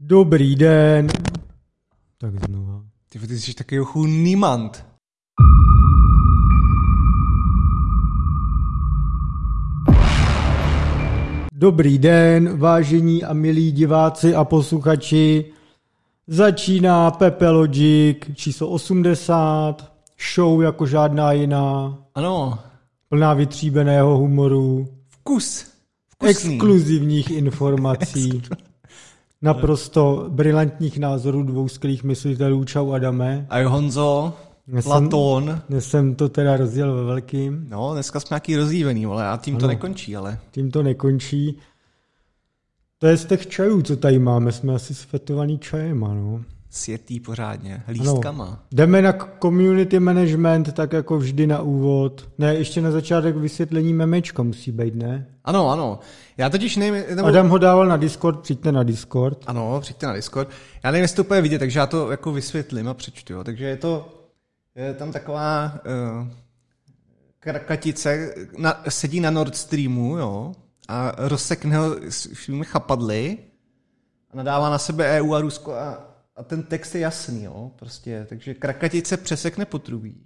Dobrý den. Tak znova. Ty jsi takový niemand. Dobrý den, vážení a milí diváci a posluchači. Začíná Pepe Logic číslo 80, show jako žádná jiná. Ano. Plná vytříbeného humoru. Vkusný. Exkluzivních informací. Naprosto brilantních názorů dvou skvělých myslitelů. Čau Adame. A Honzo, Platón. Dnes jsem to teda rozdělil ve velkým. No, dneska jsme nějaký rozdílený, ale a tím to nekončí, ale. Tím to nekončí. To je z těch čajů, co tady máme. Jsme asi sfetovaný čajema, no. Sjetý pořádně, lístkama. Ano. Jdeme na community management, tak jako vždy na úvod. Ne, ještě na začátek vysvětlení memečka musí být, ne? Ano. Já totiž nevím... Adam ho dával na Discord, přijďte na Discord. Ano, přijďte na Discord. Já nevím, jestli to úplně vidět, takže já to jako vysvětlím a přečtu. Jo. Takže je tam taková krakatice, sedí na Nord Streamu, jo, a rozsekne ho svými chapadly a nadává na sebe EU a Rusko a ten text je jasný, jo, prostě. Takže krakatice přesekne potrubí.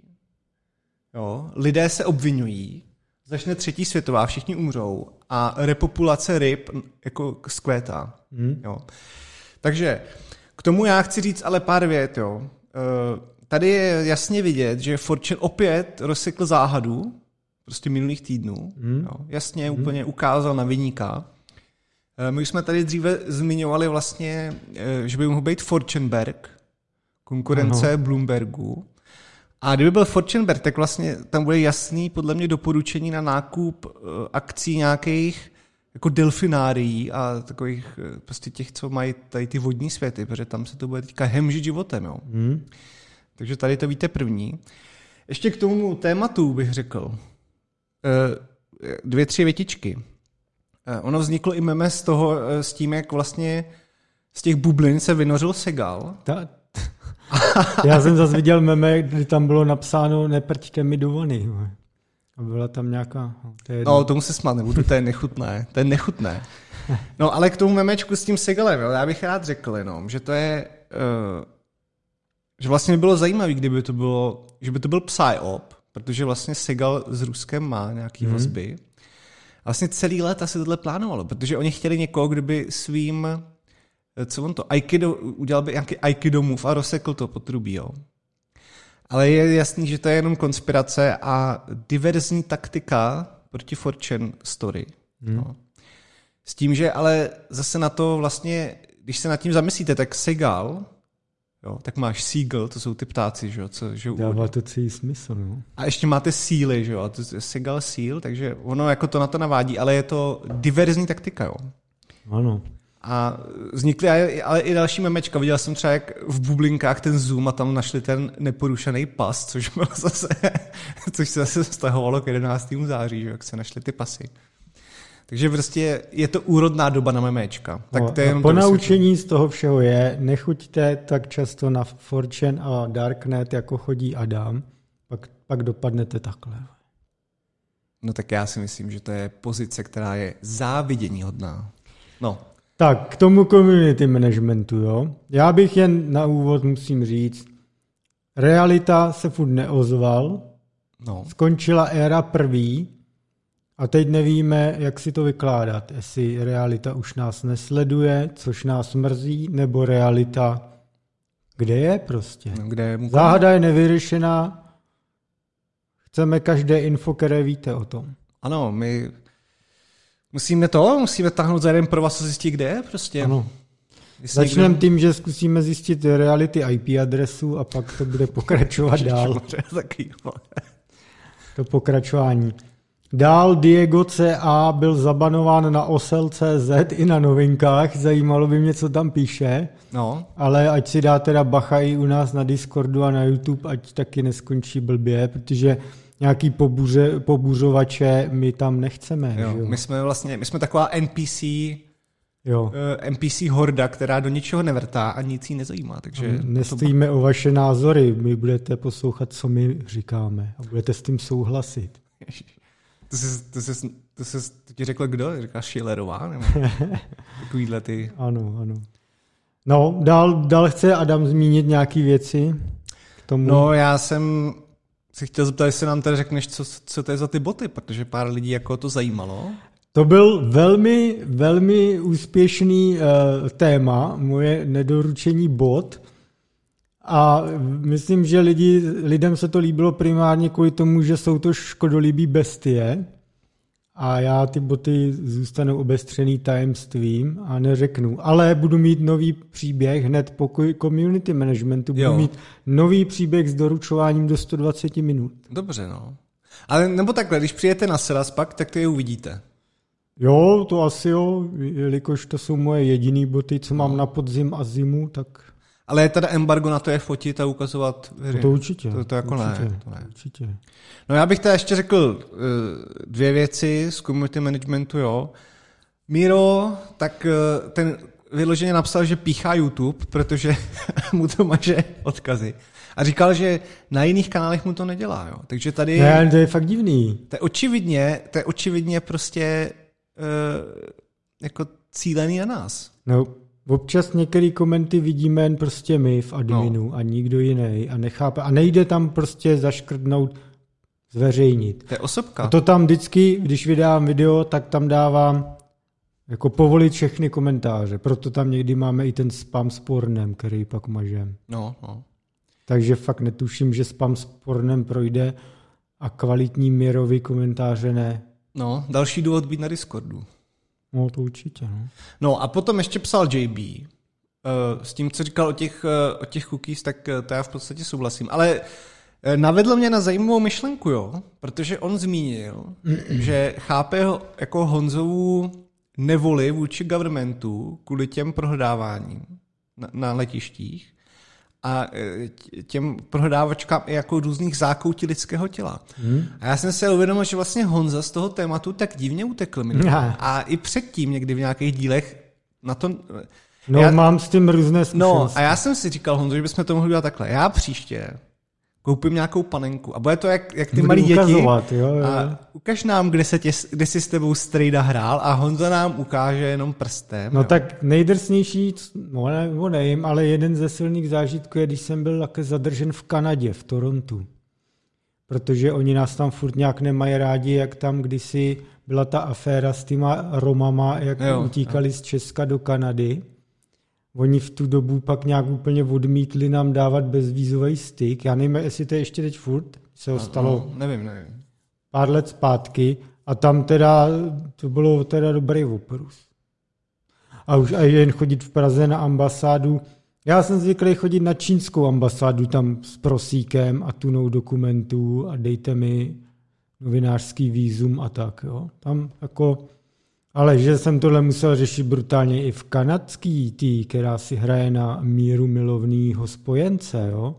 Jo, lidé se obvinují, začne třetí světová, všichni umřou a repopulace ryb jako zkvétá. Jo. Takže k tomu já chci říct ale pár vět, jo. Tady je jasně vidět, že Fortune opět rozsekl záhadu prostě minulých týdnů. Jo. Jasně úplně ukázal na viníka. My už jsme tady dříve zmiňovali vlastně, že by mohl být Fortuneberg, konkurence Bloombergu. A kdyby byl Fortuneberg, tak vlastně tam bude jasný podle mě doporučení na nákup akcí nějakých jako delfinárií a takových prostě těch, co mají tady ty vodní světy, protože tam se to bude teďka hemžit životem. Jo. Takže tady to víte první. Ještě k tomu tématu bych řekl 2-3 větičky. Ono vzniklo i meme s tím, jak vlastně z těch bublin se vynořil Segal. Já jsem zase viděl meme, kdy tam bylo napsáno neprťte mi do vany. A byla tam nějaká... No, tomu se smát nebudu, to je nechutné. No, ale k tomu memečku s tím Segalem, já bych rád řekl jenom, že to je... že vlastně by bylo zajímavé, kdyby to bylo... že by to byl psyop, protože vlastně Segal s Ruskem má nějaký vazby. A vlastně celý léta se tohle plánovalo, protože oni chtěli někoho, kdyby svým... co on to? Aikido, udělal by nějaký Aikido move a rozsekl to potrubí, jo. Ale je jasný, že to je jenom konspirace a diverzní taktika proti Fortune story. No. S tím, že ale zase na to vlastně, když se nad tím zamyslíte, tak Segal, jo, tak máš Seagull, to jsou ty ptáci, že jo. Dává to celý smysl, no. A ještě máte síly, že jo, a to je Segal Seal, takže ono jako to na to navádí, ale je to diverzní taktika, jo. Ano. A vznikly ale i další memečka. Viděl jsem třeba, jak v bublinkách ten Zoom a tam našli ten neporušený pas, což se zase vztahovalo k 11. září, že, jak se našli ty pasy. Takže prostě je to úrodná doba na memečka. Tak to je po naučení z toho všeho je, nechuďte tak často na Fortune a Darknet, jako chodí Adam, pak dopadnete takhle. No tak já si myslím, že to je pozice, která je záviděníhodná. No. Tak, k tomu community managementu, jo. Já bych jen na úvod musím říct, realita se furt neozval, skončila éra prvý a teď nevíme, jak si to vykládat, jestli realita už nás nesleduje, což nás mrzí, nebo realita, kde je prostě. Záhada je nevyřešená, chceme každé info, které víte o tom. Ano, my... Musíme táhnout za jeden provaz a zjistit, kde je prostě. Ano. Začneme tím, že zkusíme zjistit reality IP adresu a pak to bude pokračovat dál. To pokračování. Dál Diego CA byl zabanován na osel.cz i na novinkách. Zajímalo by mě, co tam píše. No. Ale ať si dá teda bacha i u nás na Discordu a na YouTube, ať taky neskončí blbě, protože nějaký pobuřovače my tam nechceme. Jo. My jsme taková NPC horda, která do ničeho nevrtá a nic jí nezajímá. Takže nestojíme o vaše názory, my budete poslouchat, co my říkáme a budete s tím souhlasit. To ti řekl kdo? Říká Schillerová? Nebo takovýhle ty... Ano. No, dál chce Adam zmínit nějaký věci k tomu. No, já jsem si chtěl zeptat, jestli nám tady řekneš, co to je za ty boty, protože pár lidí jako to zajímalo. To byl velmi, velmi úspěšný téma, moje nedoručení bot. A myslím, že lidem se to líbilo primárně kvůli tomu, že jsou to škodolibý bestie. A já ty boty zůstanou obestřený tajemstvím a neřeknu. Ale budu mít nový příběh hned po community managementu. Budu mít nový příběh s doručováním do 120 minut. Dobře, no. Ale nebo takhle, když přijete na Seras pak, tak to je uvidíte. Jo, to asi jo, jelikož to jsou moje jediný boty, co mám na podzim a zimu, tak... Ale je teda embargo na to je fotit a ukazovat... To určitě. To jako určitě, ne. Určitě. No já bych teda ještě řekl 2 věci z community managementu, jo. Míro, tak ten vyloženě napsal, že píchá YouTube, protože mu to maže odkazy. A říkal, že na jiných kanálech mu to nedělá, jo. Takže tady... Ne, to je fakt divný. To je očividně prostě jako cílený na nás. No, občas některé komenty vidíme jen prostě my v adminu a nikdo jiný a nechápe. A nejde tam prostě zaškrtnout, zveřejnit. To je osobka. A to tam vždycky, když vydám video, tak tam dávám jako povolit všechny komentáře. Proto tam někdy máme i ten spam s pornem, který pak mažem. No. Takže fakt netuším, že spam s pornem projde a kvalitní Mírovy komentáře ne. No, další důvod být na Discordu. No, to určitě. No a potom ještě psal JB. S tím, co říkal o těch cookies, tak to já v podstatě souhlasím. Ale navedl mě na zajímavou myšlenku, jo, protože on zmínil, že chápe jako Honzovu nevoli vůči governmentu kvůli těm prohledáváním na letištích a těm prohledávačkám i jako různých zákoutí lidského těla. A já jsem se uvědomil, že vlastně Honza z toho tématu tak divně utekl minulý. A i předtím někdy v nějakých dílech na to... Mám s tím různé zkušenosti. No a já jsem si říkal, Honzo, že bychom to mohli dělat takhle. Já příště koupím nějakou panenku a bude to jak ty malí děti. Jo. A ukaž nám, kde jsi s tebou strejda hrál a Honza nám ukáže jenom prstem. No tak nejdrsnější, nevím, ale jeden ze silných zážitků je, když jsem byl také zadržen v Kanadě, v Torontu. Protože oni nás tam furt nějak nemají rádi, jak tam kdysi byla ta aféra s těma Romama, jak utíkali z Česka do Kanady. Oni v tu dobu pak nějak úplně odmítli nám dávat bezvízový styk. Já nevím, jestli to je ještě teď furt. Se ho stalo nevím. Pár let zpátky. A tam teda, to bylo teda dobrý oprus. A už aj jen chodit v Praze na ambasádu. Já jsem zvyklý chodit na čínskou ambasádu tam s prosíkem a tunou dokumentů a dejte mi novinářský vízum a tak. Jo. Tam jako... Ale že jsem tohle musel řešit brutálně i v kanadský která si hraje na míru milovnýho spojence, jo?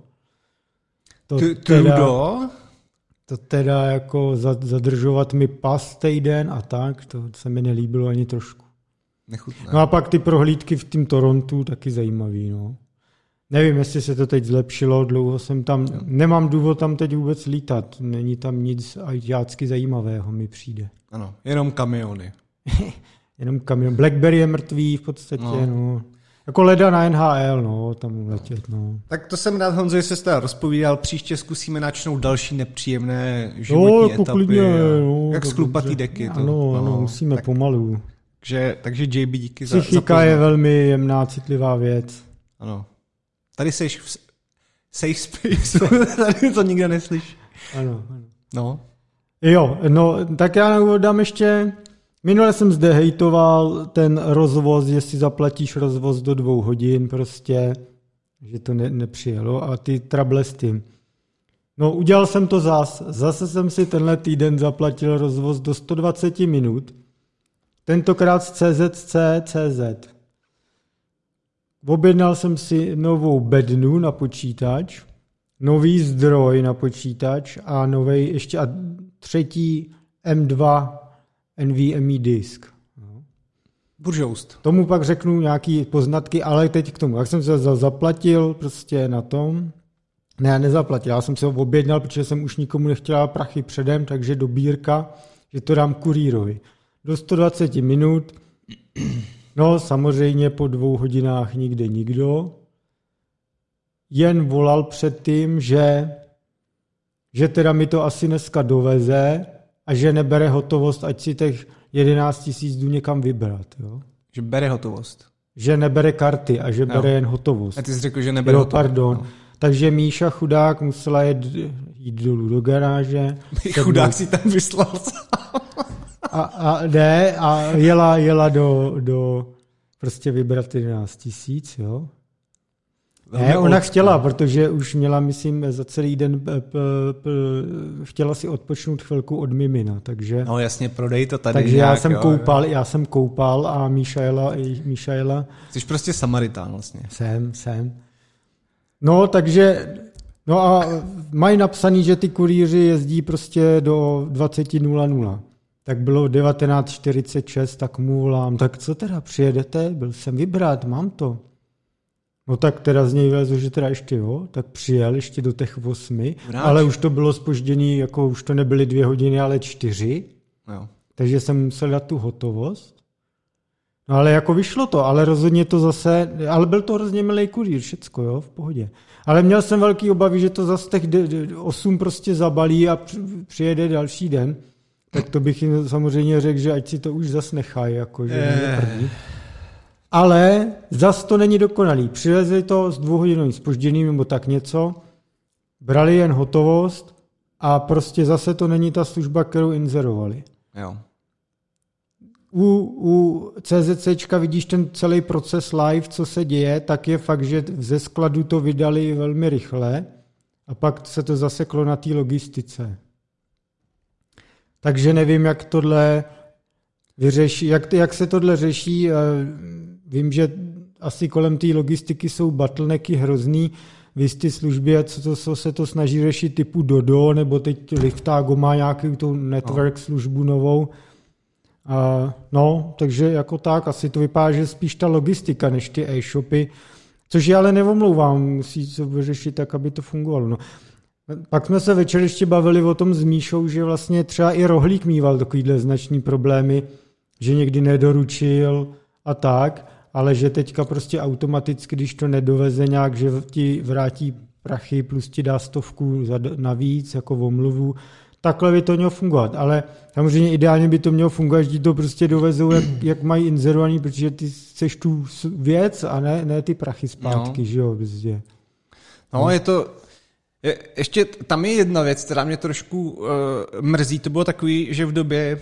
To teda jako zadržovat mi pas týden a tak, to se mi nelíbilo ani trošku. Nechutné. No a pak ty prohlídky v tím Torontu taky zajímavý, no. Nevím, jestli se to teď zlepšilo, dlouho jsem tam, nemám důvod tam teď vůbec lítat, není tam nic ajťácky zajímavého, mi přijde. Ano, jenom kamiony. Jenom kamion. BlackBerry je mrtvý v podstatě, no. Jako leda na NHL, no, tam letět, no. Tak to jsem rád, Honzo, že se teda rozpovídal, příště zkusíme načnout další nepříjemné životní etapy. Klidně, jak sklupatý deky. Ano, musíme tak, pomalu. Takže JB, díky za Psychika je velmi jemná, citlivá věc. Ano. Tady seš v safe space, tady to nikdo neslyší. Ano. No. Jo, no, tak já na úvod dám ještě... Minule jsem zde hejtoval ten rozvoz, jestli zaplatíš rozvoz do 2 hodin prostě, že to nepřijelo a ty trable s tím. No udělal jsem to zase jsem si tenhle týden zaplatil rozvoz do 120 minut, tentokrát z CZC.cz. Objednal jsem si novou bednu na počítač, nový zdroj na počítač a nový ještě a 3. M2 NVMe disk. Buržoust. Tomu pak řeknu nějaký poznatky, ale teď k tomu. Jak jsem se zaplatil prostě na tom, ne, nezaplatil, já jsem se ho objednal, protože jsem už nikomu nechtěl prachy předem, takže dobírka, že to dám kurýrovi. Do 120 minut No, samozřejmě po 2 hodinách nikde nikdo. Jen volal předtím, že teda mi to asi dneska doveze a že nebere hotovost, ať si těch 11 000 jdu někam vybrat. Jo? Že bere hotovost. Že nebere karty a že bere jen hotovost. A ty jsi řekl, že nebere hotovost. Pardon. No. Takže Míša chudák musela jít dolů do garáže. Chudák si tam vyslal. a jela do prostě vybrat 11 000, jo. Ne, ona chtěla, protože už měla, myslím, za celý den chtěla si odpočnout chvilku od mimina, takže... No jasně, prodej to tady. Takže nějak, já jsem koupal a Míša jela. Jsi prostě Samaritán vlastně. Jsem. No, takže... No a mají napsaný, že ty kurýři jezdí prostě do 20:00. Tak bylo 19:46, tak mu volám, tak co teda, přijedete? Byl jsem vybrat, mám to. No tak teda z něj vylezl, že teda ještě jo, tak přijel ještě do těch 8, ale už to bylo zpožděný, jako už to nebyly 2 hodiny, ale 4. Jo. Takže jsem musel dát tu hotovost. No ale jako vyšlo to, ale rozhodně to zase, ale byl to hrozně milý kurýr, všecko, jo, v pohodě. Ale měl jsem velký obavy, že to zase těch 8 prostě zabalí a přijede další den. Tak to bych jim samozřejmě řekl, že ať si to už zas nechají, jako že mě první. Ale zas to není dokonalý. Přivezli to s 2hodinovým zpožděním nebo tak něco, brali jen hotovost a prostě zase to není ta služba, kterou inzerovali. Jo. U CZCčka vidíš ten celý proces live, co se děje, tak je fakt, že ze skladu to vydali velmi rychle a pak se to zaseklo na té logistice. Takže nevím, jak tohle vyřeší, jak se tohle řeší. Vím, že asi kolem té logistiky jsou bottlenecky hrozný. Vy ty služby, co se to snaží řešit typu Dodo, nebo teď Liftago má nějakou tu network službu novou. No, takže jako tak, asi to vypadá, že spíš ta logistika, než ty e-shopy, což je ale neomlouvám, musí se vyřešit tak, aby to fungovalo. No. Pak jsme se večer ještě bavili o tom s Míšou, že vlastně třeba i Rohlík mýval takovýhle značný problémy, že někdy nedoručil a tak, ale že teďka prostě automaticky, když to nedoveze nějak, že ti vrátí prachy plus ti dá 100 navíc jako omluvu. Takhle by to mělo fungovat, ale samozřejmě ideálně by to mělo fungovat, že ti to prostě dovezou, jak mají inzerovaný, protože ty chceš tu věc a ne ty prachy zpátky, že jo, prostě. No, je to... Ještě tam je jedna věc, která mě trošku mrzí. To bylo takový, že v době,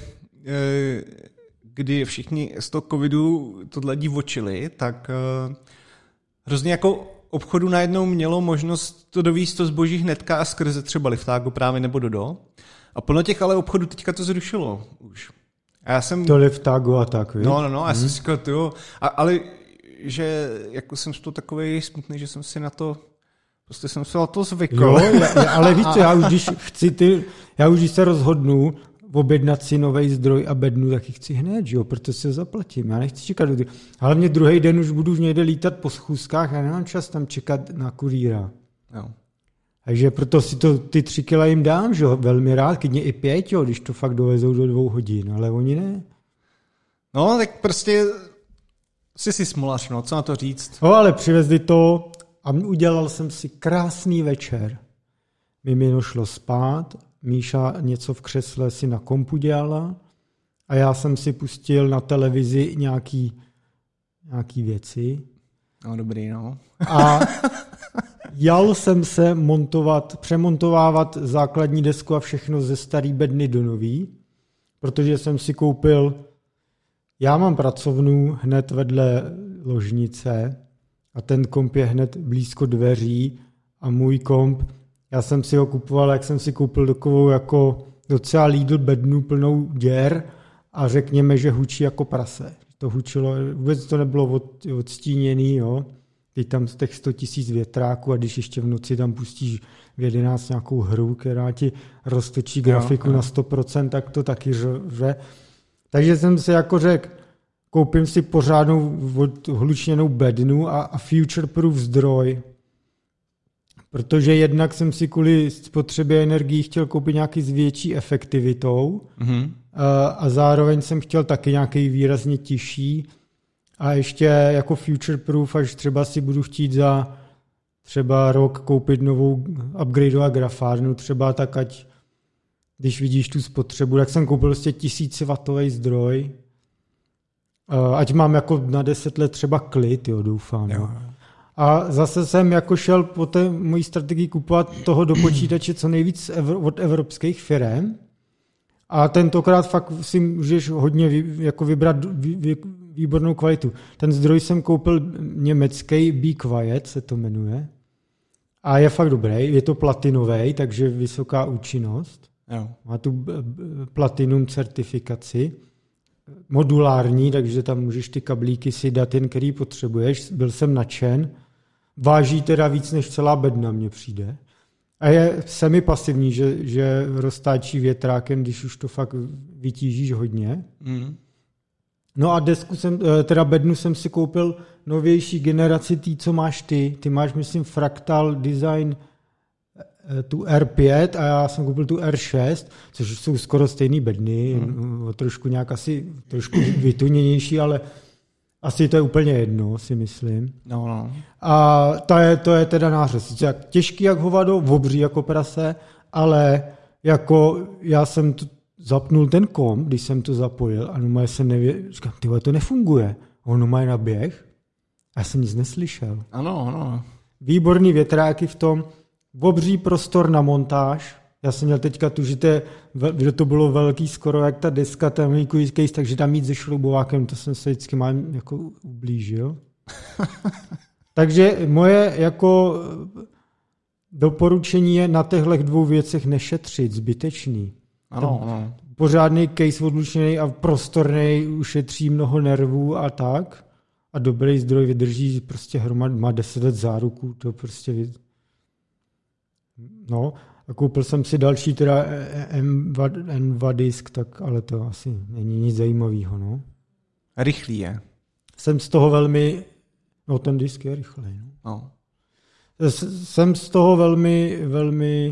kdy všichni z toho covidu tohle divočili, tak hrozně jako obchodu najednou mělo možnost to dovízt to zboží hnedka a skrze třeba Liftago právě nebo Dodo. A plno těch ale obchodů teďka to zrušilo už. A já jsem... To Liftago a tak, víš? No, já jsem si říkal, jo, ale že jako jsem z toho takovej smutný, že jsem si na to prostě jsem se na to zvykl. Jo, ale víš co, já už když se rozhodnu objednat si nový zdroj a bednu, tak ji chci hned, jo, protože se zaplatím. Já nechci čekat. Ale mě druhý den už budu někde lítat po schůzkách a nemám čas tam čekat na kurýra. Jo. Takže proto si to ty 3 kila jim dám, že jo, velmi rád, klidně i 5, jo, když to fakt dovezou do 2 hodin, ale oni ne. No, tak prostě si smolař, no, co na to říct. No, ale přivezli to a udělal jsem si krásný večer. Mimino šlo spát, Míša něco v křesle si na kompu dělala a já jsem si pustil na televizi nějaký věci. No, dobrý, no. A jal jsem se přemontovávat základní desku a všechno ze starý bedny do nový, protože jsem si koupil, já mám pracovnu hned vedle ložnice a ten komp je hned blízko dveří a můj komp, já jsem si ho kupoval, jak jsem si koupil takovou jako docela Lidl bednu plnou děr a řekněme, že hučí jako prase. To hučilo, vůbec to nebylo odstíněný, jo. Teď tam z těch 100 000 větráků a když ještě v noci tam pustíš v 11 nějakou hru, která ti roztočí grafiku na 100%, tak to taky řve. Takže jsem si jako řekl, koupím si pořádnou hlučněnou bednu a future-proof zdroj. Protože jednak jsem si kvůli spotřebě energií chtěl koupit nějaký s větší efektivitou a zároveň jsem chtěl taky nějaký výrazně tižší A ještě jako future proof, až třeba si budu chtít za třeba rok koupit novou upgradeovou grafárnu, třeba tak, ať když vidíš tu spotřebu, tak jsem koupil prostě 1000W zdroj, ať mám jako na 10 let třeba klid, jo, doufám. Jo. A zase jsem jako šel po té mojí strategii kupovat toho do počítače co nejvíc od evropských firem. A tentokrát fakt si můžeš hodně jako vybrat výbornou kvalitu. Ten zdroj jsem koupil německý, Be Quiet se to jmenuje. A je fakt dobrý, je to platinový, takže vysoká účinnost. Jo. Má tu platinum certifikaci. Modulární, takže tam můžeš ty kablíky si dát jen, který potřebuješ. Byl jsem nadšen. Váží teda víc než celá bedna, mně přijde. A je semipasivní, že roztáčí větrákem, když už to fakt vytížíš hodně. Mm. No a bednu jsem si koupil novější generaci tý, co máš ty. Ty máš, myslím, Fractal Design tu R5 a já jsem koupil tu R6, což jsou skoro stejný bedny, trošku nějak asi trošku vytuněnější, ale asi to je úplně jedno, si myslím. No. A to je teda nářez. Těžký jak hovado, obří jako prase, ale jako já jsem zapnul ten komp, když jsem to zapojil a normálně jsem nevěděl, říkám, tyhle, to nefunguje. On má na běh a já jsem nic neslyšel. Ano. Výborný větráky v tom, obří prostor na montáž. Já jsem měl teďka tu, že to bylo velký skoro jak ta deska, ten case, takže tam jít se šroubovákem, to jsem se vždycky mám jako ublížil. Takže moje jako doporučení je na těchto dvou věcech nešetřit, zbytečný. Ano. Pořádný case odlučený a prostorný, ušetří mnoho nervů a tak. A dobrý zdroj vydrží prostě má 10 let záruku, to prostě no. A koupil jsem si další teda M2 disk, tak ale to asi není nic zajímavého, no. Rychlý je. Jsem z toho velmi, no ten disk je rychlej, no. Jsem z toho velmi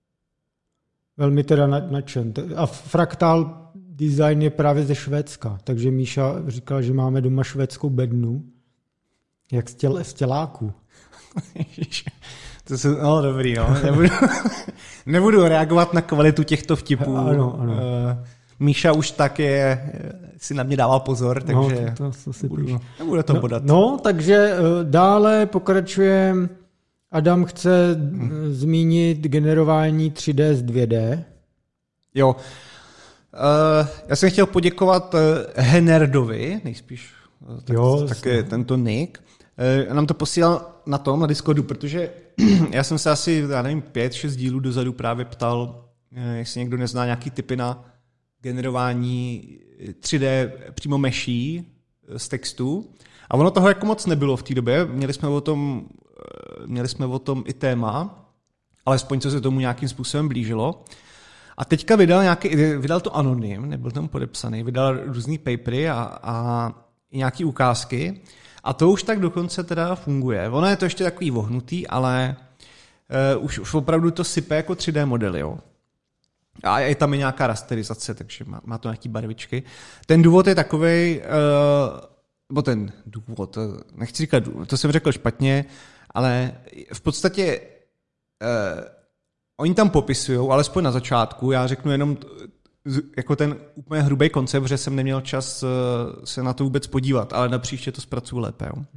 teda nadšen. A Fractal Design je právě ze Švédska, takže Míša říkal, že máme doma švédskou bednu, jak z těláku. To jsou, no dobrý, no. Nebudu reagovat na kvalitu těchto vtipů. Ano. Míša už tak si na mě dával pozor, takže to si nebudu to podat. No, takže dále pokračujeme. Adam chce zmínit generování 3D z 2D. Jo. Já jsem chtěl poděkovat Henerdovi, nejspíš taky tento nick. Nám to posílal na Discordu, protože já jsem se asi, 5-6 dílů dozadu právě ptal, jestli někdo nezná nějaký tipy na generování 3D přímo meší z textu. A ono toho jako moc nebylo v té době. Měli jsme o tom i téma, alespoň co se tomu nějakým způsobem blížilo. A teďka vydal to anonym, nebyl tam podepsaný, vydal různý papery a nějaký ukázky. A to už tak dokonce teda funguje. Ono je to ještě takový vohnutý, ale už opravdu to sype jako 3D modely. Jo. A je tam i nějaká rasterizace, takže má to nějaký barvičky. Ten důvod je takovej, nechci říkat, to jsem řekl špatně, ale v podstatě oni tam popisují, alespoň na začátku, já řeknu jenom jako ten úplně hrubý koncept, že jsem neměl čas se na to vůbec podívat, ale na příště to zpracuju lépe. Jo.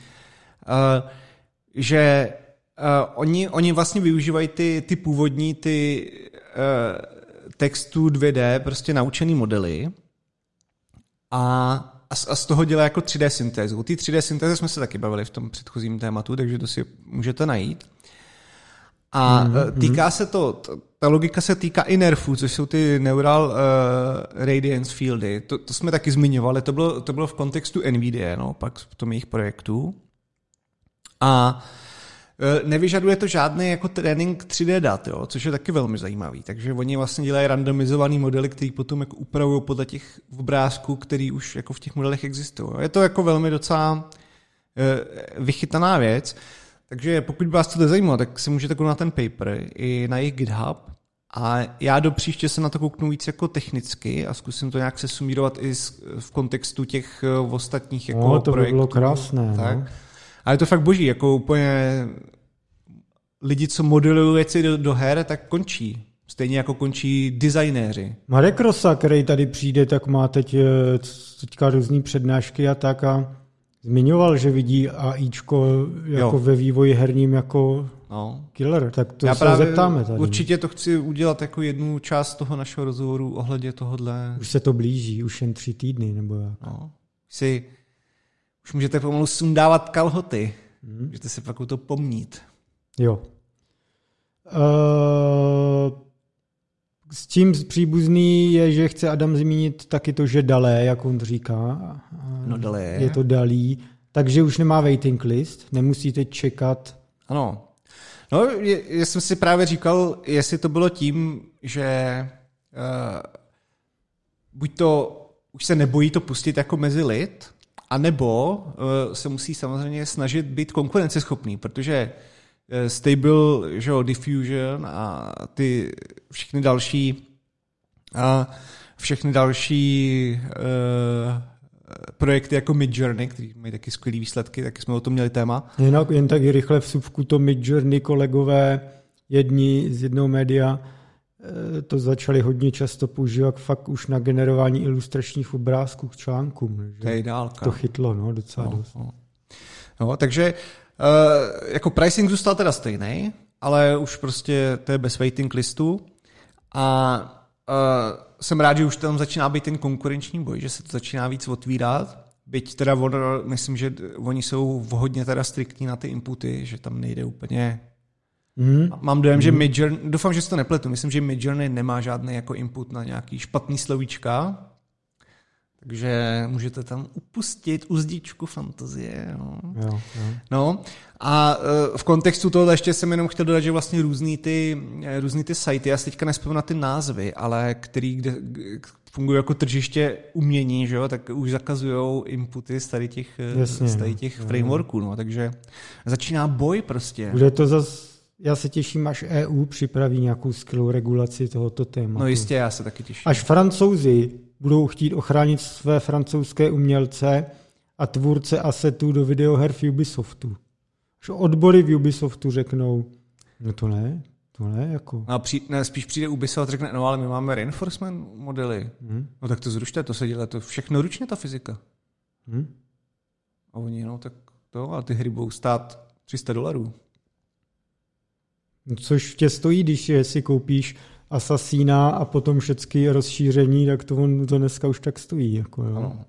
Že oni vlastně využívají ty původní textu 2D, prostě naučený modely a z toho dělá jako 3D syntézu. O té 3D syntéze jsme se taky bavili v tom předchozím tématu, takže to si můžete najít. A týká se ta logika se týká i nerfů, což jsou ty neural radiance fieldy. To jsme taky zmiňovali, to bylo v kontextu NVIDIA, no, pak v tom jejich projektu. A nevyžaduje to žádný jako trénink 3D dat, jo, což je taky velmi zajímavý. Takže oni vlastně dělají randomizovaný modely, který potom jako upravují podle těch obrázků, který už jako v těch modelech existují. Je to jako velmi docela vychytaná věc. Takže pokud by vás to zajímalo, tak si můžete kouknout na ten paper i na jejich GitHub A já do příště se na to kouknu víc jako technicky a zkusím to nějak se sumírovat i v kontextu těch ostatních jako projektů. To by bylo krásné. Tak. No. A je to fakt boží, jako úplně lidi, co modelují věci do her, tak končí. Stejně jako končí designéři. Marek Rosa, který tady přijde, tak má teďka různý přednášky a tak a zmiňoval, že vidí AIčko jako ve vývoji herním jako killer. Tak to já se zeptáme tady. Určitě to chci udělat jako jednu část toho našeho rozhovoru ohledně tohohle. Už se to blíží, už jen 3 týdny, nebo jak? No. Už můžete pomalu sundávat kalhoty. Můžete si pak o to pomnít. Jo. S tím příbuzný je, že chce Adam zmínit taky to, že Dalé, jak on říká. No Dalé. Je to Dalí. Takže už nemá waiting list, nemusíte čekat. Ano. No, já jsem si právě říkal, jestli to bylo tím, že buď to už se nebojí to pustit jako mezi lid, anebo se musí samozřejmě snažit být konkurenceschopný, protože Stable, že jo, Diffusion a ty všechny další projekty jako Midjourney, který mají taky skvělý výsledky, taky jsme o tom měli téma. Jen tak rychle v vsuvku to Midjourney kolegové jedni z jednoho média to začali hodně často používat fakt už na generování ilustračních obrázků k článkům. To je ideálka. To chytlo, docela dost. No, takže jako pricing zůstal teda stejný, ale už prostě to je bez waiting listu a jsem rád, že už tam začíná být ten konkurenční boj, že se to začíná víc otvírat, byť teda myslím, že oni jsou hodně teda striktní na ty inputy, že tam nejde úplně. Mám dojem, že Midjourney, doufám, že si to nepletu, myslím, že Midjourney nemá žádný jako input na nějaký špatný slovíčka, takže můžete tam upustit uzdičku fantazie. Jo. No a v kontextu tohohle ještě jsem jenom chtěl dodat, že vlastně různý ty sajty, já si teďka nespomínám na ty názvy, ale kde fungují jako tržiště umění, že jo, tak už zakazujou inputy z tady těch frameworků, no, takže začíná boj prostě. Bude to zase. Já se těším, až EU připraví nějakou skvělou regulaci tohoto tématu. No jistě, já se taky těším. Až Francouzi budou chtít ochránit své francouzské umělce a tvůrce asetů do videoher v Ubisoftu. Až odbory v Ubisoftu řeknou, no to ne, jako. Spíš přijde Ubisoft a řekne, no ale my máme reinforcement modely. No tak to zrušte, to se dělá, to všechno ručně ta fyzika. A oni, no tak to, ale ty hry budou stát $300. Což tě stojí, když si koupíš Assassina a potom všechny rozšíření, tak to dneska už tak stojí. Jako, jo. Ano.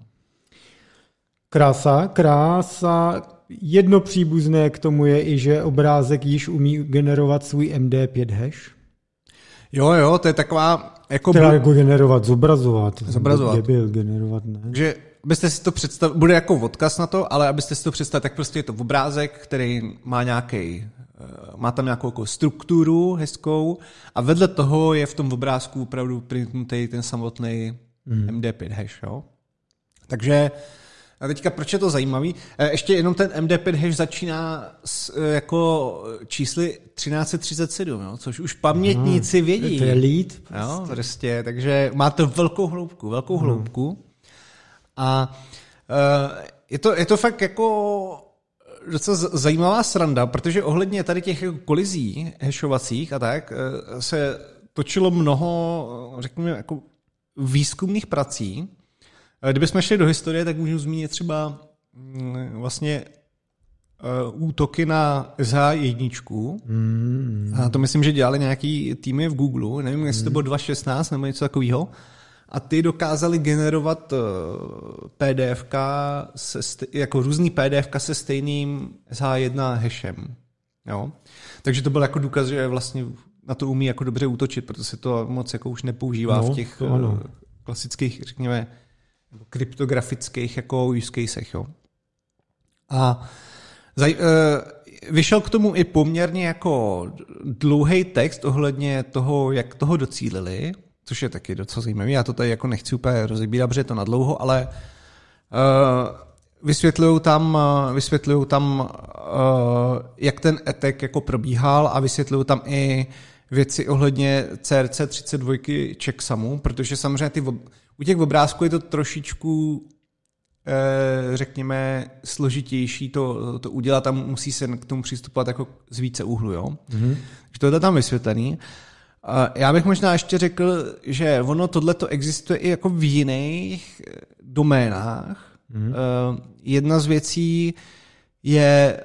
Krása. Jedno příbuzné k tomu je i, že obrázek již umí generovat svůj MD5 hash. Jo, to je taková... Jako generovat, zobrazovat. Debil, generovat, ne. Takže abyste si to představili, bude jako odkaz na to, ale abyste si to představili, tak prostě je to obrázek, který má tam nějakou jako strukturu hezkou a vedle toho je v tom obrázku opravdu printnutý ten samotný MD5 hash. Jo? Takže a teďka proč je to zajímavý? Ještě jenom ten MD5 hash začíná jako čísly 1337, jo? Což už pamětníci vědí. To je lead. Jo, prostě, takže má to velkou hloubku. A je to fakt jako docela zajímavá sranda, protože ohledně tady těch kolizí hashovacích a tak se točilo mnoho, řekněme, jako výzkumných prací. Kdybychom šli do historie, tak můžu zmínit třeba vlastně útoky na SH1. A to myslím, že dělali nějaký týmy v Google, nevím, jestli to bylo 2016 nebo něco takového. A ty dokázali generovat PDFka jako různý PDFka se stejným SH1 hashem. Jo? Takže to byl jako důkaz, že vlastně na to umí jako dobře útočit, protože se to moc jako už nepoužívá v těch klasických, řekněme, kryptografických jako use casech. Jo? A vyšel k tomu i poměrně jako dlouhý text ohledně toho, jak toho docílili, což je taky docela zajímavé. Já to tady jako nechci úplně rozebírat, protože je to nadlouho, ale vysvětlují tam jak ten attack jako probíhal a vysvětlují tam i věci ohledně CRC 32 checksumu, protože samozřejmě u těch obrázků je to trošičku řekněme složitější to udělat a musí se k tomu přistupovat jako z více úhlu. Jo? Mm-hmm. To je tam vysvětlený. Já bych možná ještě řekl, že ono tohleto existuje i jako v jiných doménách. Mm-hmm. Jedna z věcí je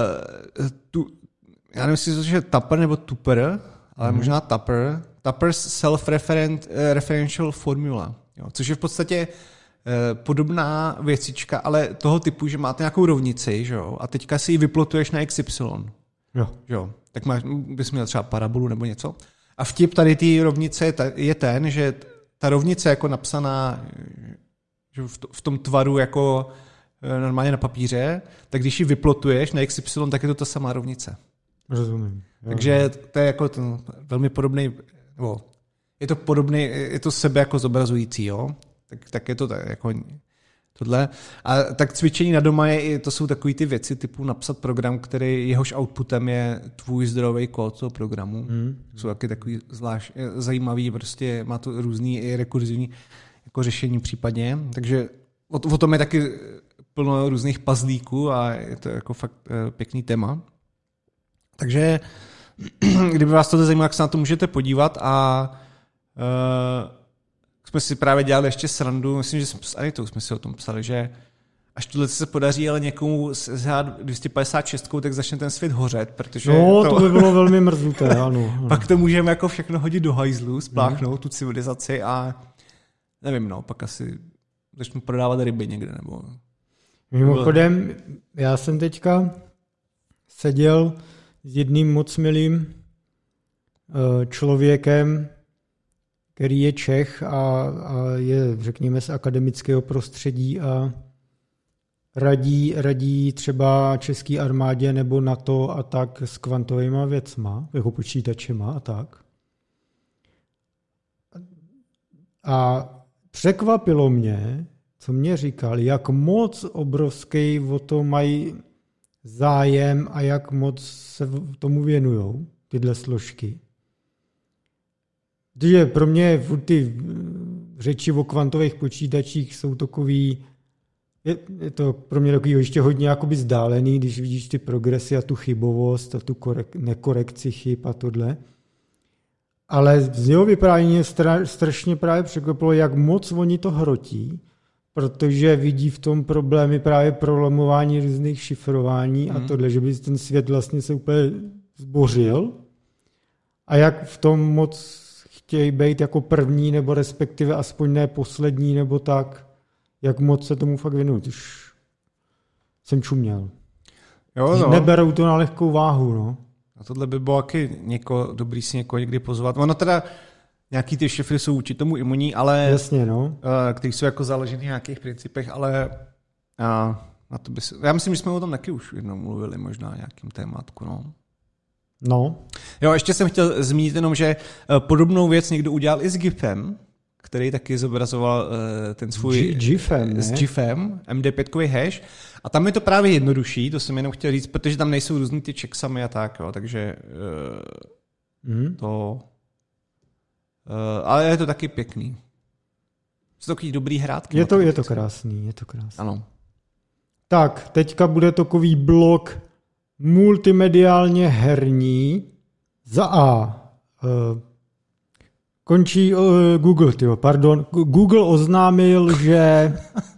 já nevím, jestli to je Tupper nebo Tupper, ale možná Tupper. Tupper's Self-Referential Formula, jo? Což je v podstatě podobná věcička, ale toho typu, že máte nějakou rovnici, že jo? A teďka si ji vyplotuješ na XY. Jo. Tak bys měl třeba parabolu nebo něco. A vtip tady té rovnice je ten, že ta rovnice jako napsaná že v tom tvaru jako normálně na papíře, tak když ji vyplotuješ na XY, tak je to ta samá rovnice. Rozumím. Takže to je jako ten velmi podobný, je to sebe jako zobrazující, jo? Tak je to tak, jako tohle. A tak cvičení na doma to jsou takový ty věci typu napsat program, který jehož outputem je tvůj zdrojový kód toho programu. Jsou taky takový zvlášť zajímavý, prostě má to různý i rekurzivní jako řešení případně. Takže o tom je taky plno různých puzzlíků a je to jako fakt pěkný téma. Takže kdyby vás to zajímalo, jak se na to můžete podívat a jsme si právě dělali ještě srandu, myslím, že s Anitou jsme si o tom psali, že až tohle se podaří, ale někomu zhrát 256, tak začne ten svět hořet, protože... No, to by bylo velmi mrzuté, ano. Pak to můžeme jako všechno hodit do hajzlu, spláchnout tu civilizaci a nevím, pak asi začnu prodávat ryby někde, nebo... Mimochodem, já jsem teďka seděl s jedným moc milým člověkem, který je Čech a je, řekněme, z akademického prostředí a radí třeba české armádě nebo NATO a tak s kvantovýma věcma, jako počítačema a tak. A překvapilo mě, co mě říkal, jak moc obrovský o to mají zájem a jak moc se tomu věnujou tyhle složky. Protože pro mě ty řeči o kvantových počítačích jsou takový, je to pro mě takový ještě hodně jakoby vzdálený, když vidíš ty progresy a tu chybovost a tu nekorekci chyb a tohle. Ale z jeho vyprávění mě strašně právě překvapilo, jak moc oni to hrotí, protože vidí v tom problémy právě prolamování různých šifrování a tohle, že by ten svět vlastně se úplně zbořil a jak v tom moc chtějí být jako první, nebo respektive aspoň ne poslední, nebo tak, jak moc se tomu fakt věnují. Už jsem čuměl. Jo, no. Neberou to na lehkou váhu, no. A tohle by bylo taky dobrý si někoho někdy pozvat. Ono teda nějaký ty šifry jsou vůči tomu imunní, ale jasně, no. Který jsou jako založený na nějakých principech, ale na to já myslím, že jsme o tom taky už jednou mluvili, možná nějakým tématku, no. No. Jo, ještě jsem chtěl zmínit jenom, že podobnou věc někdo udělal i s GIFem, který taky zobrazoval ten svůj... GIFem, s GIFem, MD5 hash. A tam je to právě jednodušší, to jsem jenom chtěl říct, protože tam nejsou různý ty checksamy a tak, jo, takže to... ale je to taky pěkný. Jsou takový dobrý hrátky. Je to krásný, je to krásný. Ano. Tak, teďka bude takový blok multimediálně herní. Za A. Končí Google, Google oznámil, že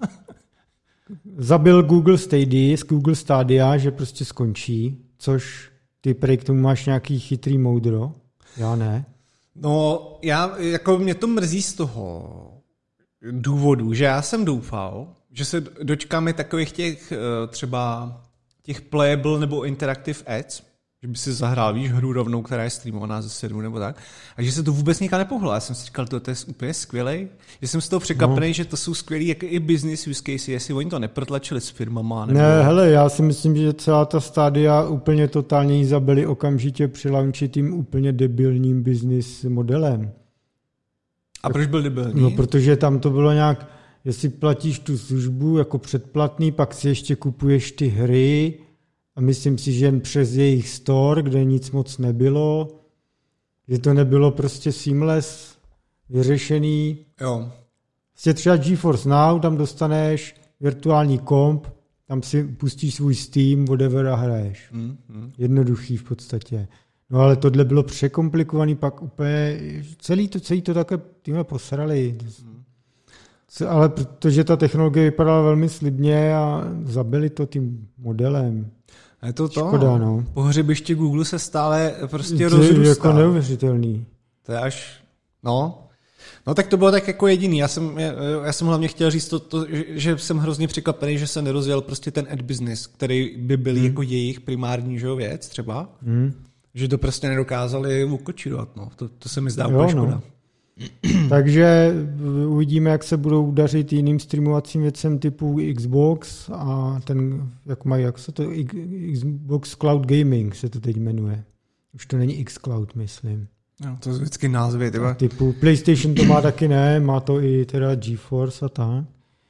zabil Google Stadia, že prostě skončí, což ty prej k tomu máš nějaký chytrý moudro. Já ne. No, jako mě to mrzí z toho důvodu, že já jsem doufal, že se dočkáme takových těch třeba těch playable nebo interactive ads, že by si zahrál, hru rovnou, která je streamovaná ze serveru nebo tak, a že se to vůbec nikam nepohlo. Já jsem si říkal, to je úplně skvělej. Že jsem z toho překvapený, že to jsou skvělý jako i business use case, jestli oni to neprotlačili s firmama. Nebo... Ne, hele, já si myslím, že celá ta Stadia úplně totálně ji zabili okamžitě při launchi tím úplně debilním business modelem. A proč byl debilní? No, protože tam to bylo nějak, jestli platíš tu službu jako předplatný, pak si ještě kupuješ ty hry a myslím si, že jen přes jejich store, kde nic moc nebylo. Že to nebylo prostě seamless, vyřešený. Jo. Prostě třeba GeForce Now, tam dostaneš virtuální komp, tam si pustíš svůj Steam, whatever a hraješ. Jednoduchý v podstatě. No ale tohle bylo překomplikovaný, pak úplně celý to také týmhle posrali. Ale protože ta technologie vypadala velmi slibně a zabili to tím modelem. Je to škoda, no. Pohřebiště Google se stále prostě rozrůstá. Jako neuvěřitelný. To je až, No tak to bylo tak jako jediný. Já jsem hlavně chtěl říct že jsem hrozně překvapený, že se nerozjel prostě ten ad business, který by byl jako jejich primární věc třeba. Že to prostě nedokázali ukočírovat. No. To se mi zdá úplně škoda. No. Takže uvidíme, jak se budou dařit jiným streamovacím věcem typu Xbox a ten, jak se to Xbox Cloud Gaming se to teď jmenuje. Už to není Xcloud, myslím. No, to je vždycky názvy. Typu PlayStation to má taky ne, má to i teda GeForce a tak.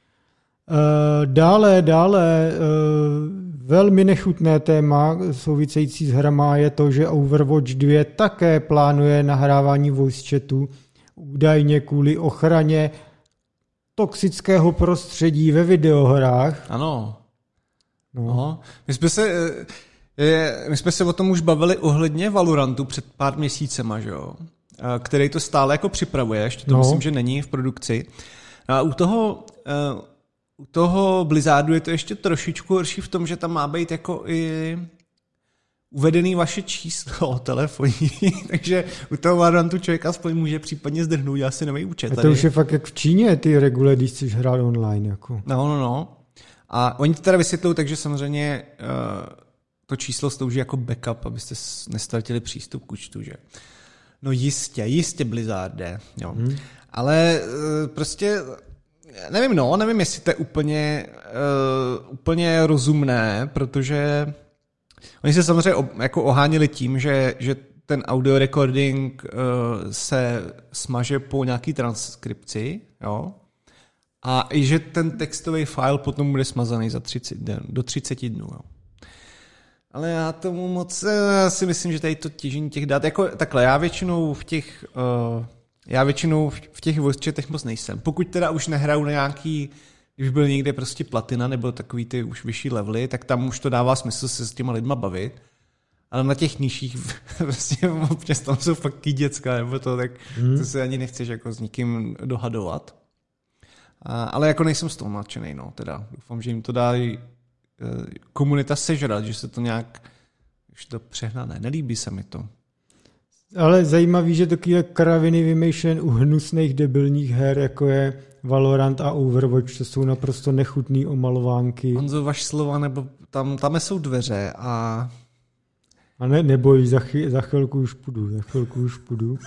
Dále velmi nechutné téma související s hrama je to, že Overwatch 2 také plánuje nahrávání voice chatu, údajně kvůli ochraně toxického prostředí ve videohrách. Ano. No. My jsme se o tom už bavili ohledně Valorantu před pár měsícema, že jo? Který to stále jako připravuje, ještě to myslím, že není v produkci. A u toho Blizzardu je to ještě trošičku horší v tom, že tam má být jako i uvedený vaše číslo telefonní, takže u toho Valorantu člověk aspoň může případně zdrhnout, já si nemají účet. A to už je fakt jak v Číně, ty regule, když chceš hrát online. Jako. No. A oni to teda vysvětlují, takže samozřejmě to číslo slouží jako backup, abyste nestratili přístup k účtu, že? No jistě Blizzarde, jo. Ale prostě nevím, jestli to je úplně rozumné, protože oni se samozřejmě jako oháněli tím, že ten audio recording se smaže po nějaký transkripci, jo, a i že ten textový file potom bude smazaný do 30 dnů, jo. Ale já tomu moc si myslím, že tady to těžení těch dat, jako takhle, já většinou v těch voice chatech moc nejsem. Pokud teda už nehraju na nějaký, když byl někde prostě platina nebo takový ty už vyšší levely, tak tam už to dává smysl se s těma lidma bavit. Ale na těch nižších prostě občas tam jsou fakt děcka nebo to, tak to se ani nechceš jako s nikým dohadovat. Ale jako nejsem z toho nadšenej, no, teda. Doufám, že jim to dá komunita sežrat, že se to nějak, už to přehnané, nelíbí se mi to. Ale zajímavý, že takové kraviny vymýšlen u hnusných debilních her, jako je Valorant a Overwatch, to jsou naprosto nechutný omalovánky. Honzo, vaš slova, nebo tam jsou dveře a neboj, za chvilku už půjdu.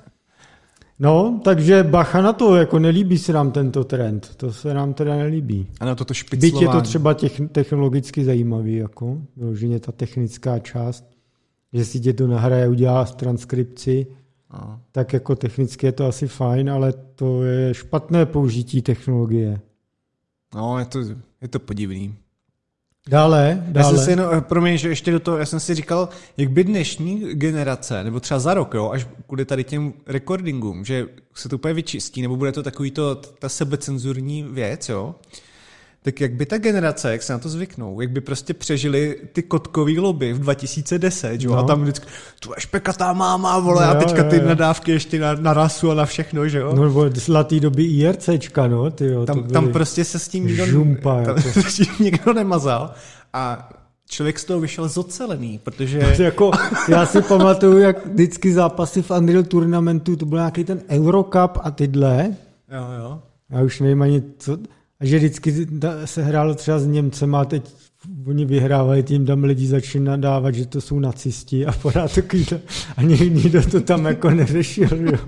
No, takže bacha na to, jako nelíbí se nám tento trend, to se nám teda nelíbí. Ano, toto špiclování. Byť je to třeba technologicky zajímavý, jako vyloženě ta technická část, že si tě to nahraje, udělá transkripci, tak jako technicky je to asi fajn, ale to je špatné použití technologie. No, je to podivný. Dále. Já jsem si promiň, že ještě do toho, já jsem si říkal, jak by dnešní generace, nebo třeba za rok, jo, až bude tady těm recordingům, že se to úplně vyčistí, nebo bude to takový ta sebecenzurní věc, jo, tak jak by ta generace, jak se na to zvyknou, jak by prostě přežili ty kotkový lobby v 2010, jo, a tam vždycky, tu je špekatá máma, vole, a teďka ty nadávky ještě na rasu a na všechno, že jo. No, zlatý doby IRCčka, no, tyjo. Tam prostě se s tím nikdo nemazal a člověk z toho vyšel zocelený, protože jako, já si pamatuju, jak vždycky zápasy v Unreal Tournamentu, to byl nějaký ten Eurocup a tyhle. Jo. Já už nevím ani co. A že vždycky se hrálo třeba s Němcema a teď oni vyhrávali, tím tam lidi začali nadávat, že to jsou nacisti a pořád takovýhle. A nikdo to tam jako neřešil. Jo.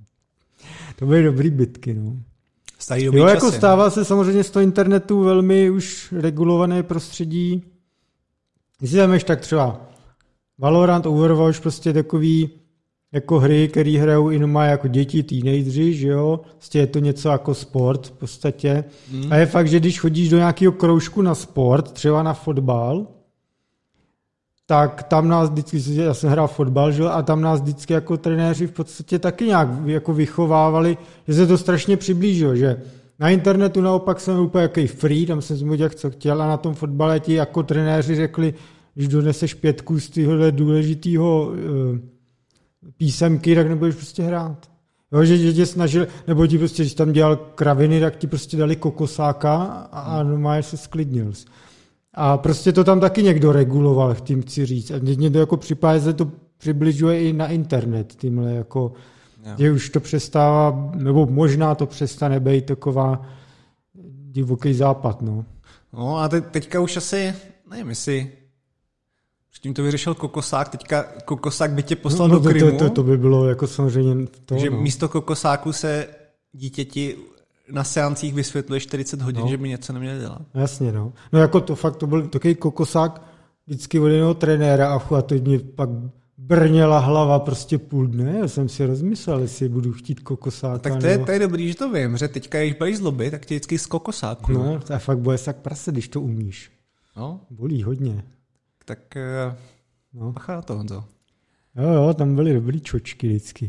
To byly dobrý bitky. No. Jo, jako stává se samozřejmě z toho internetu velmi už regulované prostředí. Když si dámeš tak třeba Valorant, Overwatch, prostě takový jako hry, které hrajou i doma jako děti, teenageři, že jo, prostě je to něco jako sport v podstatě. A je fakt, že když chodíš do nějakého kroužku na sport, třeba na fotbal, tak tam nás vždycky, já jsem hrál fotbal, že? A tam nás vždycky jako trenéři v podstatě taky nějak jako vychovávali, že se to strašně přiblížilo, že na internetu naopak jsem úplně jaký free, tam jsem si mohl dělat, co chtěl, a na tom fotbale ti jako trenéři řekli, když doneseš 5 z téhohle důležitého písemky, tak nebudeš prostě hrát. Jo, že tě snažil, nebo ti prostě, když tam dělal kraviny, tak ti prostě dali kokosáka a normálně se sklidnil. A prostě to tam taky někdo reguloval, tím chci říct. A mě to jako připadá, že to přibližuje i na internet, tímhle jako, že už to přestává, nebo možná to přestane být taková divoký západ, no. No a teďka už asi, nevím, jestli tím to vyřešil kokosák, teďka kokosák by tě poslal do Krymu. To by bylo jako samozřejmě to. Že místo kokosáku se dítěti na seancích vysvětluje 40 hodin, že by něco neměli dělat. Jasně, no. No jako to fakt, to byl takový kokosák vždycky od jednoho trenéra a to mě pak brněla hlava prostě půl dne. Já jsem si rozmyslel, jestli budu chtít kokosáka. Tak to je dobrý, že to vím, že teďka, když budeš zloby, tak tě vždycky z kokosáku. No, a fakt bude sak prase, když to umíš. No. Bolí hodně. Tak bacha na to, Honzo. Jo, tam byly dobrý čočky vždycky.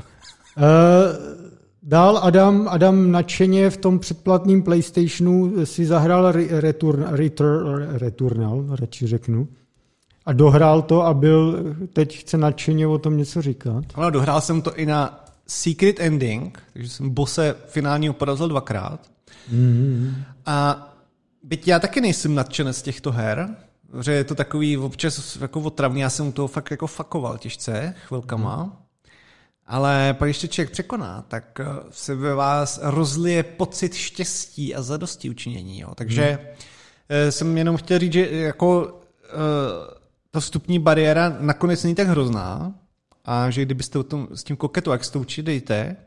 Dál Adam nadšeně v tom předplatném PlayStationu si zahrál Returnal, radši řeknu. A dohrál to a teď chce nadšeně o tom něco říkat. Ano, dohrál jsem to i na Secret Ending, takže jsem bosse finálního porazil 2krát. Mm-hmm. A byť já taky nejsem nadšenec z těchto her, že je to takový občas jako otravný, já jsem u toho fakt jako fakoval těžce chvilkama, ale pak když to člověk překoná, tak se ve vás rozlije pocit štěstí a zadosti učinění. Jo. Takže jsem jenom chtěl říct, že jako ta vstupní bariéra nakonec není tak hrozná a že kdybyste o tom, s tím koketu, jak se to určitě dejte,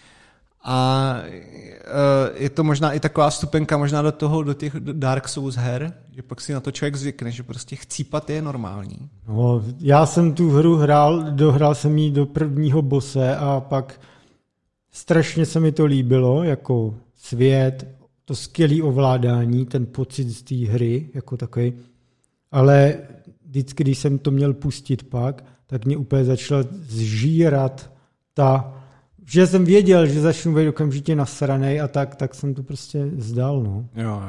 a je to možná i taková vstupenka možná do těch Dark Souls her, že pak si na to člověk zvykne, že prostě chcípat je normální. No, já jsem tu hru dohrál jsem ji do prvního bosse a pak strašně se mi to líbilo, jako svět, to skvělé ovládání, ten pocit z té hry, jako takový. Ale vždycky, když jsem to měl pustit pak, tak mě úplně začala zžírat že jsem věděl, že začnu být okamžitě nasranej a tak jsem to prostě zdal, no. Jo.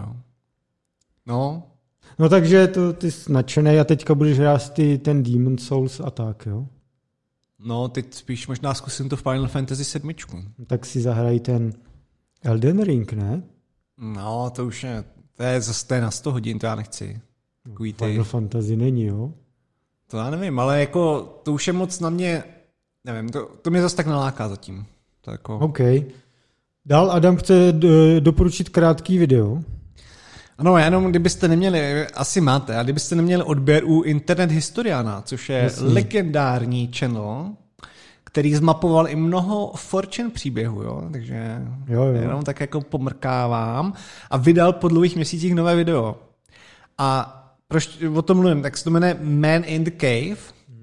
No. No takže ty jsi nadšenej a teďka budeš hrát ten Demon Souls a tak, jo? No, teď spíš možná zkusím to Final Fantasy 7. Tak si zahraj ten Elden Ring, ne? No, to už je, to je na 100 hodin, to já nechci. Final Fantasy není, jo? To já nevím, ale jako to už je moc na mě, nevím, to mě zase tak naláká zatím. To jako... OK. Dál Adam chce doporučit krátký video. Ano, jenom kdybyste neměli, asi máte, a kdybyste neměli odběr u Internet Historiana, což je legendární channel, který zmapoval i mnoho Fortune příběhů, jo? Takže jenom tak jako pomrkávám a vydal po dlouhých měsících nové video. A proč o tom mluvím, tak se to jmenuje Man in the Cave,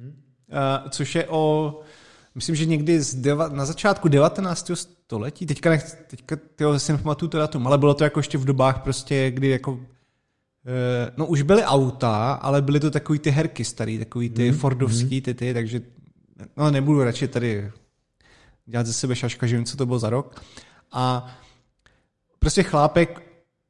což je myslím, že někdy na začátku 19. století, teďka si nepamatuju to datum, ale bylo to jako ještě v dobách prostě, kdy jako, no už byly auta, ale byly to takový ty herky starý, takový ty fordovský ty, takže no nebudu radši tady dělat ze sebe šaška, že vím, co to bylo za rok. A prostě chlápek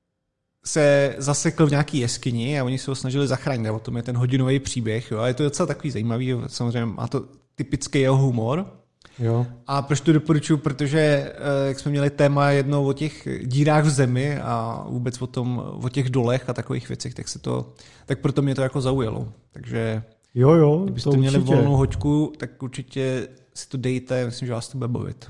se zasekl v nějaký jeskyni a oni se ho snažili zachránit. O tom je ten hodinový příběh. Jo? A je to docela takový zajímavý, samozřejmě má to typický jeho humor. Jo. A proč to doporučuji? Protože jak jsme měli téma jednou o těch dírách v zemi a vůbec o těch dolech a takových věcech, tak proto mě to jako zaujalo. Takže kdybyste měli volnou hoďku, tak určitě si to dejte, myslím, že vás to bude bavit.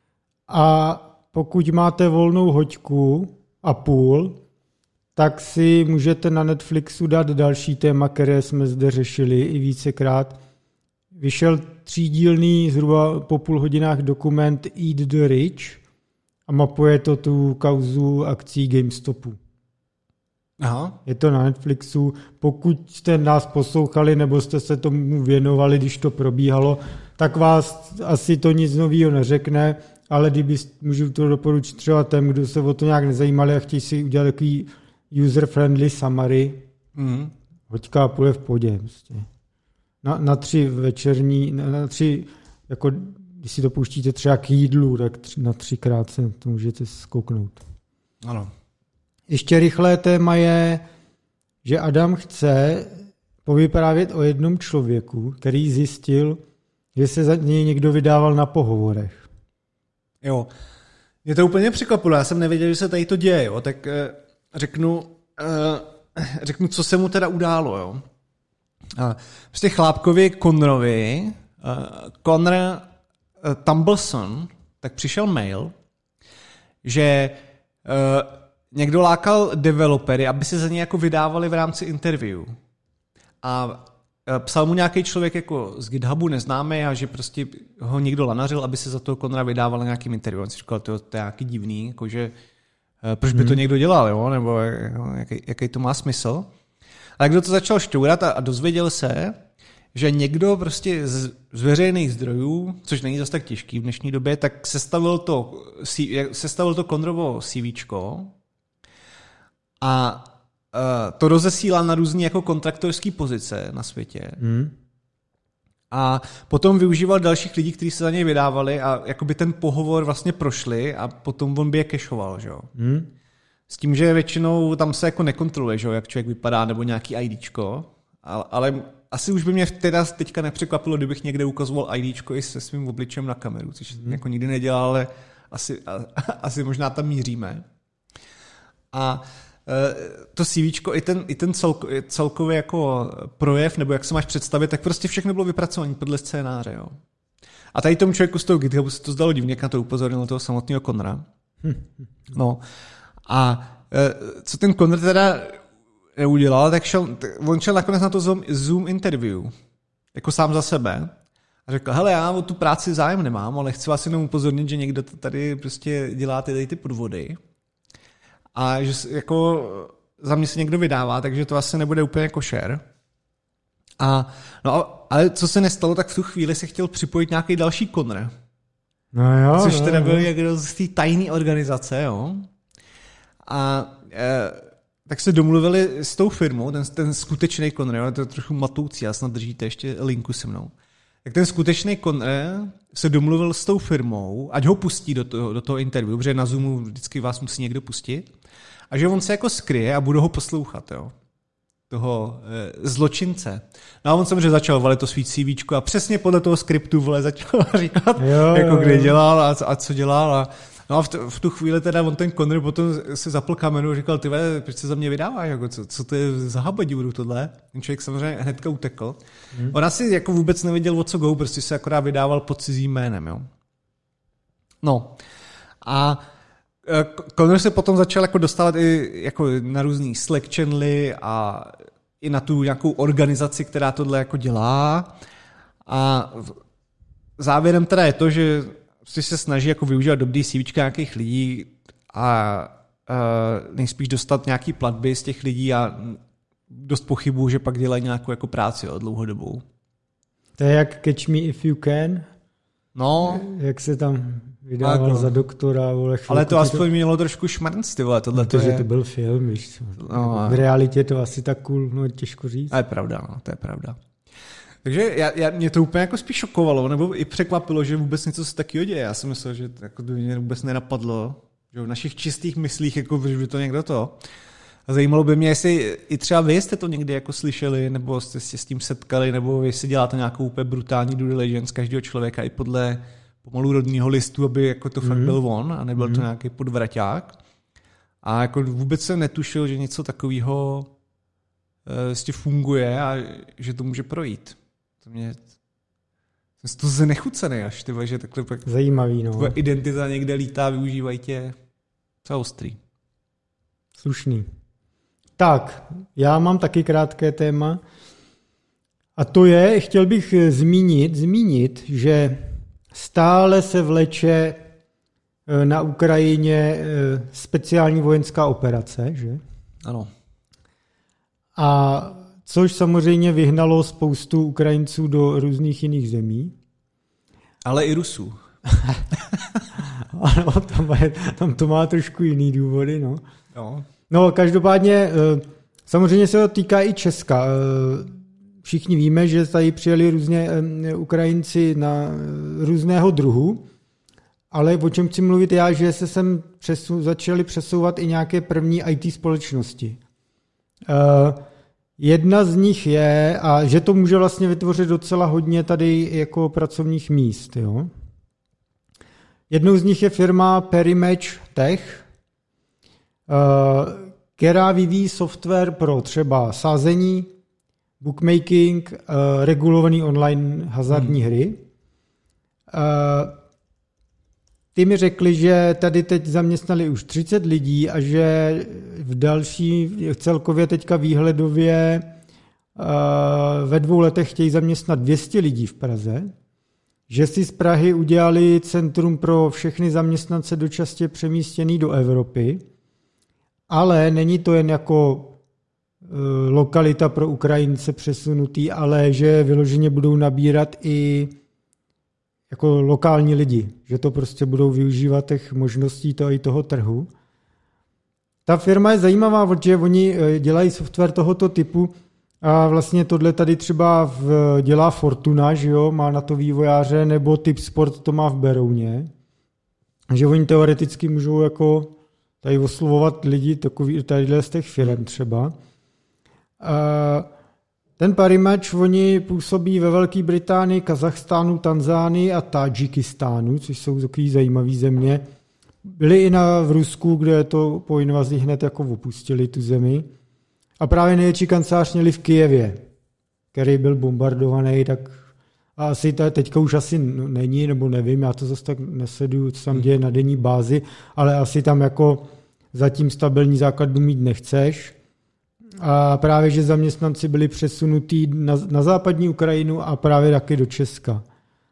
A pokud máte volnou hoďku a půl, tak si můžete na Netflixu dát další téma, které jsme zde řešili i vícekrát. Vyšel 3dílný, zhruba po půl hodinách dokument Eat the Rich a mapuje to tu kauzu akcí GameStopu. Aha. Je to na Netflixu. Pokud jste nás poslouchali nebo jste se tomu věnovali, když to probíhalo, tak vás asi to nic nového neřekne, ale můžu to doporučit třeba těm, kdo se o to nějak nezajímali a chtějí si udělat takový user-friendly summary. Hoďka a půl je v pohodě. Prostě. na 3 večerní, na 3, jako když si to pouštíte třeba k jídlu, tak na 3krát se to můžete zkouknout. Ano. Ještě rychlé téma je, že Adam chce povyprávět o jednom člověku, který zjistil, že se za něj někdo vydával na pohovorech. Jo. Mě to úplně překvapilo, já jsem nevěděl, že se tady to děje, jo. Tak řeknu, co se mu teda událo. Jo. Prostě chlápkovi Connerovi, Connor Tumbleson, tak přišel mail, že někdo lákal developery, aby se za ně jako vydávali v rámci interview. A psal mu nějaký člověk jako z GitHubu neznámý a že prostě ho někdo lanařil, aby se za toho Connora vydával na nějakým interview. On si říkal, to je nějaký divný, jakože proč by to někdo dělal, jo? Nebo jaký to má smysl. Ale kdo to začal šťourat a dozvěděl se, že někdo prostě z veřejných zdrojů, což není zase tak těžký v dnešní době, tak sestavil to Connerovo CVčko a to rozesílá na různé jako kontraktorské pozice na světě. A potom využíval dalších lidí, kteří se za něj vydávali a jakoby ten pohovor vlastně prošli a potom on by je cashoval, že jo. S tím, že většinou tam se jako nekontroluje, že jo, jak člověk vypadá nebo nějaký IDčko, ale asi už by mě teda teďka nepřekvapilo, kdybych někde ukazoval IDčko i se svým obličem na kameru, což jako nikdy nedělal, ale asi možná tam míříme. A to CVčko i ten celkový jako projev, nebo jak se máš představit, tak prostě všechno bylo vypracované podle scénáře. Jo. A tady tomu člověku z toho GitHubu se to zdalo divně, jak na to upozornil toho samotného Connora. No. A co ten Connor teda neudělal, tak on šel nakonec na to Zoom interview. Jako sám za sebe. A řekl, hele, já o tu práci zájem nemám, ale chci vás jenom upozornit, že někdo tady prostě dělá ty podvody. A že jako za mě se někdo vydává, takže to asi nebude úplně košer. Ale co se nestalo, tak v tu chvíli se chtěl připojit nějaký další Connor. No jo, což teda byl někdo z té tajné organizace, jo. A tak se domluvili s tou firmou, ten skutečný Connor, jo, to je trochu matoucí, já snad držíte ještě linku se mnou. Tak ten skutečný Connor se domluvil s tou firmou, ať ho pustí do toho interview, protože na Zoomu vždycky vás musí někdo pustit, a že on se jako skryje a budou ho poslouchat, jo. Toho zločince. No a on samozřejmě začal valit to svý CVčko a přesně podle toho skriptu začal říkat, jako kde dělal a co dělal. No a v tu chvíli teda on ten Connor potom se zapl kameru a říkal, ty vole, proč se za mě vydáváš, jako, co to je za habadíru tohle? Ten člověk samozřejmě hnedka utekl. On asi jako vůbec nevěděl, o co go, prostě se akorát vydával pod cizím jménem, jo. No a Connor se potom začal jako dostávat i jako na různý Slack channely a i na tu nějakou organizaci, která tohle jako dělá. A závěrem teda je to, že se snaží jako využívat dobrý CVčka nějakých lidí a nejspíš dostat nějaký platby z těch lidí a dost pochybuju, že pak dělají nějakou jako práci dlouhodobou. To je jak Catch Me If You Can? No. Jak se tam vydával jako za doktora. Vole, ale to aspoň mělo trošku šmrnc, ty vole. Tohle protože to byl film, víš. No, v realitě to asi tak cool, no těžko říct. To je pravda, no, to je pravda. Takže mě to úplně jako spíš šokovalo, nebo i překvapilo, že vůbec něco se taky děje. Já jsem myslel, že jako to mě vůbec nenapadlo, že v našich čistých myslích, jako by to někdo to. A zajímalo by mě, jestli i třeba vy jste to někdy jako slyšeli, nebo jste se s tím setkali, nebo jestli děláte nějakou úplně brutální due diligence každého člověka i podle pomalu rodního listu, aby jako to fakt byl on a nebyl to nějaký podvraťák. A jako vůbec jsem netušil, že něco takového funguje a že to může projít. Jsem to znechucený až, tyhle, že takhle pak zajímavý, no. Tvoje identita někde lítá, využívají tě. Co ostrý. Slušný. Tak, já mám taky krátké téma. A to je, chtěl bych zmínit, že stále se vleče na Ukrajině speciální vojenská operace, že? Ano. A což samozřejmě vyhnalo spoustu Ukrajinců do různých jiných zemí. Ale i Rusů. Ano, tam to má trošku jiný důvody, no. Jo. No, každopádně, samozřejmě se to týká i Česka. všichni víme, že tady přijeli různě Ukrajinci na různého druhu, ale o čem chci mluvit já, že se sem začaly přesouvat i nějaké první IT společnosti. Jedna z nich je, a že to může vlastně vytvořit docela hodně tady jako pracovních míst. Jo? Jednou z nich je firma Perimatch Tech, která vyvíjí software pro třeba sázení, bookmaking, regulovaný online hazardní hry. Ty mi řekli, že tady teď zaměstnali už 30 lidí a že v další celkově teďka výhledově ve 2 letech chtějí zaměstnat 200 lidí v Praze, že si z Prahy udělali centrum pro všechny zaměstnance dočasně přemístěný do Evropy, ale není to jen jako lokalita pro Ukrajince přesunutý, ale že vyloženě budou nabírat i jako lokální lidi, že to prostě budou využívat těch možností i toho trhu. Ta firma je zajímavá, protože oni dělají software tohoto typu a vlastně tohle tady třeba dělá Fortuna, že jo, má na to vývojáře, nebo Tipsport to má v Berouně, že oni teoreticky můžou jako tady oslovovat lidi tadyhle z těch firm třeba. Ten Perimatch, oni působí ve Velké Británii, Kazachstánu, Tanzánii a Tadžikistánu, což jsou takový zajímavý země. Byli i v Rusku, kde to po invazi hned jako opustili tu zemi. A právě největší kancelář měli v Kyjevě, který byl bombardovaný, tak a asi teďka už asi není, nebo nevím, já to zase tak nesleduju, co tam děje na denní bázi, ale asi tam jako zatím stabilní základnu mít nechceš. A právě, že zaměstnanci byli přesunutí na západní Ukrajinu a právě taky do Česka.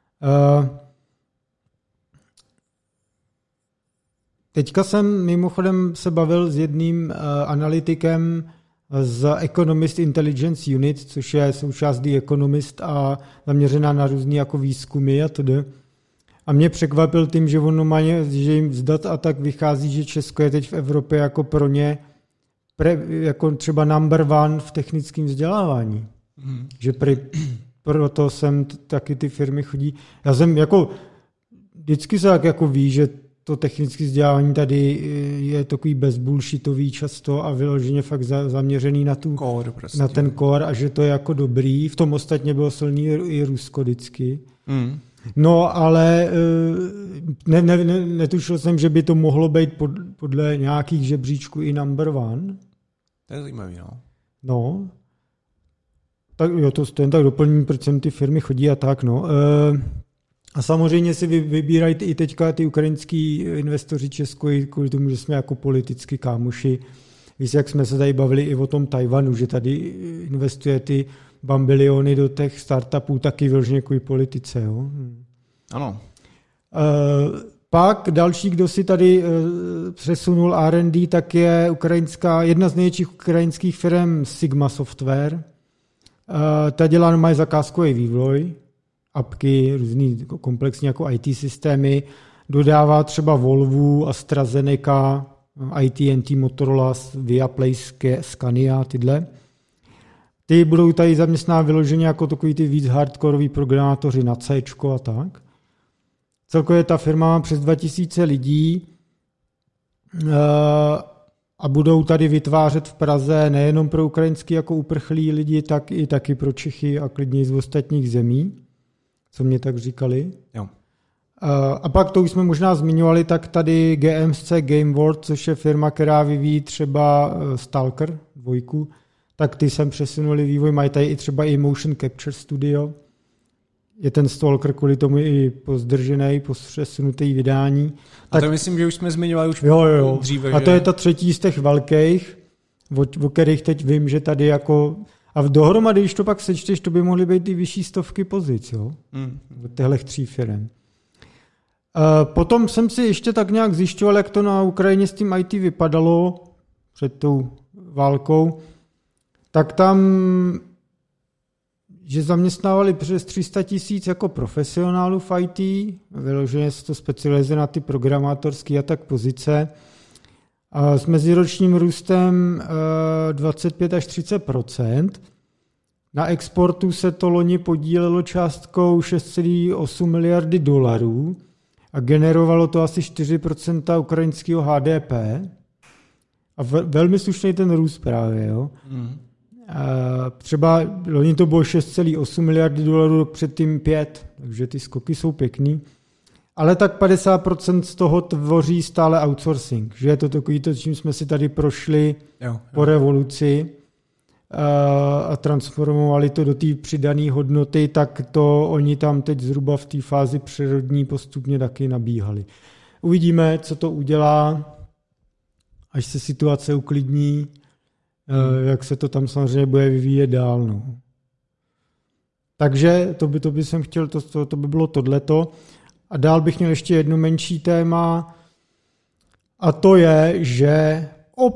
Teďka jsem mimochodem se bavil s jedním analytikem z Economist Intelligence Unit, což je součást The Economist a zaměřená na různý jako výzkumy a td. A mě překvapil tím, že ono má, že jim z dat a tak vychází, že Česko je teď v Evropě jako pro ně jako třeba number one v technickém vzdělávání. Že proto sem taky ty firmy chodí. Já jsem jako vždycky se tak jako ví, že to technické vzdělávání tady je takový bezbullshitový často a vyloženě fakt zaměřený na core prostě. Na ten core a že to je jako dobrý. V tom ostatně bylo silný i Rusko vždycky. No, ale netušil jsem, že by to mohlo být podle nějakých žebříčků i number one. To je zajímavý, no. No. Tak jo, to jen tak doplním, proč sem ty firmy chodí a tak, no. A samozřejmě si vybírají i teďka ty ukrajinský investoři Česko kvůli tomu, že jsme jako politicky kámoši. Víš, jak jsme se tady bavili i o tom Tajvanu, že tady investuje ty bambiliony do těch startupů taky vyloženě kvůli politice, jo. Ano. Pak další, kdo si tady přesunul R&D, tak je jedna z největších ukrajinských firm Sigma Software. Ta dělá normálně zakázkový vývoj, apky, různý komplexní jako IT systémy, dodává třeba Volvo, AstraZeneca, AT&T, Motorola, Viaplay, Scania, tyhle. Ty budou tady zaměstnávat vyloženě jako takový ty víc hardkorový programátoři na C a tak. Celkově ta firma má přes 2000 lidí a budou tady vytvářet v Praze nejenom pro ukrajinský jako uprchlí lidi, tak i taky pro Čechy a klidně z ostatních zemí, co mě tak říkali. Jo. A pak to už jsme možná zmiňovali, tak tady GMSC Game World, což je firma, která vyvíjí třeba Stalker 2, tak ty sem přesunuli vývoj, mají tady i třeba i Motion Capture Studio. Je ten Stalker kvůli tomu i pozdržený, přesunutý vydání. A to myslím, že už jsme zmiňovali už dříve. A to je ta třetí z těch velkých, o kterých teď vím, že tady jako... A dohromady, když to pak sečteš, to by mohly být i vyšší stovky pozic, jo? Od těchto 3 firm. Potom jsem si ještě tak nějak zjišťoval, jak to na Ukrajině s tím IT vypadalo před tou válkou. Tak tam, že zaměstnávali přes 300 000 jako profesionálů v IT, vyloženě se to specializuje na ty programátorské a tak pozice. A s meziročním růstem 25 až 30%. Na exportu se to loni podílelo částkou 6,8 miliardy dolarů a generovalo to asi 4% ukrajinského HDP. A velmi slušný ten růst právě. Jo? Třeba loni to bylo 6,8 miliardy dolarů, předtím 5, takže ty skoky jsou pěkný. Ale tak 50% z toho tvoří stále outsourcing, že je to takový to, čím jsme si tady prošli po revoluci a transformovali to do té přidané hodnoty, tak to oni tam teď zhruba v té fázi přírodní postupně taky nabíhali. Uvidíme, co to udělá, až se situace uklidní, jak se to tam samozřejmě bude vyvíjet dál. No. Takže to by jsem chtěl, to by bylo tohleto. A dál bych měl ještě jedno menší téma, a to je, že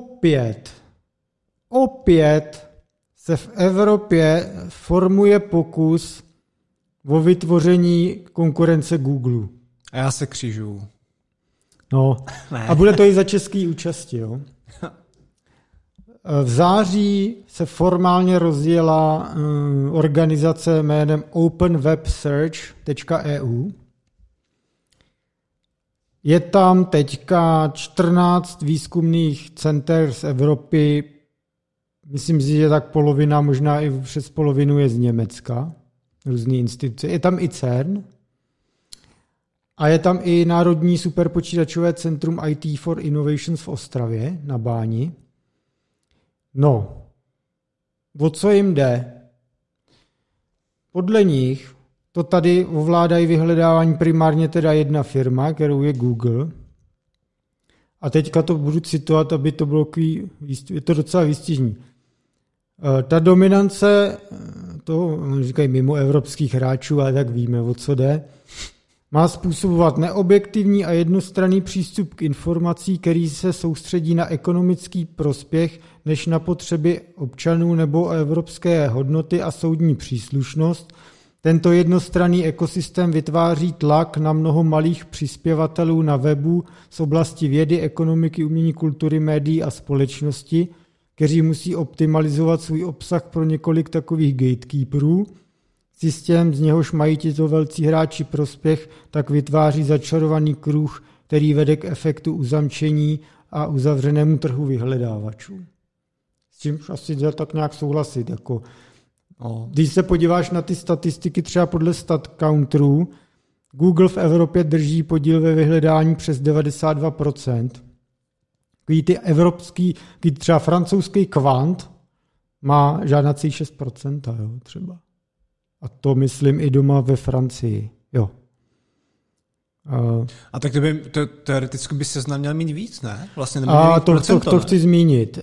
opět se v Evropě formuje pokus o vytvoření konkurence Google. A já se křižuju. No, a bude to i za český účasti. Jo? V září se rozjela organizace jménem openwebsearch.eu. Je tam teďka 14 výzkumných center z Evropy, myslím si, že tak polovina, možná i přes polovinu je z Německa, různý instituce. Je tam i CERN a je tam i Národní superpočítačové centrum IT for Innovations v Ostravě na Báni. No, o co jim jde? Podle nich to tady ovládají vyhledávání primárně teda jedna firma, kterou je Google. A teďka to budu citovat, aby to bylo je to docela výstižný. Ta dominance, to říkají mimo evropských hráčů, ale tak víme, o co jde, má způsobovat neobjektivní a jednostranný přístup k informací, který se soustředí na ekonomický prospěch než na potřeby občanů nebo evropské hodnoty a soudní příslušnost. Tento jednostranný ekosystém vytváří tlak na mnoho malých přispěvatelů na webu z oblasti vědy, ekonomiky, umění, kultury, médií a společnosti, kteří musí optimalizovat svůj obsah pro několik takových gatekeeperů. Systém, z něhož mají tito velcí hráči prospěch, tak vytváří začarovaný kruh, který vede k efektu uzamčení a uzavřenému trhu vyhledávačů. S čím asi jde tak nějak souhlasit. Jako, když se podíváš na ty statistiky třeba podle StatCounteru, Google v Evropě drží podíl ve vyhledání přes 92%. Ty evropský, třeba francouzský Quant má žádnací 6%, jo, třeba. A to myslím i doma ve Francii. Jo. A tak teoreticky by se měl mít víc, ne? Vlastně a to chci zmínit.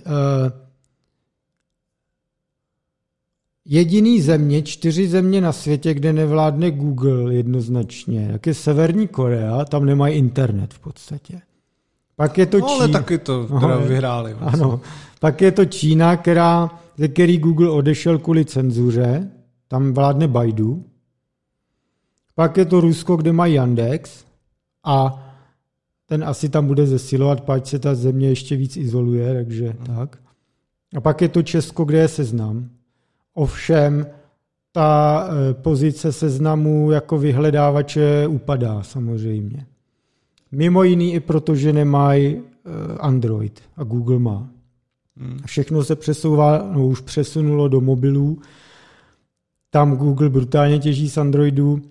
Jediný země, 4 země na světě, kde nevládne Google jednoznačně, jak je Severní Korea, tam nemají internet v podstatě. Pak je to Čína. Ale taky to vyhráli. Vlastně. Ano. Pak je to Čína, ze který Google odešel kvůli cenzuře. Tam vládne Baidu. Pak je to Rusko, kde mají Yandex. A ten asi tam bude zesilovat, páč se ta země ještě víc izoluje, takže tak. A pak je to Česko, kde je Seznam. Ovšem, ta pozice Seznamu jako vyhledávače upadá samozřejmě. Mimo jiný i proto, že nemají Android a Google má. Všechno se přesouvá, už přesunulo do mobilů. Tam Google brutálně těží z Androidu.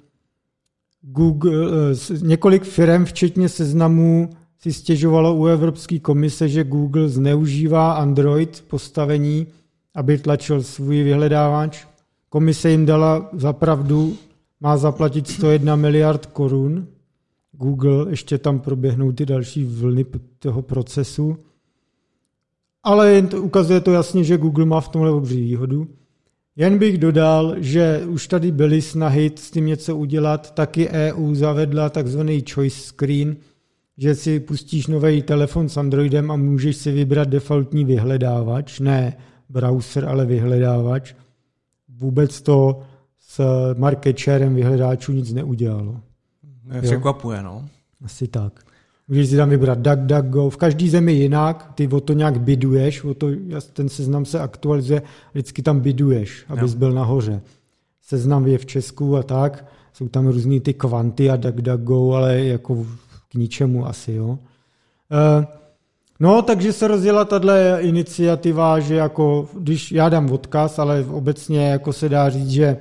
Několik firm, včetně Seznamu, si stěžovalo u Evropské komise, že Google zneužívá Android postavení, aby tlačil svůj vyhledávač. Komise jim dala za pravdu, má zaplatit 101 miliard korun. Google, ještě tam proběhnou ty další vlny toho procesu. Ale ukazuje to jasně, že Google má v tomhle obří výhodu. Jen bych dodal, že už tady byly snahy s tím něco udělat, taky EU zavedla takzvaný choice screen, že si pustíš nový telefon s Androidem a můžeš si vybrat defaultní vyhledávač, ne browser, ale vyhledávač. Vůbec to s market sharem vyhledáčů nic neudělalo. Mě překvapuje, no. Asi tak. Můžeš si tam vybrat DuckDuckGo, v každý zemi jinak, ty o to nějak biduješ, ten seznam se aktualizuje, vždycky tam biduješ, abys byl nahoře. Seznam je v Česku a tak, jsou tam různý ty kvanty a DuckDuckGo, ale jako k ničemu asi, jo. No, takže se rozjela tato iniciativa, že jako, když já dám odkaz, ale obecně jako se dá říct, že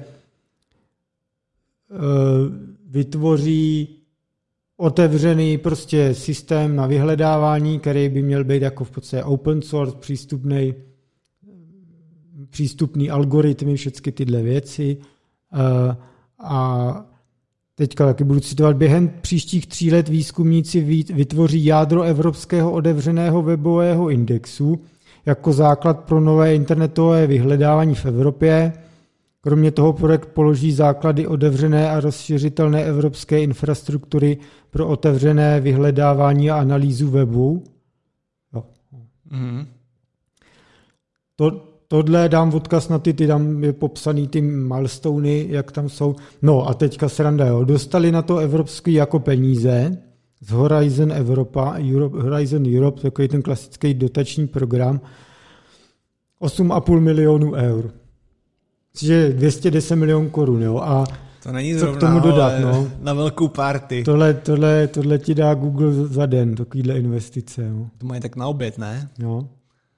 vytvoří otevřený prostě systém na vyhledávání, který by měl být jako v podstatě open source, přístupný algoritmy, všechny tyhle věci. A teďka taky budu citovat, během příštích 3 let výzkumníci vytvoří jádro evropského otevřeného webového indexu jako základ pro nové internetové vyhledávání v Evropě. Kromě toho projekt položí základy otevřené a rozšiřitelné evropské infrastruktury pro otevřené vyhledávání a analýzu webu. Jo. Mm. Tohle dám odkaz na ty tam je popsaný ty milestony, jak tam jsou. No a teďka sranda, jo. Dostali na to evropský jako peníze z Horizon Europe, takový ten klasický dotační program, 8,5 milionů eur. Což 210 milionů korun, jo. A to není zrovna, k tomu dodat, no. Na velkou party. Tohle ti dá Google za den, takovýhle investice. Jo. To mají tak na oběd, ne? No.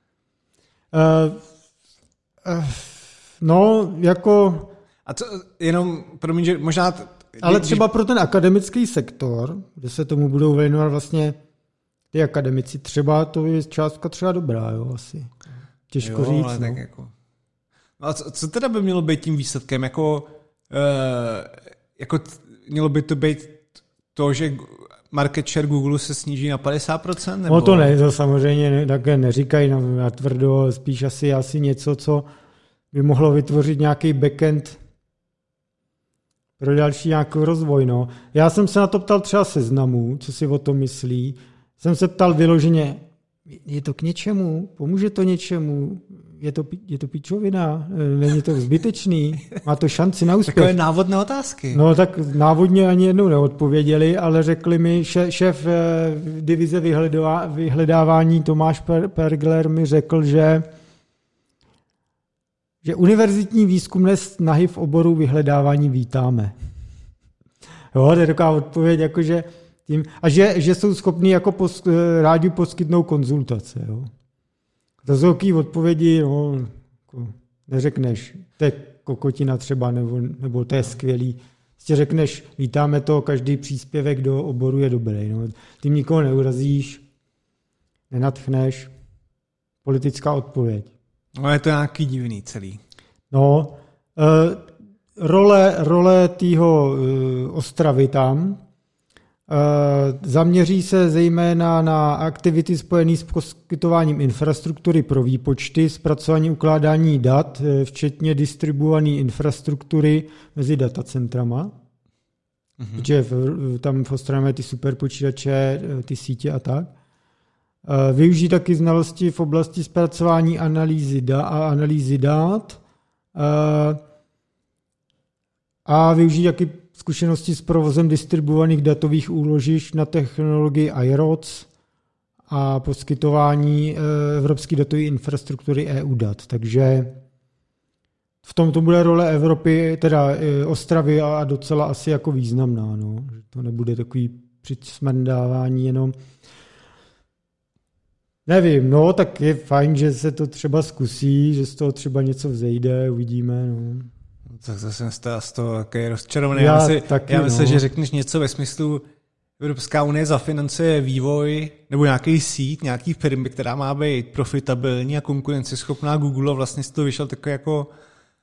No, jako... A co, jenom, promiň, že možná... Ale třeba pro ten akademický sektor, kde se tomu budou věnovat vlastně ty akademici, třeba to je částka třeba dobrá, jo, asi. Těžko říct, ale no. Tak jako... No a co teda by mělo být tím výsledkem? Jako mělo by to být to, že market share Google se sníží na 50%? Nebo... No to ne, to samozřejmě také neříkají na tvrdo, spíš asi něco, co by mohlo vytvořit nějaký backend pro další nějaký rozvoj. No. Já jsem se na to ptal třeba Seznamu, co si o tom myslí. Jsem se ptal vyloženě, je to k něčemu? Pomůže to něčemu? Je to pičovina? Není to zbytečný? Má to šanci na úspěch? Takové návodné otázky. No tak návodně ani jednou neodpověděli, ale řekli mi, šéf divize vyhledávání Tomáš Pergler mi řekl, že univerzitní výzkumné snahy v oboru vyhledávání vítáme. Jo, to je taková odpověď, jakože tím, a že jsou schopní jako rádi poskytnout konzultace. Jo. To jsou takové odpovědi, no, jako neřekneš, to je kokotina třeba, nebo to je skvělý. Prostě řekneš, vítáme to, každý příspěvek do oboru je dobrý. No. Ty nikoho neurazíš, nenadchneš. Politická odpověď. No je to nějaký divný celý. No, role tého Ostravy tam zaměří se zejména na aktivity spojené s poskytováním infrastruktury pro výpočty, zpracování ukládání dat, včetně distribuované infrastruktury mezi datacentrama. Protože tam v Ostravě mají ty superpočítače, ty sítě a tak. Využít taky znalosti v oblasti zpracování analýzy dat a využít taky zkušenosti s provozem distribuovaných datových úložišť na technologii IROC a poskytování evropské datové infrastruktury EU dat. Takže v tomto bude role Evropy, teda Ostravy a docela asi jako významná. No. Že to nebude takový přismrdávání jenom. Nevím, no, tak je fajn, že se to třeba zkusí, že z toho třeba něco vzejde, uvidíme, no. Tak zase jste z toho takový rozčarovaný. Já myslím, že řekneš něco ve smyslu, Evropská unie zafinancuje vývoj nebo nějaký síť, nějaký firmy, která má být profitabilní a konkurenceschopná. Google vlastně z toho vyšel takový jako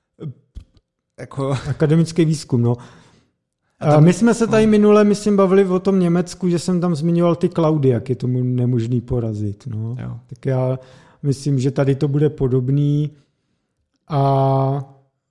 akademický výzkum, no. A my jsme se tady minule, myslím, bavili o tom Německu, že jsem tam zmiňoval ty cloudy, jak je tomu nemožný porazit. No. Tak já myslím, že tady to bude podobný a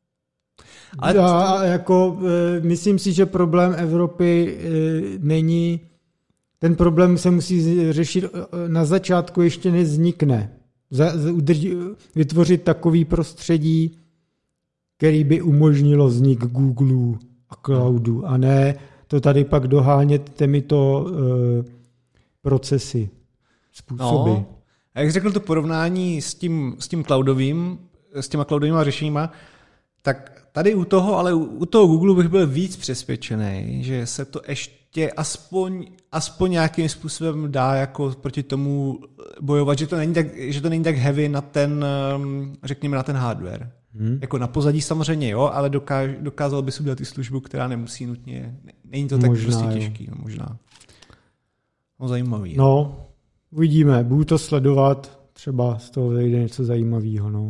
jako myslím si, že problém Evropy není, ten problém se musí řešit na začátku, ještě nevznikne. Vytvořit takový prostředí, který by umožnilo vznik Google a cloudu, a ne to tady pak dohánět těmito procesy, způsoby. No, a jak řekl to porovnání s těma cloudovými řešeníma, tak tady u toho Google bych byl víc přesvědčený, že se to ještě aspoň nějakým způsobem dá jako proti tomu bojovat, že to není tak heavy na ten, řekněme, na ten hardware. Jako na pozadí samozřejmě, jo, ale dokázal by si udělat i službu, která nemusí nutně, není to tak možná, prostě těžký, no, možná. No, zajímavý. No, uvidíme, budu to sledovat, třeba z toho zajde něco zajímavého, no.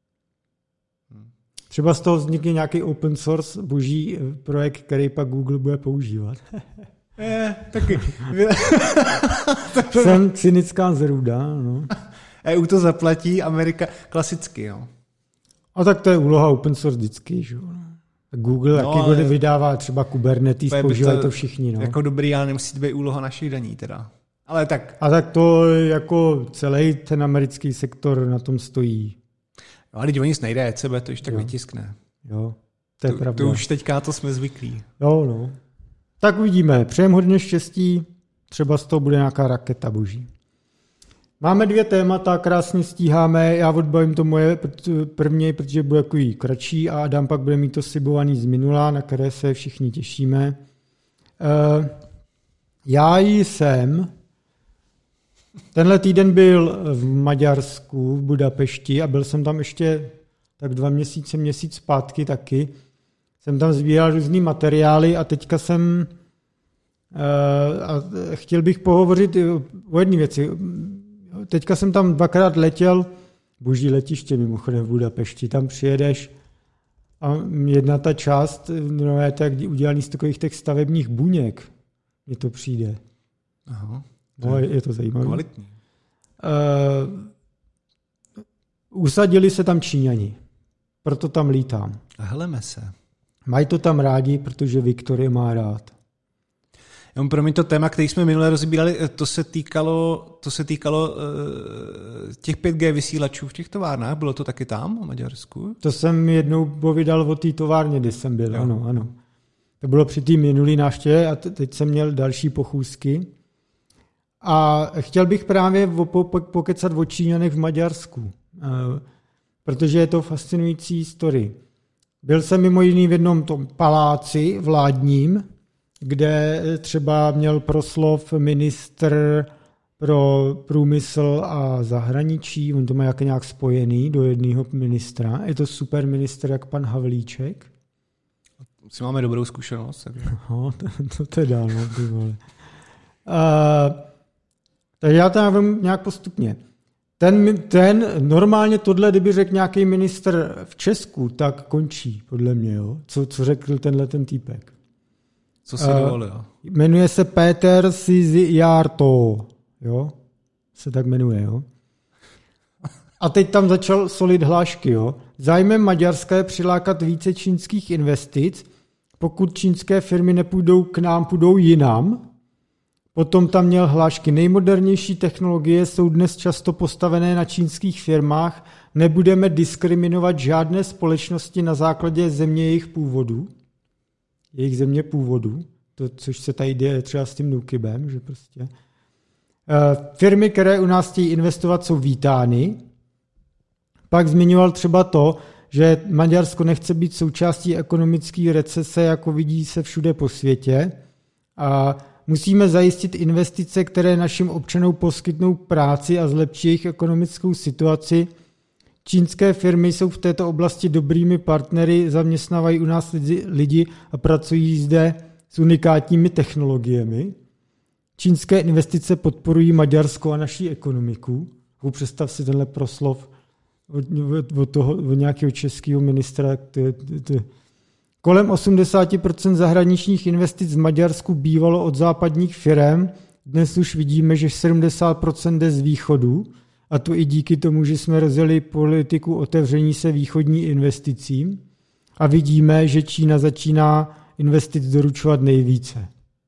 Třeba z toho vznikne nějaký open source boží projekt, který pak Google bude používat. Taky. Jsem cynická zrůda, no. EU to zaplatí, Amerika klasicky, jo. A tak to je úloha open source vždycky, že jo. Google taky vydává třeba Kubernetes, používají to všichni, no. Jako dobrý, ale nemusí to být úloha našich daní teda. Ale tak. A tak to jako celý ten americký sektor na tom stojí. No, ale když oni nejde, ECB to už tak vytiskne. Jo, to je pravda. To už teďka to jsme zvyklí. Jo, no. Tak uvidíme. Přejem hodně štěstí, třeba z toho bude nějaká raketa boží. Máme 2 témata, krásně stíháme. Já odbavím to moje první, protože bude takový kratší a Adam pak bude mít to slibovaný z minula, na které se všichni těšíme. Já jsem tenhle týden byl v Maďarsku, v Budapešti a byl jsem tam ještě tak 2 měsíc zpátky taky. Jsem tam sbíral různý materiály a teďka jsem a chtěl bych pohovořit o jedné věci. Teďka jsem tam 2krát letěl, boží letiště mimochodem v Budapešti, tam přijedeš a jedna ta část, no je tak udělaný z takových těch stavebních buněk, mně to přijde. Aha. No, je to zajímavé. Kvalitní. Usadili se tam Číňani, proto tam lítám. A heleme se. Mají to tam rádi, protože Viktor je má rád. Pro mě to téma, který jsme minule rozbírali, to se týkalo těch 5G vysílačů v těch továrnách. Bylo to taky tam v Maďarsku? To jsem jednou povídal o té továrně, kde jsem byl. Ano. To bylo při té minulý návštěvě a teď jsem měl další pochůzky. A chtěl bych právě pokecat o Číňanech v Maďarsku, protože je to fascinující story. Byl jsem mimo jiný v jednom tom paláci vládním, kde třeba měl proslov ministr pro průmysl a zahraničí, on to má nějak spojený do jednoho ministra. Je to super ministr jak pan Havlíček. Si máme dobrou zkušenost. Takže. No, to teda, no, ty vole. Tak já to vím nějak postupně. Ten normálně tohle, kdyby řekl nějaký ministr v Česku, tak končí, podle mě, jo. Co řekl ten týpek. Co si dovolil? Jmenuje se Péter Szijjártó, jo. Se tak jmenuje, jo. A teď tam začal solit hlášky, jo. Zájmem Maďarska je přilákat více čínských investic. Pokud čínské firmy nepůjdou k nám, půjdou jinam. Potom tam měl hlášky. Nejmodernější technologie jsou dnes často postavené na čínských firmách. Nebudeme diskriminovat žádné společnosti na základě země jejich původu. Jejich země původu. To, což se tady děje třeba s tím Nukibem, že prostě. Firmy, které u nás chtějí investovat, jsou vítány. Pak zmiňoval třeba to, že Maďarsko nechce být součástí ekonomické recese, jako vidí se všude po světě. A musíme zajistit investice, které našim občanům poskytnou práci a zlepší jejich ekonomickou situaci. Čínské firmy jsou v této oblasti dobrými partnery, zaměstnávají u nás lidi a pracují zde s unikátními technologiemi. Čínské investice podporují Maďarsko a naší ekonomiku. Představ si tenhle proslov od nějakého českého ministra. Kolem 80% zahraničních investic v Maďarsku bývalo od západních firem. Dnes už vidíme, že 70% jde z východu. A to i díky tomu, že jsme rozjeli politiku otevření se východní investicím. A vidíme, že Čína začíná investic doručovat nejvíce.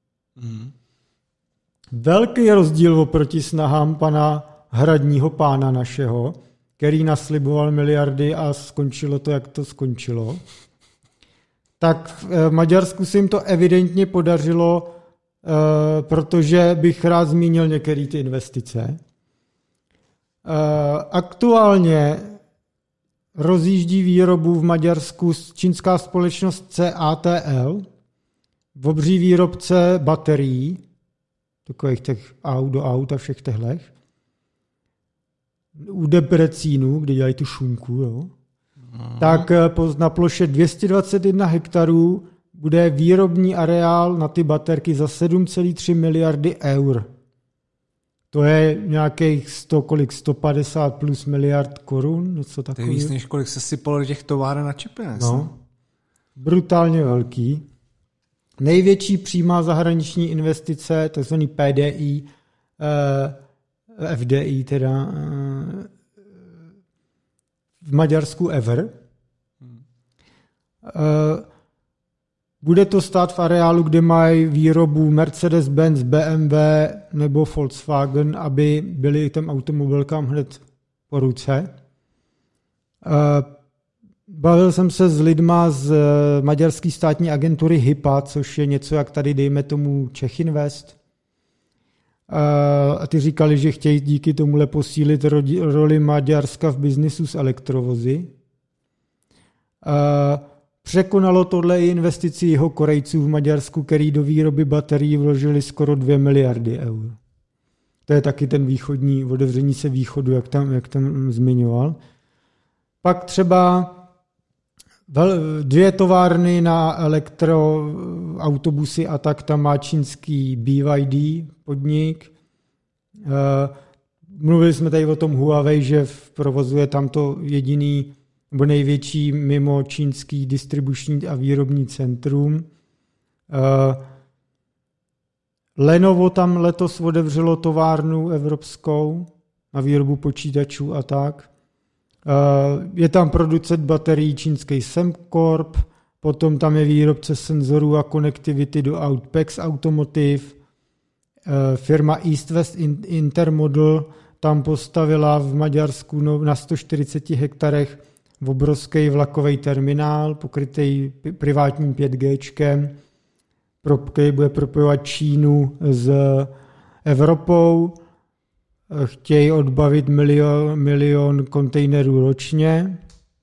Velký rozdíl oproti snahám pana hradního pána našeho, který nasliboval miliardy a skončilo to, jak to skončilo. Tak v Maďarsku se jim to evidentně podařilo protože bych rád zmínil některé ty investice. Aktuálně rozjíždí výrobu v Maďarsku čínská společnost CATL, obří výrobce baterií, takových těch do aut a všech těchhlech. U Debrecínu, kde dělají tu šunku, jo, tak na ploše 221 hektarů bude výrobní areál na ty baterky za 7,3 miliardy eur. To je nějakých 150 plus miliard korun, něco takového. To je víc, než kolik se sypalo do těch továren na čipy. No, brutálně velký. Největší přímá zahraniční investice, takzvaný PDI, FDI teda, v Maďarsku ever. Bude to stát v areálu, kde mají výrobu Mercedes-Benz, BMW nebo Volkswagen, aby byly těm automobilkám hned po ruce. Bavil jsem se s lidma z maďarské státní agentury HIPA, což je něco jak tady, dejme tomu, Czech Invest. A ty říkali, že chtějí díky tomuhle posílit roli Maďarska v biznisu s elektrovozy. Překonalo tohle i investici jeho Korejců v Maďarsku, který do výroby baterií vložili skoro 2 miliardy eur. To je taky ten východní, otevření se východu, jak tam zmiňoval. Pak třeba 2 továrny na elektroautobusy a tak tam má čínský BYD podnik. Mluvili jsme tady o tom Huawei, že provozuje tamto jediný nebo největší mimo čínský distribuční a výrobní centrum. Lenovo tam letos otevřelo továrnu evropskou na výrobu počítačů a tak. Je tam producent baterií čínský Semcorp, potom tam je výrobce senzorů a konektivity do Outpex Automotive, firma East West Intermodal tam postavila v Maďarsku na 140 hektarech obrovský vlakový terminál, pokrytý privátním 5Gčkem, který bude propojovat Čínu s Evropou. Chtějí odbavit milion kontejnerů ročně.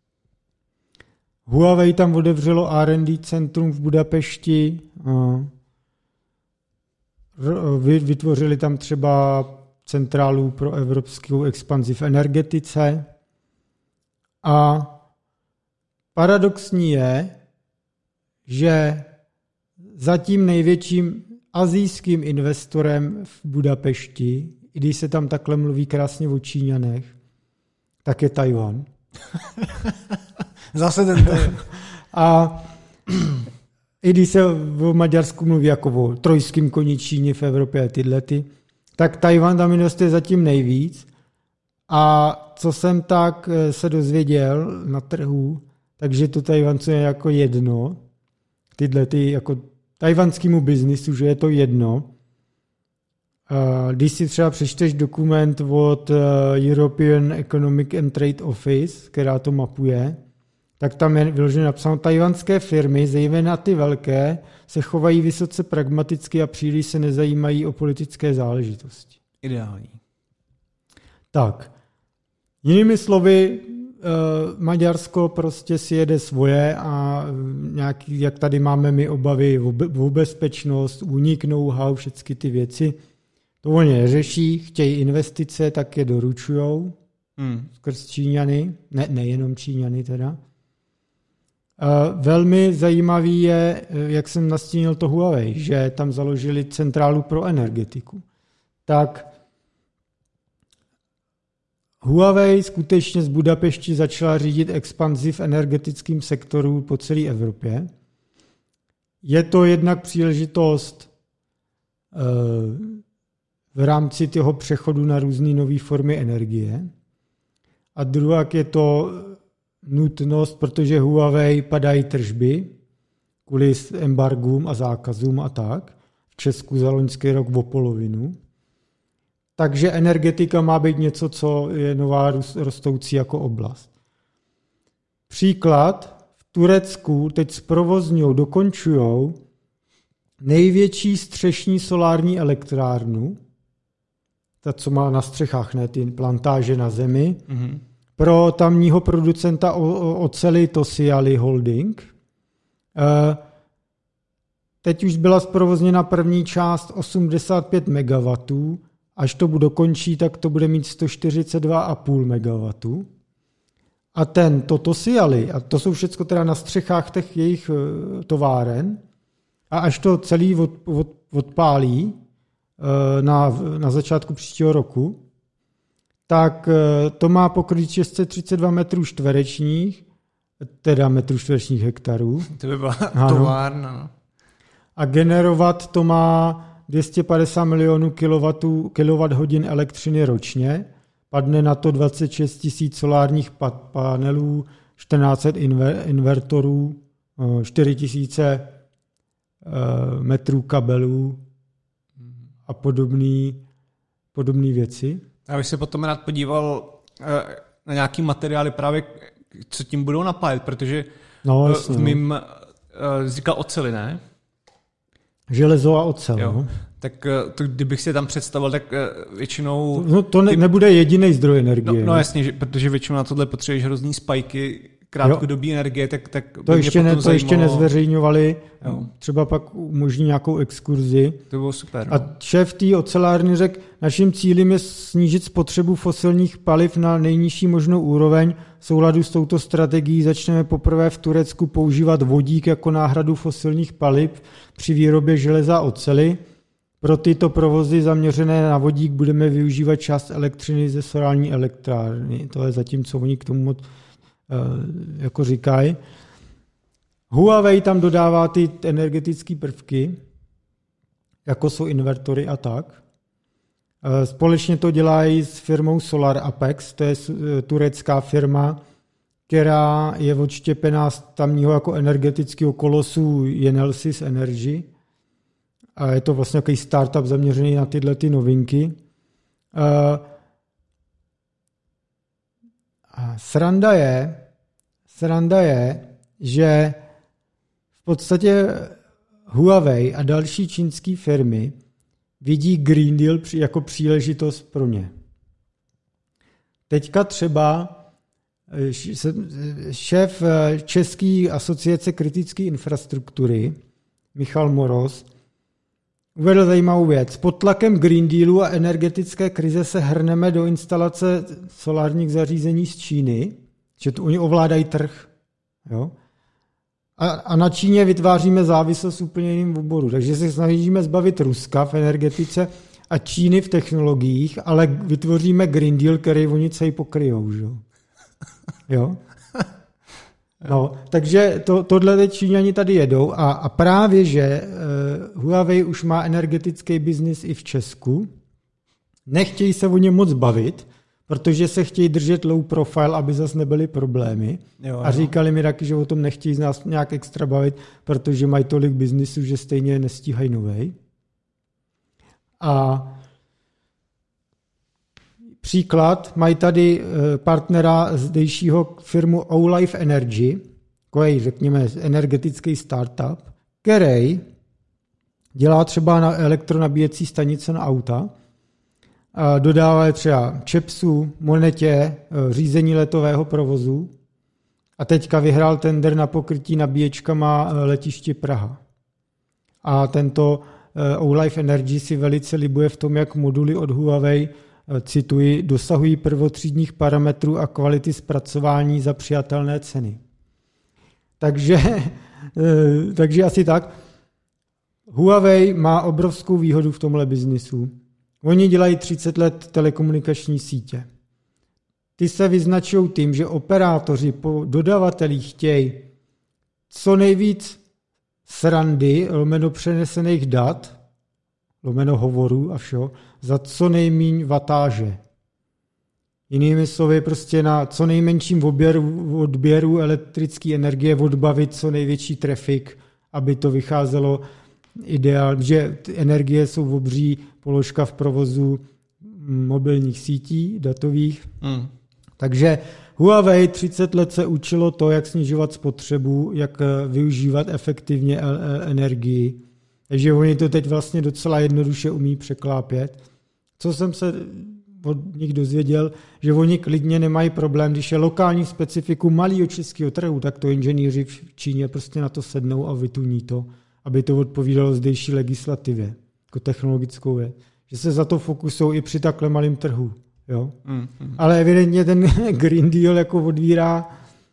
Huawei tam otevřelo R&D centrum v Budapešti. Vytvořili tam třeba centrálu pro evropskou expanzi v energetice. A paradoxní je, že zatím největším asijským investorem v Budapešti, i když se tam takhle mluví krásně o Číňanech, tak je Tajvan. Zase ten. A i když se v Maďarsku mluví jako o trojském koni Číně v Evropě, tak Tajvan tam investuje zatím nejvíc. A co jsem tak se dozvěděl na trhu, takže to Tajvancům je jako jedno, jako tajvanskému biznisu, že je to jedno. Když si třeba přečteš dokument od European Economic and Trade Office, která to mapuje, tak tam je vyloženě napsáno, tajvanské firmy, zejména ty velké, se chovají vysoce pragmaticky a příliš se nezajímají o politické záležitosti. Ideální. Tak, jinými slovy, Maďarsko prostě si jede svoje a nějaký, jak tady máme my obavy o bezpečnost, únik know-how, všechny ty věci, to oni neřeší, chtějí investice, tak je doručujou skrz Číňany, nejenom Číňany teda. Velmi zajímavý je, jak jsem nastínil to Huawei, že tam založili centrálu pro energetiku. Tak Huawei skutečně z Budapešti začala řídit expanzi v energetickém sektoru po celé Evropě. Je to jednak příležitost v rámci toho přechodu na různé nové formy energie. A druhá je to nutnost, protože Huawei padají tržby kvůli embargům a zákazům a tak. V Česku za loňský rok o polovinu. Takže energetika má být něco, co je nová rostoucí jako oblast. Příklad, v Turecku teď zprovozňují, dokončují největší střešní solární elektrárnu, ta, co má na střechách, ne ty plantáže na zemi, pro tamního producenta oceli Tosiali Holding. Teď už byla zprovozněna první část 85 MW, až to dokončí, tak to bude mít 142,5 MW. A to Tosiali, a to jsou všechno teda na střechách těch jejich továren, a až to celý odpálí na začátku příštího roku, tak to má pokrýt 632 metrů čtverečních, teda metrů čtverečních hektarů. To by byla továrna. A generovat to má 250 milionů kWh elektřiny ročně, padne na to 26 000 solárních panelů, 1400 invertorů, 4000 metrů kabelů a podobné věci. Já bych se potom rád podíval na nějaký materiály právě, co tím budou napájet, protože v mým říkal oceli, ne? Železo a ocel. Jo. Tak to, kdybych si tam představil, tak většinou... No to nebude jediný zdroj energie. No jasně, protože většinou na tohle potřebuješ hrozný spajky, krátkodobý energie, tak to ještě nezveřejňovali. Jo. Třeba pak umožní nějakou exkurzi. To bylo super. A šéf té ocelárny řekl, naším cílem je snížit spotřebu fosilních paliv na nejnižší možnou úroveň. V souladu s touto strategií začneme poprvé v Turecku používat vodík jako náhradu fosilních paliv při výrobě železa a oceli. Pro tyto provozy zaměřené na vodík budeme využívat část elektřiny ze solární elektrárny. To je zatím, co oni k tomu jako říkají. Huawei tam dodává ty energetické prvky, jako jsou invertory a tak. Společně to dělají s firmou Solar Apex, to je turecká firma, která je odštěpená z tamního jako energetického kolosu Enelsys Energy. A je to vlastně takový startup zaměřený na tyhle ty novinky. A sranda je, že v podstatě Huawei a další čínské firmy vidí Green Deal jako příležitost pro ně. Teďka třeba šéf České asociace kritické infrastruktury Michal Moroz uvedl zajímavou věc. Pod tlakem Green Dealu a energetické krize se hrneme do instalace solárních zařízení z Číny, že to oni ovládají trh. Jo? A na Číně vytváříme závislost úplně jiným oboru. Takže se snažíme zbavit Ruska v energetice a Číny v technologiích, ale vytvoříme Green Deal, který oni celý pokryjou. Že? Jo? No, takže tohle teď Číňani tady jedou a právě, že Huawei už má energetický biznis i v Česku, nechtějí se o ně moc bavit, protože se chtějí držet low profile, aby zase nebyly problémy. Jo. A říkali mi taky, že o tom nechtějí z nás nějak extra bavit, protože mají tolik biznisu, že stejně nestíhají novej. A příklad, mají tady partnera zdejšího firmu O-Life Energy, který, řekněme, energetický startup, který dělá třeba na elektronabíjecí stanice na auta, dodává třeba čepsu, monetě, řízení letového provozu a teďka vyhrál tender na pokrytí nabíječkama letiště Praha. A tento O-Life Energy si velice libuje v tom, jak moduly od Huawei, cituji, dosahují prvotřídních parametrů a kvality zpracování za přijatelné ceny. Takže asi tak. Huawei má obrovskou výhodu v tomhle biznisu. Oni dělají 30 let telekomunikační sítě. Ty se vyznačují tím, že operátoři po dodavatelích chtějí co nejvíc srandy, lomeno přenesených dat, lomeno hovorů a všeho, za co nejméně watáže. Jinými slovy, prostě na co nejmenším odběru elektrické energie odbavit co největší trafik, aby to vycházelo ideálně, že energie jsou obří položka v provozu mobilních sítí, datových. Takže Huawei 30 let se učilo to, jak snižovat spotřebu, jak využívat efektivně energii Takže oni to teď vlastně docela jednoduše umí překlápět. Co jsem se od nich dozvěděl, že oni klidně nemají problém, když je lokální specifikum malého českého trhu, tak to inženýři v Číně prostě na to sednou a vytuní to, aby to odpovídalo zdejší legislativě, jako technologickou věc. Že se za to fokusují i při takhle malém trhu. Jo? Ale evidentně ten Green Deal jako odvírá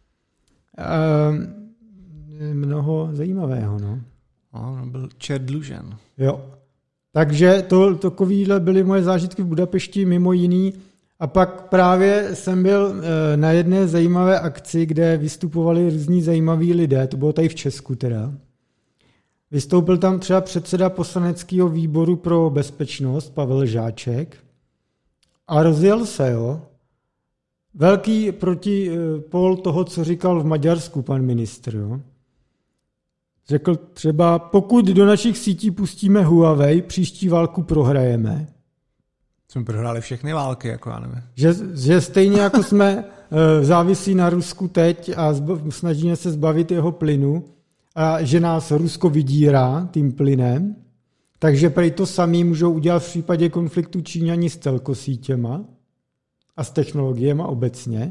mnoho zajímavého. No. On byl čerdlužen. Jo. Takže takovýhle byly moje zážitky v Budapešti mimo jiný. A pak právě jsem byl na jedné zajímavé akci, kde vystupovali různí zajímaví lidé, to bylo tady v Česku teda. Vystoupil tam třeba předseda poslaneckého výboru pro bezpečnost Pavel Žáček a rozjel se, jo. Velký protipól toho, co říkal v Maďarsku pan ministr, jo. Řekl třeba, pokud do našich sítí pustíme Huawei, příští válku prohrajeme. Jsme prohráli všechny války, jako já nevím. Že stejně jako jsme závisí na Rusku teď a snažíme se zbavit jeho plynu, a že nás Rusko vydírá tím plynem, takže prej to samý můžou udělat v případě konfliktu Číňani s telkosítěma a s technologiemi obecně.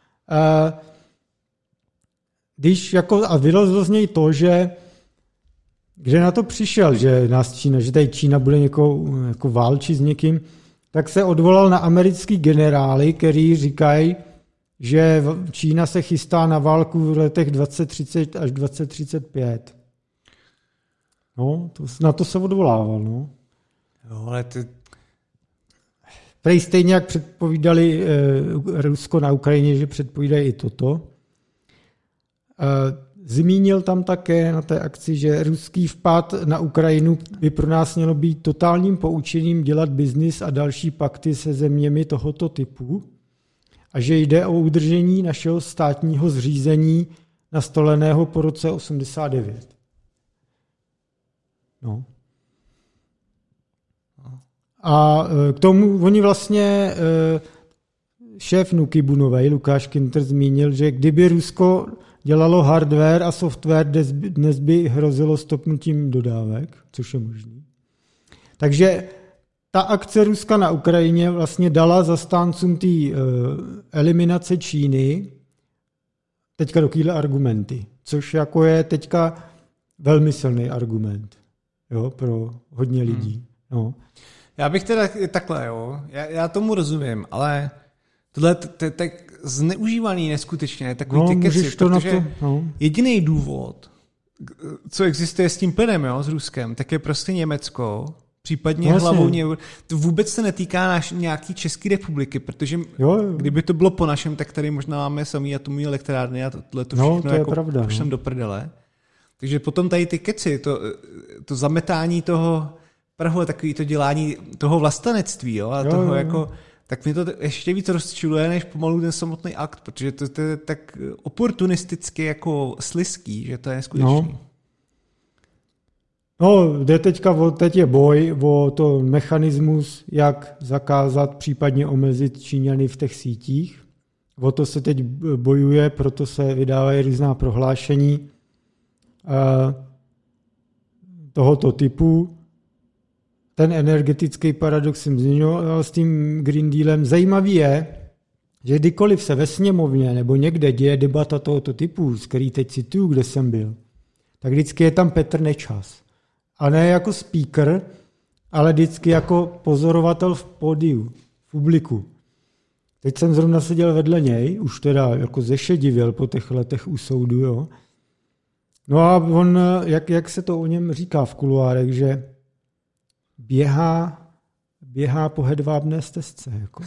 A vylezlo z něj to, že kde na to přišel, že tady Čína bude jako válčit s někým, tak se odvolal na americký generály, který říkají, že Čína se chystá na válku v letech 2030 až 2035. No, na to se odvolával, no. Jo, ale Prej stejně, jak předpovídali Rusko na Ukrajině, že předpovídají i toto. Zmínil tam také na té akci, že ruský vpád na Ukrajinu by pro nás mělo být totálním poučením dělat biznis a další pakty se zeměmi tohoto typu a že jde o udržení našeho státního zřízení nastoleného po roce 89. No. A k tomu oni vlastně šéf Nuky Bunovej, Lukáš Kinter, zmínil, že kdyby Rusko dělalo hardware a software, dnes by hrozilo stopnutím dodávek, což je možný. Takže ta akce Ruska na Ukrajině vlastně dala zastáncům té eliminace Číny teďka takovýhle argumenty, což jako je teďka velmi silný argument, jo, pro hodně lidí. No. Já bych teda takhle, jo, já tomu rozumím, ale tohle je tak zneužívaný neskutečně, takový ty keci, protože jediný důvod, co existuje s tím plynem, jo, s Ruskem, tak je prostě Německo, případně hlavou to vůbec se netýká nějaký České republiky, protože kdyby to bylo po našem, tak tady možná máme samý atomové elektrárny a tohle to všechno to je jako pravda, pošlem do prdele. Takže potom tady ty keci, to zametání toho prahu, takový to dělání toho vlastenectví, jo, a toho jako, tak mě to ještě víc rozčiluje, než pomalu ten samotný akt, protože to je tak oportunisticky jako slizký, že to je skutečný. No, teď je boj o to mechanismus, jak zakázat, případně omezit Číňany v těch sítích. O to se teď bojuje, proto se vydávají různá prohlášení tohoto typu. Ten energetický paradox jsem zmiňoval s tím Green Dealem. Zajímavý je, že kdykoliv se ve sněmovně nebo někde děje debata tohoto typu, z který teď cituju, kde jsem byl, tak vždycky je tam Petr Nečas. A ne jako speaker, ale vždycky jako pozorovatel v pódiu, v publiku. Teď jsem zrovna seděl vedle něj, už teda jako zešedivěl po těch letech u soudu, jo. No a on, jak se to o něm říká v kuluárech, že běhá po hedvábné stezce. Jako.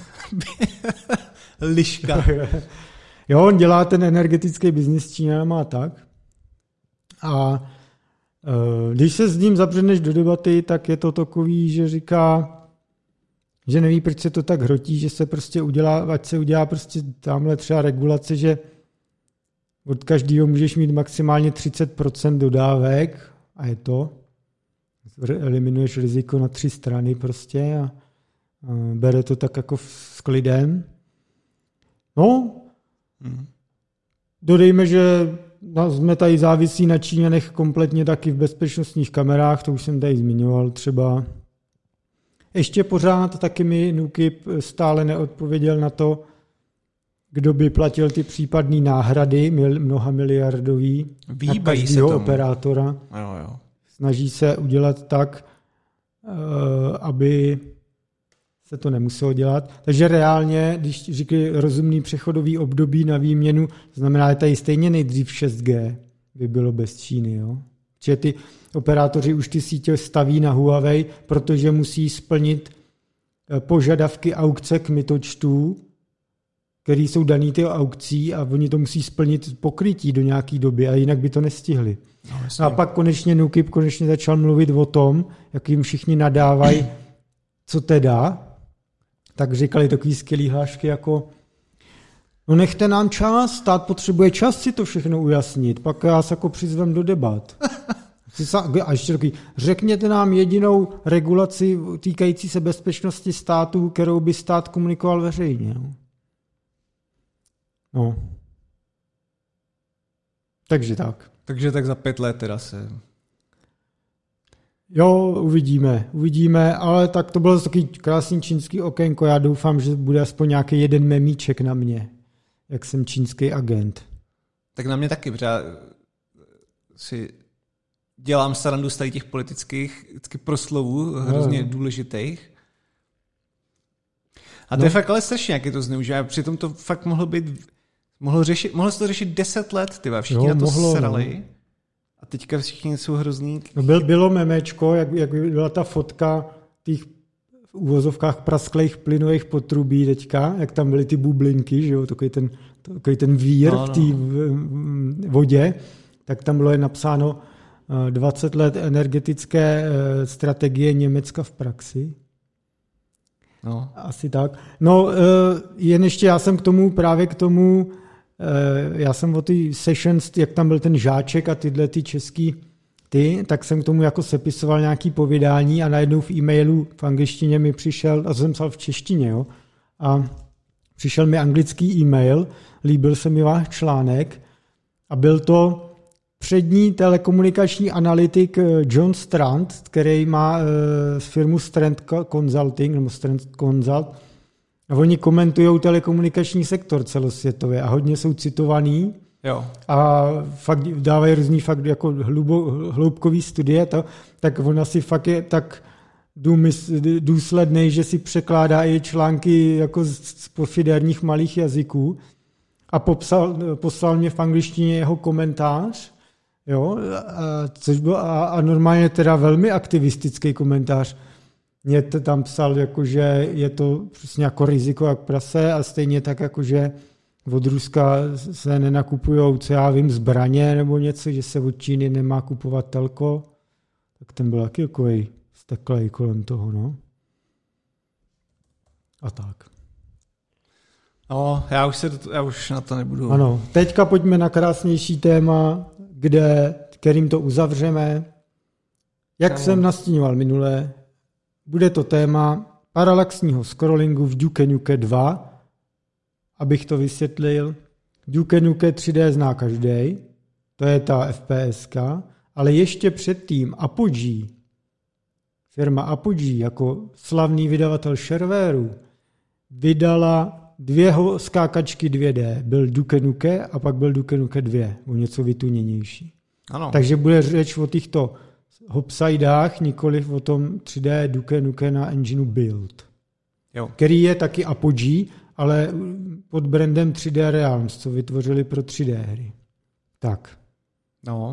Liška. Jo, on dělá ten energetický biznis s Číňanama a tak. A když se s ním zabředneš do debaty, tak je to takový, že říká, že neví, proč se to tak hrotí, že se prostě ať se udělá prostě tamhle třeba regulace, že od každého můžeš mít maximálně 30% dodávek a je to. Eliminuješ riziko na 3 strany prostě a bere to tak jako s klidem. No, dodejme, že jsme tady závisí na Číňanech kompletně taky v bezpečnostních kamerách, to už jsem tady zmiňoval třeba. Ještě pořád taky mi NÚKIB stále neodpověděl na to, kdo by platil ty případné náhrady, mnoha miliardový na každého operátora. Jo. Snaží se udělat tak, aby se to nemuselo dělat. Takže reálně, když říkají rozumný přechodový období na výměnu, znamená, že tady stejně nejdřív 6G by bylo bez Číny. Jo? Že ty operátoři už ty sítě staví na Huawei, protože musí splnit požadavky aukce kmitočtů, které jsou daný ty aukcí a oni to musí splnit pokrytí do nějaké doby a jinak by to nestihli. No a pak konečně NÚKIB začal mluvit o tom, jak jim všichni nadávají, co teda, tak říkali takový skvělý hlášky jako no nechte nám čas, stát potřebuje čas si to všechno ujasnit, pak já se jako přizvem do debat. A ještě takový, řekněte nám jedinou regulaci týkající se bezpečnosti státu, kterou by stát komunikoval veřejně. No. Takže tak. Takže tak za 5 let teda se... Jo, uvidíme, ale tak to bylo takový krásný čínský okénko. Já doufám, že bude aspoň nějaký jeden memíček na mě, jak jsem čínský agent. Tak na mě taky, protože si dělám srandu z těch politických proslovů, hrozně důležitých. A to je fakt ale strašně, jak je to zneužívá. Přitom to fakt mohlo se to řešit 10 let, tyva. Všichni na to srali. A teďka všichni jsou hrozný. No bylo memečko, jak byla ta fotka těch v úvozovkách prasklých plynových potrubí teďka, jak tam byly ty bublinky, že jo, takový ten vír v té vodě, tak tam bylo napsáno 20 let energetické strategie Německa v praxi. No. Asi tak. No, jen ještě já jsem já jsem o ty sessions, jak tam byl ten žáček a tyhle ty český tak jsem k tomu jako sepisoval nějaký povídání a najednou v e-mailu v angličtině mi přišel, a to jsem psal v češtině, jo, a přišel mi anglický e-mail, líbil se mi váš článek a byl to přední telekomunikační analytik John Strand, který má firmu Strand Consulting, nebo Strand Consult, a oni komentují telekomunikační sektor celosvětově a hodně jsou citovaný. Jo. A fakt dávají různý fakt jako hloubkový studie, tak on asi fakt je tak důsledný, že si překládá i články jako z porfidérních malých jazyků a poslal mě v angličtině jeho komentář, jo, což byl a normálně teda velmi aktivistický komentář. Mě to tam psal, jako, že je to přesně jako riziko jak prase a stejně tak, jako, že od Ruska se nenakupujou, co já vím, zbraně nebo něco, že se od Číny nemá kupovat telko. Tak ten byl taky takovej steklej kolem toho, no. A tak. No, já už na to nebudu. Ano, teďka pojďme na krásnější téma, kterým to uzavřeme. Jak jsem nastíňoval minule, bude to téma paralaxního scrollingu v Duke Nukem 2. Abych to vysvětlil, Duke Nukem 3D zná každý, to je ta FPSka, ale ještě předtím Apogee, firma Apogee jako slavný vydavatel shareware, vydala 2 skákačky 2D. Byl Duke Nukem a pak byl Duke Nukem 2, o něco vytuněnější. Ano. Takže bude řeč o těchto hopsidách, nikoliv o tom 3D Duke Nukem na engineu Build, který je taky Apogee, ale pod brandem 3D Realms, co vytvořili pro 3D hry. Tak. No.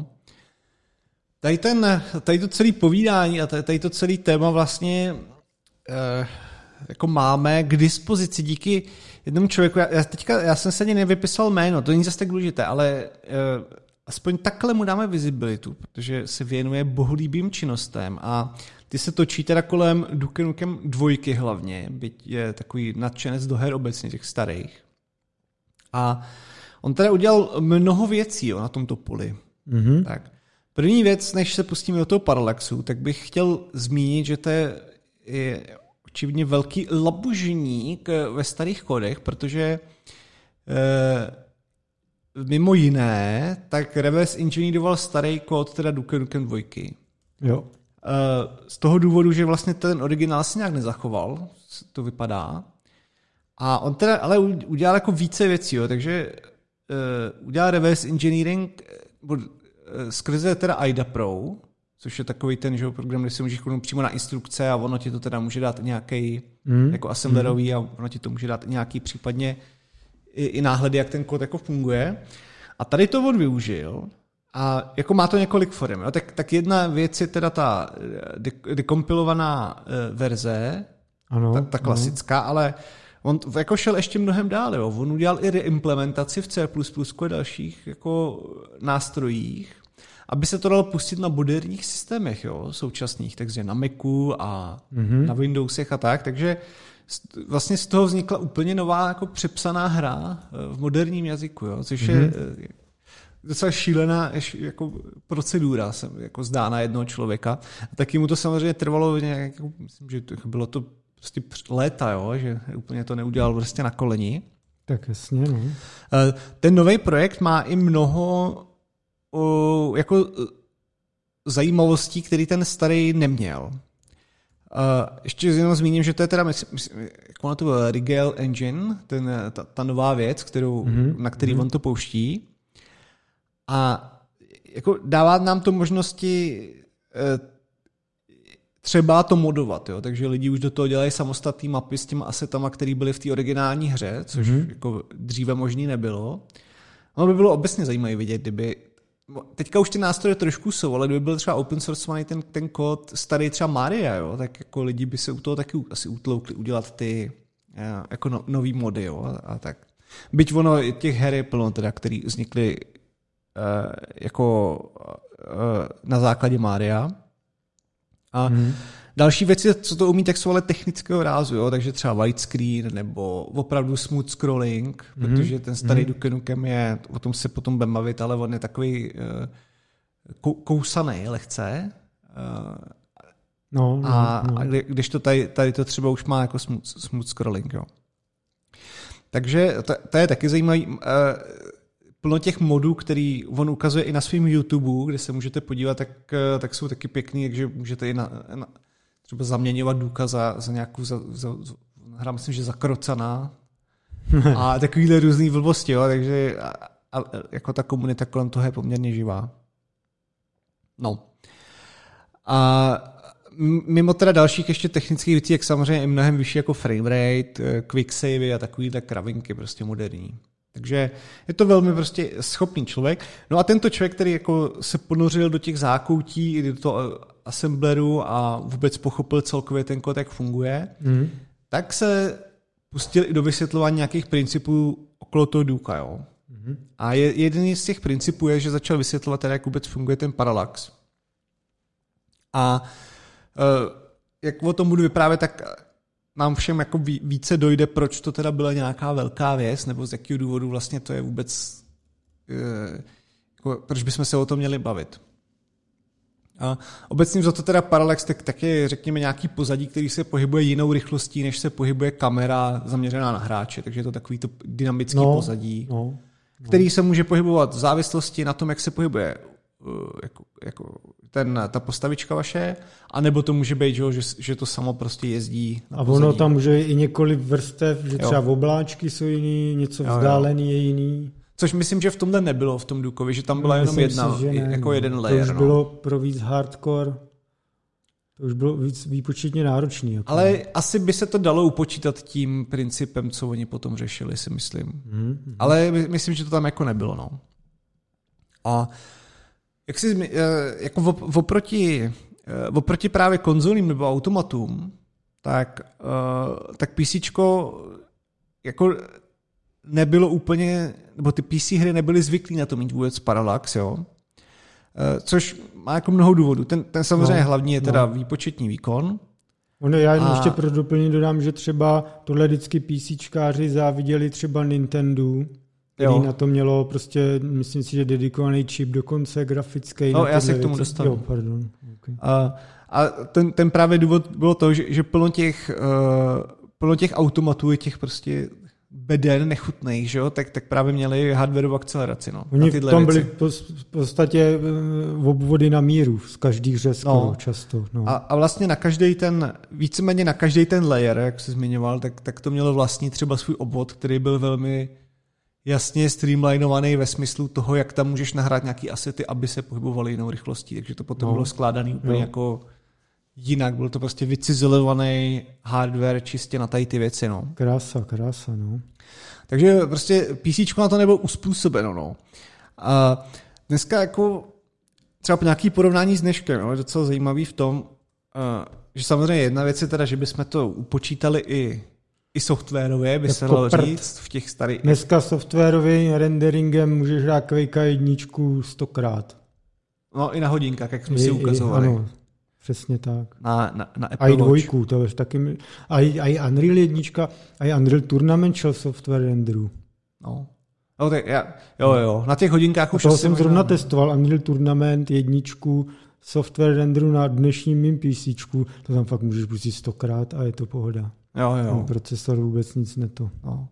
Tady to celé povídání a tady to celé téma vlastně jako máme k dispozici díky jednomu člověku. Já jsem se ani nevypisoval jméno, to není zase tak důležité, ale aspoň takhle mu dáme vizibilitu, protože se věnuje bohulíbým činnostem a ty se točí teda kolem Duke Nukem 2 hlavně, byť je takový nadšenec do her obecně těch starých. A on teda udělal mnoho věcí na tomto poli. Mm-hmm. Tak. První věc, než se pustíme do toho Parallaxu, tak bych chtěl zmínit, že to je očividně velký labužník ve starých kodech, protože mimo jiné, tak reverse engineeroval starý kód teda Duke Nukem 2. Jo. Z toho důvodu, že vlastně ten originál se nějak nezachoval, to vypadá. A on teda ale udělal jako více věcí, jo, takže udělal reverse engineering skrze teda IDA Pro, což je takový ten, že program, kde si můžeš kliknout přímo na instrukce a ono ti to teda může dát nějaký jako assemblerový a ono ti to může dát nějaký případně i náhledy, jak ten kód jako funguje. A tady to on využil a jako má to několik forem. Jo? Tak jedna věc je teda ta dekompilovaná verze, ano, ta klasická, ale on jako šel ještě mnohem dál. Jo? On udělal i reimplementaci v C++ a dalších jako nástrojích, aby se to dalo pustit na moderních systémech, jo? Současných, takže na Macu a na Windowsech a tak, takže vlastně z toho vznikla úplně nová jako přepsaná hra v moderním jazyku, jo? Což je docela šílená jako procedura, se jako zdá na jednoho člověka. A taky mu to samozřejmě trvalo nějak, jako, myslím, že bylo to prostě léta, jo? Že úplně to neudělal prostě na koleni. Tak jasně, no. Ten nový projekt má i mnoho jako zajímavostí, který ten starý neměl. Ještě jenom zmíním, že to je teda, jak ono to bylo, Rigel Engine, ta nová věc, na který on to pouští. A jako dává nám to možnosti třeba to modovat, jo? Takže lidi už do toho dělají samostatné mapy s těma asetama, které byly v té originální hře, což jako dříve možný nebylo. Ono by bylo obecně zajímavé vidět, kdyby teďka už ty nástroje trošku jsou, ale kdyby byl třeba open sourceovaný ten kód starý třeba Maria, jo, tak jako lidi by se u toho taky asi utloukli udělat ty jako nový mody, jo, a tak. Byť ono těch her je plno teda, který vznikly jako na základě Maria. A další věci, co to umí, tak jsou ale technického rázu, jo, takže třeba widescreen nebo opravdu smooth scrolling, protože ten starý Duke Nukem je, o tom se potom budeme bavit, ale on je takový kousaný lehce. A když to tady to třeba už má jako smooth scrolling, jo. Takže to je taky zajímavý. Plno těch modů, který on ukazuje i na svém YouTube, kde se můžete podívat, tak jsou taky pěkný, takže můžete i třeba zaměňovat Duka za nějakou hra, myslím, že zakrocaná a takovýhle různý blbosti, jo, takže a jako ta komunita kolem toho je poměrně živá. No. A mimo teda dalších ještě technických věcí, jak samozřejmě i mnohem vyšší jako framerate, quicksavey a takovýhle kravinky prostě moderní. Takže je to velmi prostě schopný člověk. No a tento člověk, který jako se ponořil do těch zákoutí, do toho assembleru a vůbec pochopil celkově ten kód, jak funguje, tak se pustil i do vysvětlování nějakých principů okolo toho Duka. Jo. A jeden z těch principů je, že začal vysvětlovat, jak vůbec funguje ten parallax. A jak o tom budu vyprávět, tak nám všem jako více dojde, proč to teda byla nějaká velká věc, nebo z jakého důvodu vlastně to je vůbec, jako, proč bychom se o tom měli bavit. A obecně za to teda parallax tak je, řekněme, nějaký pozadí, který se pohybuje jinou rychlostí, než se pohybuje kamera zaměřená na hráče, takže je to takový to dynamický pozadí, který se může pohybovat v závislosti na tom, jak se pohybuje jako ta postavička vaše, anebo to může být, že to samo prostě jezdí na pozadí. A ono tam může i několik vrstev, že třeba obláčky jsou jiný, něco vzdálený je jiný. Což myslím, že v tomhle nebylo v tom Dukovi, že tam byla jenom jedna, jako jeden layer. To už bylo pro víc hardcore, to už bylo víc výpočetně náročný. Jako. Ale asi by se to dalo upočítat tím principem, co oni potom řešili, si myslím. Ale myslím, že to tam jako nebylo. No. A jak si, jako oproti právě konzolím nebo automatům, tak PCčko jako nebylo úplně, nebo ty PC hry nebyly zvyklí na to mít vůbec parallax, jo. Což má jako mnoho důvodů. Ten samozřejmě hlavní je teda výpočetní výkon. Já jenom ještě pro doplnění dodám, že třeba tohle vždycky PCčkáři záviděli třeba Nintendo, který na to mělo prostě, myslím si, že dedikovaný čip dokonce grafický. No, já se k tomu dostanu. Jo, pardon. Okay. A ten právě důvod bylo to, že plno těch automatů je těch prostě beden nechutných, že jo, tak právě měli hardwareovou akceleraci. No, oni v tom byli v podstatě obvody na míru, z každých řez často. No. A vlastně víceméně na každý ten layer, jak jsi zmiňoval, tak to mělo vlastní třeba svůj obvod, který byl velmi jasně streamlinovaný ve smyslu toho, jak tam můžeš nahrát nějaký asety, aby se pohybovaly jinou rychlostí. Takže to potom bylo skládaný úplně jako jinak. Byl to prostě vycizelovaný hardware čistě na tady ty věci. No. Krása, no. Takže prostě PCčko na to nebylo uspůsobeno. No. A dneska jako třeba nějaký porovnání s dneškem, no, je docela zajímavý v tom, že samozřejmě jedna věc je teda, že bychom to upočítali i softwarově, by se dalo říct, v těch starých... Dneska softwarovým renderingem můžeš hrát Quake 1 100krát. No i na hodinkách, jak jsme si ukazovali. Ano, přesně tak. Na Apple a i dvojku, to je taky... A i Unreal 1, a i Unreal Tournament šel software renderu. No. No tak jo, na těch hodinkách už... Toho jsem zrovna testoval Unreal Tournament 1, software renderu na dnešním mým PCčku, to tam fakt můžeš pustit 100krát a je to pohoda. Jo. Ten procesor vůbec nic neto.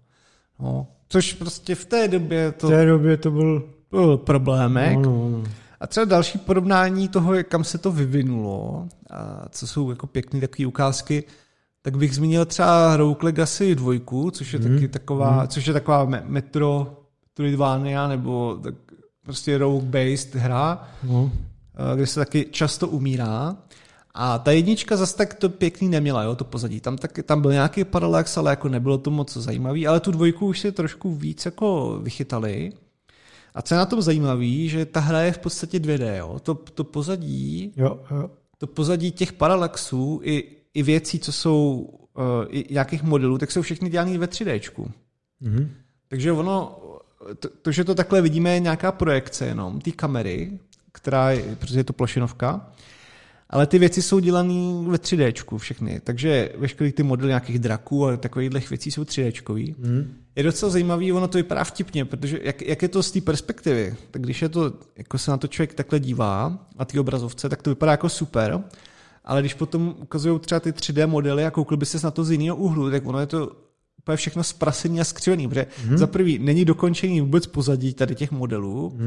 No. Což prostě v té době to byl problémek. No. A třeba další porovnání toho, kam se to vyvinulo, a co jsou jako pěkný takové ukázky, tak bych zmínil třeba Rogue Legacy 2, což je taky taková Metroidvania, nebo tak prostě rogue-based hra, kde se taky často umírá. A ta jednička zase tak to pěkný neměla, jo, to pozadí. Tam byl nějaký paralax, ale jako nebylo to moc zajímavý, ale tu 2 už si trošku víc jako vychytali. A co je na tom zajímavý, že ta hra je v podstatě 2D, jo. To pozadí, to pozadí těch paralaxů i věcí, co jsou i nějakých modelů, tak jsou všechny dělané ve 3Dčku. Mm-hmm. Takže ono, to, že to takhle vidíme, je nějaká projekce jenom té kamery, protože je to plošinovka, ale ty věci jsou dělané ve 3Dčku všechny, takže veškerý ty modely nějakých draků a takových věcí jsou 3Dčkový. Je docela zajímavý, ono to vypadá vtipně, protože jak je to z té perspektivy, tak když je to, jako se na to člověk takhle dívá na té obrazovce, tak to vypadá jako super, ale když potom ukazují třeba ty 3D modely a koukl by ses na to z jiného úhlu, tak ono je to úplně všechno zprasený a skřivený, protože za prvý není dokončený vůbec pozadí tady těch modelů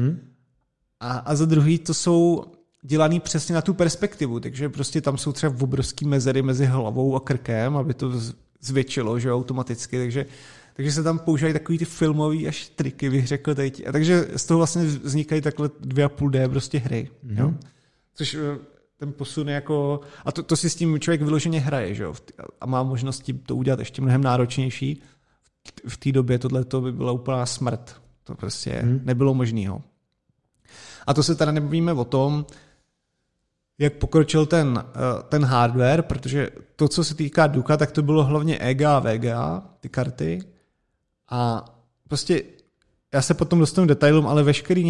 a za druhý to jsou dělaný přesně na tu perspektivu, takže prostě tam jsou třeba obrovský mezery mezi hlavou a krkem, aby to zvětšilo, že automaticky, takže se tam používají takový ty filmový až triky, bych řekl teď. A takže z toho vlastně vznikají takhle 2,5D prostě hry. Jo? Což ten posun je jako... A to si s tím člověk vyloženě hraje, že jo? A má možnosti to udělat ještě mnohem náročnější. V té době tohleto by byla úplná smrt. To prostě nebylo možného. A to se teda nebavíme o tom, jak pokročil ten hardware, protože to, co se týká Duka, tak to bylo hlavně EGA a VGA, ty karty. A prostě já se potom dostanu detailům, ale veškerý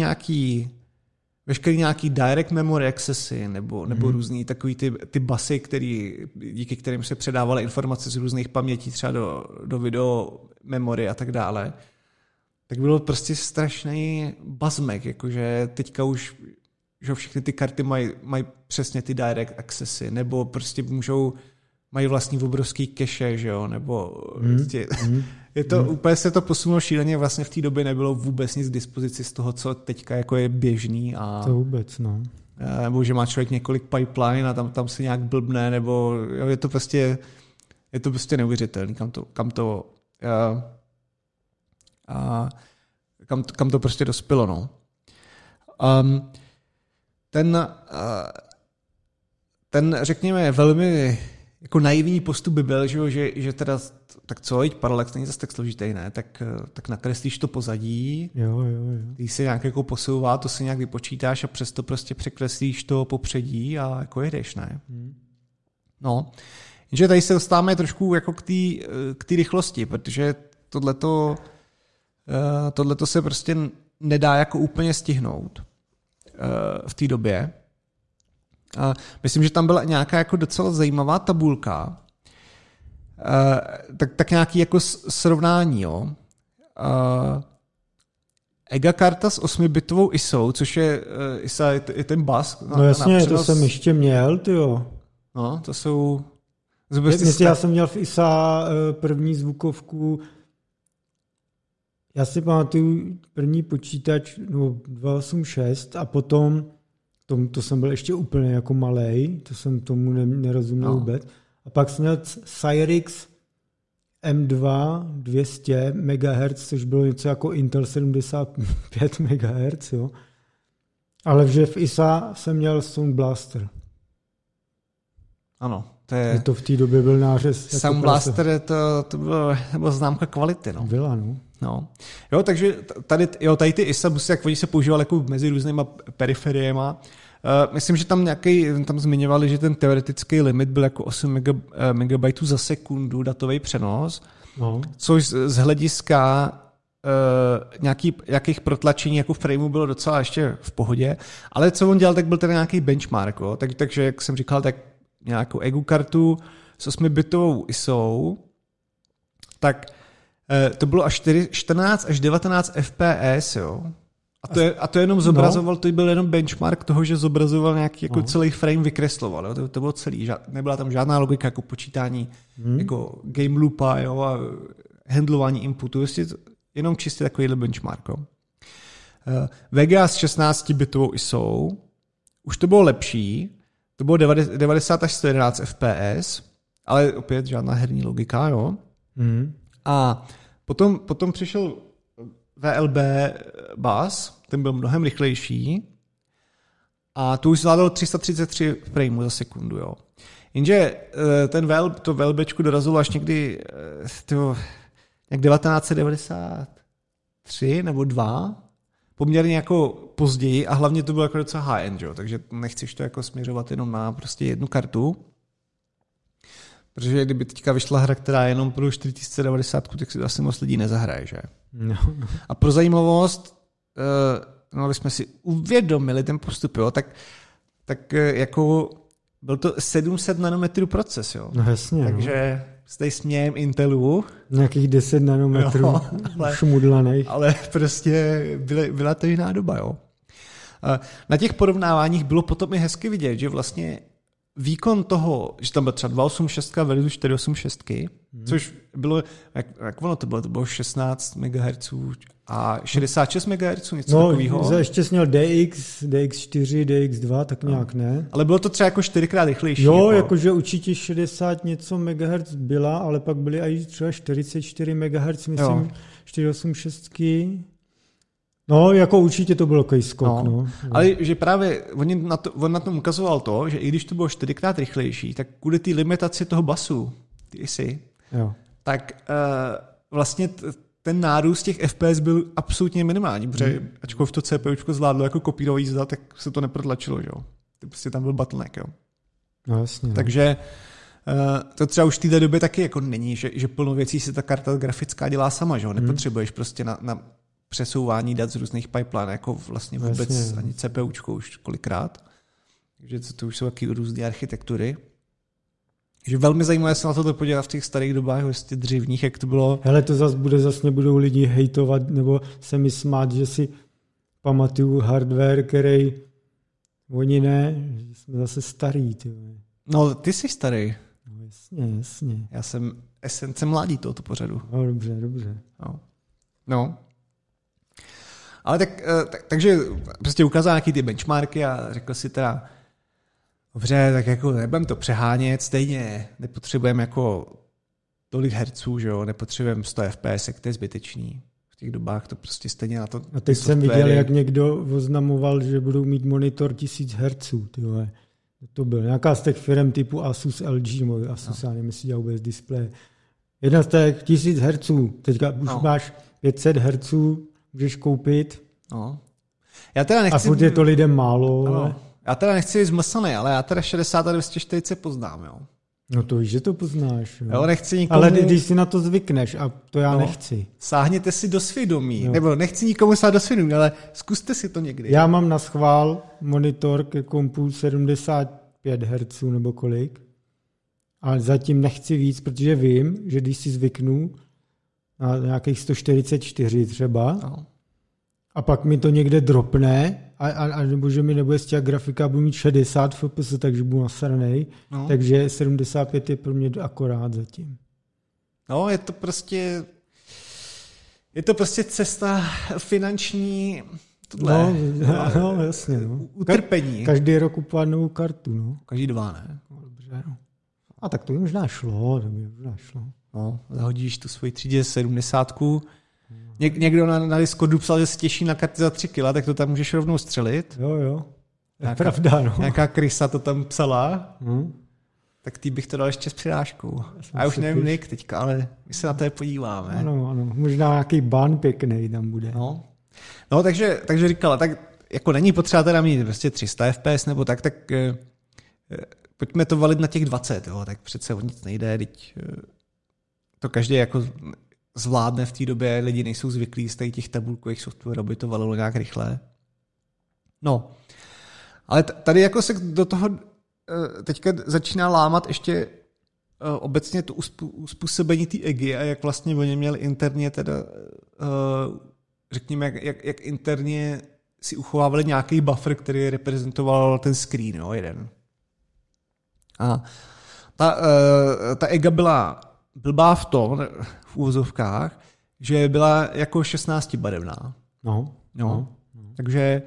nějaký direct memory accessy nebo různý takový ty busy, díky kterým se předávaly informace z různých pamětí třeba do video memory a tak dále, tak bylo prostě strašný buzzmek, jakože teďka už že všechny ty karty mají přesně ty direct accessy, nebo prostě mají vlastní obrovský cache, že jo, nebo je to úplně se to posunulo šíleně, vlastně v té době nebylo vůbec nic k dispozici z toho, co teďka jako je běžný a to vůbec, no. Nebo že má člověk několik pipeline a tam se nějak blbne, nebo jo, je to prostě neuvěřitelný, kam to prostě dospělo, no. Ten, řekněme, velmi jako naivní postup by byl, že teda, tak co, paralax není zase tak složitý, ne? Tak nakreslíš to pozadí, jo. Když se nějak jako posouvá, to si nějak vypočítáš a přesto prostě překreslíš to popředí a jako jedeš, ne? No, jenže tady se dostáváme trošku jako k té rychlosti, protože tohleto se prostě nedá jako úplně stihnout v té době. A myslím, že tam byla nějaká jako docela zajímavá tabulka, tak nějaký jako srovnání, jo. EGA karta s 8-bitovou ISO, což je ISA je ten bus. No jasně, to jsem ještě měl, tyjo. No, to jsou... Já jsem měl v ISA první zvukovku Já si pamatuju první počítač 286 a potom, to jsem byl ještě úplně jako malej, to jsem tomu nerozuměl vůbec. A pak jsem měl Cyrix M2 200 MHz, což bylo něco jako Intel 75 MHz, jo. Ale v ISA jsem měl Sound Blaster. Ano. To v té době byl nářez. Sound Blaster, to byla známka kvality. No. Byla, no. Jo, takže tady ty ISA busy, jak oni se používali jako mezi různýma periferiema. Myslím, že tam zmiňovali, že ten teoretický limit byl jako 8 MB za sekundu datový přenos, což z hlediska nějakých protlačení jako frameu bylo docela ještě v pohodě, ale co on dělal, tak byl ten nějaký benchmark, jo? Takže jak jsem říkal, tak nějakou EGU kartu s 8-bitovou ISou, tak to bylo až 14 až 19 FPS, jo. A to jenom zobrazoval, to byl jenom benchmark toho, že zobrazoval nějaký jako celý frame vykresloval, jo. To bylo celý, nebyla tam žádná logika jako počítání jako game loopa, jo, a handlování inputu, jenom čistě takovýhle benchmark, jo. VGA s 16-bitovou ISou, už to bylo lepší, to bylo 90 až 111 FPS, ale opět žádná herní logika, jo. A potom přišel VLB bus, ten byl mnohem rychlejší a to už zvládalo 333 frameů za sekundu, jo. Jenže to VLBčku dorazilo až někdy nějak 1993 nebo 2, poměrně jako později a hlavně to bylo jako docela high-end, jo, takže nechceš to jako směřovat jenom na prostě jednu kartu, protože kdyby teďka vyšla hra, která je jenom pro 4090, tak si asi moc lidí nezahraje, že? No. A pro zajímavost, aby jsme si uvědomili ten postup, jo, tak jako byl to 700 nanometrů proces, jo. No jasně. Takže tady smějem Intelu. Nějakých 10 nanometrů šmudlaných. Ale prostě byla to jiná doba, jo. Na těch porovnáváních bylo potom i hezky vidět, že vlastně výkon toho, že tam byl třeba 286 versus 486, což bylo, jak ono to bylo 16 MHz a 66 MHz, něco takového. No, ještě jsi měl DX4, DX2, tak nějak ne. Ale bylo to třeba jako 4x rychlejší. Jo, jakože určitě 60 něco MHz byla, ale pak byly i třeba 44 MHz, myslím, 486. No, jako určitě to byl takový skok, no. Ale že právě on na tom ukazoval to, že i když to bylo 4x rychlejší, tak kvůli té limitaci toho basu, tak vlastně ten nárůst těch FPS byl absolutně minimální, protože ačkoliv to CPUčko zvládlo jako kopírový jízda, tak se to neprotlačilo, že jo. Prostě tam byl bottleneck, jo. No, jasně. Takže to třeba už v té době taky jako není, že plno věcí si ta karta grafická dělá sama, že jo. Nepotřebuješ prostě na přesouvání dat z různých pipeline, jako vlastně vůbec ani CPUčko už kolikrát. Takže to už jsou taky různé architektury. Takže velmi zajímavé se na to podívat v těch starých dobách, vlastně dřívních, jak to bylo. Hele, to zase budou lidi hejtovat, nebo se mi smát, že si pamatuju hardware, který oni ne, že jsme zase starý. Ty. No, ty jsi starý. No, jasně. Já jsem esence mládí tohoto pořadu. No, dobře. No. Ale takže prostě ukázal nějaký ty benchmarky a řekl si teda, dobře, tak jako nebudeme to přehánět, stejně nepotřebujeme jako tolik herců, že jo, nepotřebujeme 100 FPS, to je zbytečný. V těch dobách to prostě stejně na to. A teď jsem viděl, jak někdo oznamoval, že budou mít monitor 1000 Hz, tyhle. To byl nějaká z těch firm typu Asus, LG, Asus, já nevím, jestli dělal vůbec displeje. Jedna z těch 1000 Hz, teďka už máš 500 Hz, můžeš koupit. No. Já teda nechci... A furt je to lidem málo. Ale... Já teda nechci být zmlsaný, ale já teda 60 a 240 poznám, jo. No to víš, že to poznáš. Jo, nechci nikomu... Ale když si na to zvykneš, a to já nechci. Sáhněte si do svědomí. No. Nebo nechci nikomu sát do svědomí, ale zkuste si to někdy. Já mám na schvál monitor ke kompu 75 Hz nebo kolik. Ale zatím nechci víc, protože vím, že když si zvyknu na nějakých 144 třeba, a pak mi to někde dropne, a nebo že mi nebude stěhat grafika, budu mít 60 fps, takže budu nasranej. No. Takže 75 je pro mě akorát zatím. No, je to prostě... Je to prostě cesta finanční tohle. No, jasně. No. Utrpení. Každý rok kupovat novou kartu. No. Každý 2, ne? No, dobře. No. A tak to by možná šlo. No, zahodíš tu svoji 370. Někdo na Discordu psal, že se těší na karty za 3 kg, tak to tam můžeš rovnou střelit. Jo. Pravda, no. Nějaká krysa to tam psala. Tak ty bych to dal ještě s přirážkou. A já už nevím Nick teďka, ale my se na to podíváme. Ano. Možná nějaký ban pěkný tam bude. No takže říkala, tak jako není potřeba teda mít prostě 300 FPS nebo tak pojďme to valit na těch 20, jo, tak přece o nic nejde, teď to každý jako zvládne v té době, lidi nejsou zvyklí z těch tabulkových softwarů, aby to valilo nějak rychle. No, ale tady jako se do toho teďka začíná lámat ještě obecně to uspůsobení té EGI a jak vlastně oni měli interně teda, řekněme, jak interně si uchovávali nějaký buffer, který reprezentoval ten screen, jo, jeden. A ta EGA byla blbá v tom, v úvozovkách, že byla jako 16 barevná. No. Takže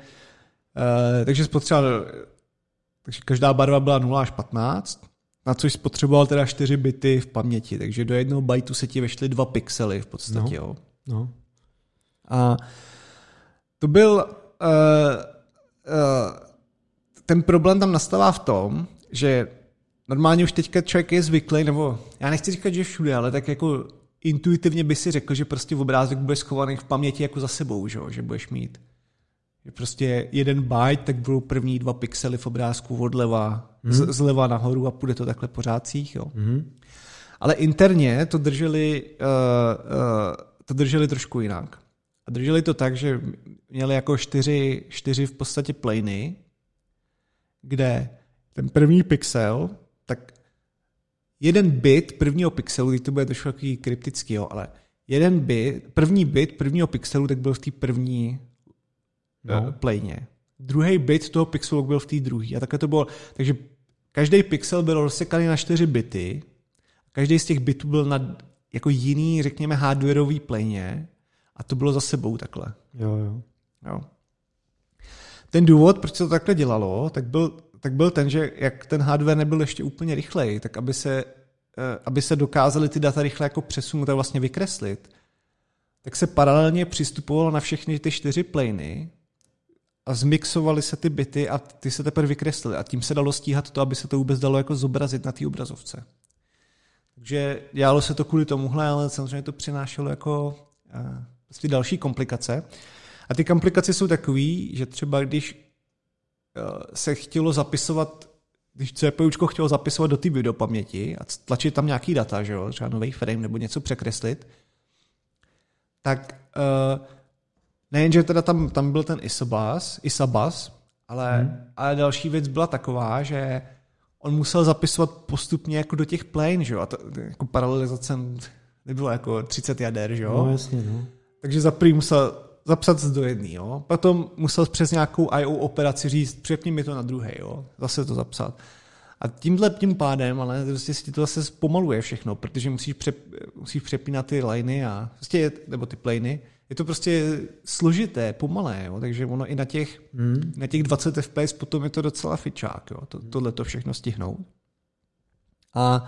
takže každá barva byla 0 až 15, na což spotřeboval teda 4 bity v paměti, takže do jednoho bajtu se ti vešly 2 pixely v podstatě. Jo. A to byl ten problém tam nastává v tom, že normálně už teďka člověk je zvyklý, nebo já nechci říkat, že všude, ale tak jako intuitivně by si řekl, že prostě v obrázek bude schovaný v paměti jako za sebou, že budeš mít. Že prostě 1 byte, tak budou první 2 pixely v obrázku odleva, zleva nahoru a půjde to takhle pořádcích. Jo. Ale interně to drželi trošku jinak. A drželi to tak, že měli jako 4 v podstatě plany, kde ten první pixel, tak 1 bit prvního pixelu, teď to bude trošku takový kryptický, jo, ale první bit prvního pixelu tak byl v té první plane. Druhý bit toho pixelu byl v té druhé. A takhle to bylo. Takže každý pixel byl rozsekaný na 4 bity. Každý z těch bitů byl na jako jiný, řekněme, hardwareový plane. A to bylo za sebou takhle. Jo. Ten důvod, proč se to takhle dělalo, tak byl ten, že jak ten hardware nebyl ještě úplně rychlej, tak aby se dokázaly ty data rychle jako přesunout a vlastně vykreslit, tak se paralelně přistupovalo na všechny ty 4 plany a zmixovaly se ty bity a ty se teprve vykreslily. A tím se dalo stíhat to, aby se to vůbec dalo jako zobrazit na té obrazovce. Takže dělalo se to kvůli tomuhle, ale samozřejmě to přinášelo jako prostě další komplikace. A ty komplikace jsou takový, že třeba když se chtělo zapisovat, když CPUčko chtělo zapisovat do té videopaměti a tlačit tam nějaký data, že jo, třeba nový frame nebo něco překreslit, tak nejenže teda tam byl ten ISABUS, ale další věc byla taková, že on musel zapisovat postupně jako do těch plane, že jo, a to jako paralelizace nebylo jako 30 jader, že jo. No jasně, no. Takže za první musel zapsat do jedný, jo. Potom musel přes nějakou I/O operaci říct, přepni mi to na druhý, jo. Zase to zapsat. A tím pádem, ale prostě si to zase zpomaluje všechno, protože musíš přepínat ty liney a prostě, nebo ty plany. Je to prostě složité, pomalé, jo. Takže ono i na těch 20 FPS potom je to docela fičák, jo. Tohle to všechno stihnout. A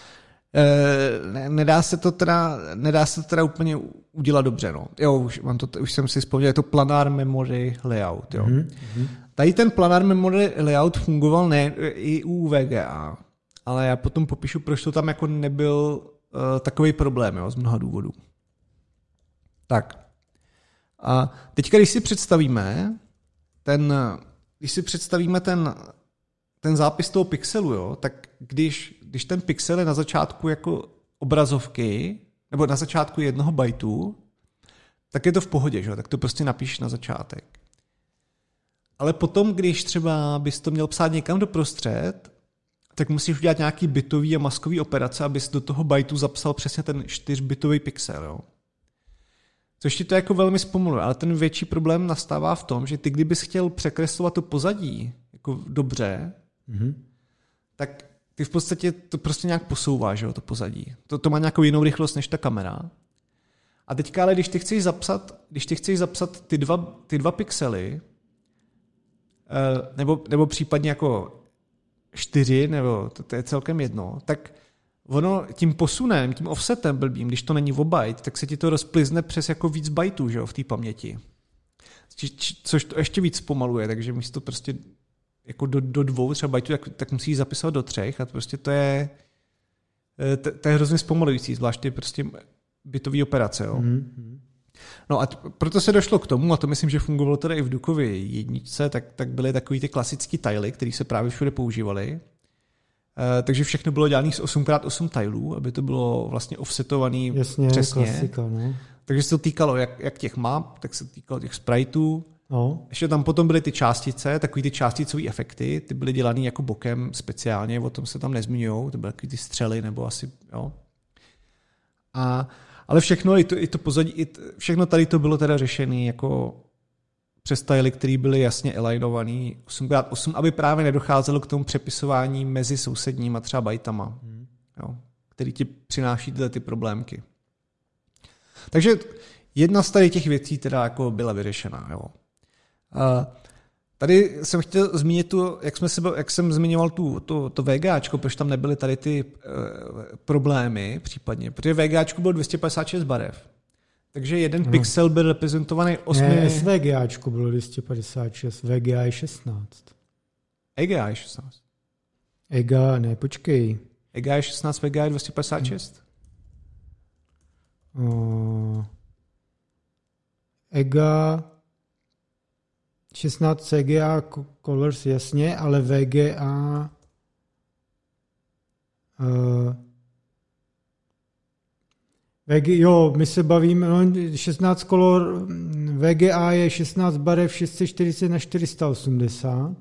nedá se to teda úplně udělat dobře, no. Jo, už jsem si vzpomněl, je to planar memory layout, jo. Tady ten planar memory layout fungoval ne i u VGA, ale já potom popíšu, proč to tam jako nebyl takový problém, jo, z mnoha důvodů. Tak. A teďka, když si představíme ten zápis toho pixelu, jo, tak když ten pixel je na začátku jako obrazovky, nebo na začátku 1 bajtu, tak je to v pohodě, že? Tak to prostě napíšeš na začátek. Ale potom, když třeba bys to měl psát někam doprostřed, tak musíš udělat nějaký bitový a maskový operace, abys do toho bajtu zapsal přesně ten 4-bitový pixel. Jo? Což ti to jako velmi zpomaluje, ale ten větší problém nastává v tom, že ty kdybys chtěl překreslovat to pozadí jako dobře, tak ty v podstatě to prostě nějak posouváš, jo, to pozadí. To má nějakou jinou rychlost než ta kamera. A teďka ale, když ty chceš zapsat ty dva pixely, nebo případně jako 4, nebo to je celkem jedno, tak ono tím posunem, tím offsetem blbým, když to není o byte, tak se ti to rozplizne přes jako víc bajtů, že jo, v té paměti. Což to ještě víc zpomaluje, takže místo prostě jako do 2 třeba bajtů, tak musíš zapisovat do 3 a prostě to je hrozně zpomalující, zvláště prostě bytový operace, jo. No a proto se došlo k tomu, a to myslím, že fungovalo teda i v Dukově 1, tak byly takový ty klasický tily, které se právě všude používaly. Takže všechno bylo dělané z 8x8 tilů, aby to bylo vlastně offsetovaný přesně. Klasika, no. Takže se to týkalo jak těch map, tak se to týkalo těch spriteů. No. Ještě tam potom byly ty částice, takový ty částicové efekty, ty byly dělané jako bokem speciálně, o tom se tam nezmiňujou, to byly takový ty střely nebo asi, jo. Ale všechno, i to pozadí, všechno tady to bylo teda řešené jako přes tily, které byly jasně alignovaný 8x8, aby právě nedocházelo k tomu přepisování mezi sousedníma třeba bajtama, jo, který ti přináší ty problémky. Takže jedna z tady těch věcí teda jako byla vyřešená. Jo. Tady jsem chtěl zmínit tu, jak jsem zmiňoval to VGAčko, proč tam nebyly tady ty problémy případně, protože VGAčko bylo 256 barev. Takže jeden pixel byl reprezentovaný 8... Ne, SVGAčko bylo 256, VGA je 16. EGA je 16. EGA, ne, počkej. EGA je 16, VGA je 256. EGA 16 CGA Colors, jasně, ale VGA jo, my se bavíme, 16 color, VGA je 16 barev 640 na 480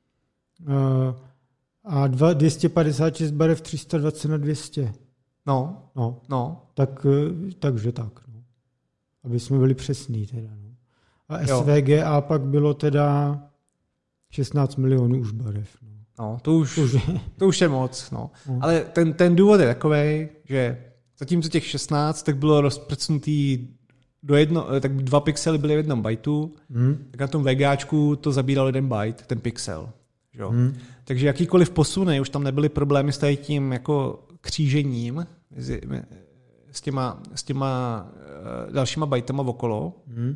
a 256 barev 320 na 200. No. Takže tak. No. Aby jsme byli přesní teda. No. A SVGA pak bylo teda 16 milionů už barev. No, to už je moc. No. Ale ten důvod je takovej, že zatímco těch 16, tak bylo rozprcnutý tak 2 pixely byly v jednom bajtu, tak na tom VGAčku to zabíral 1 byte, ten pixel. Jo? Takže jakýkoliv posuny, už tam nebyly problémy s tím jako křížením s těma dalšíma bajtama okolo.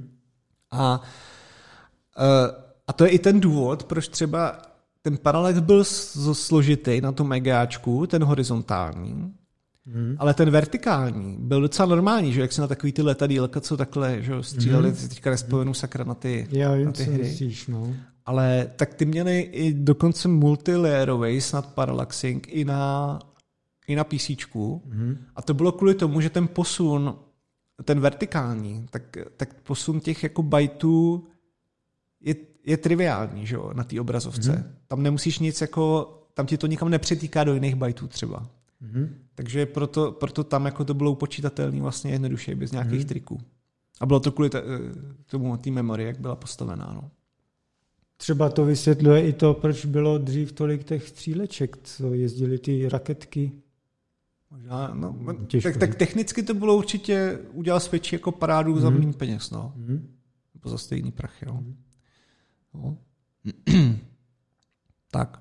A to je i ten důvod, proč třeba ten parallax byl složitý na tom VGAčku, ten horizontální, ale ten vertikální byl docela normální, že jak se na takový ty letadýlka, co takhle že stříleli, teďka nespomenu sakra na ty hry. Myslíš, no. Ale tak ty měli i dokonce multilayerový snad parallaxing i na PCčku. A to bylo kvůli tomu, že ten posun, ten vertikální, tak posun těch jako bajtů je triviální, že jo, na té obrazovce. Tam nemusíš nic jako, tam ti to nikam nepřetýká do jiných bajtů třeba. Takže proto tam jako to bylo upočítatelné vlastně jednoduše, bez nějakých triků. A bylo to kvůli tomu té memory, jak byla postavená. No. Třeba to vysvětluje i to, proč bylo dřív tolik těch stříleček, co jezdily ty raketky. Možná, no, tak technicky to bylo určitě udělat světší jako parádu za méně peněz. No. Nebo za stejný prachy. No. No. Tak.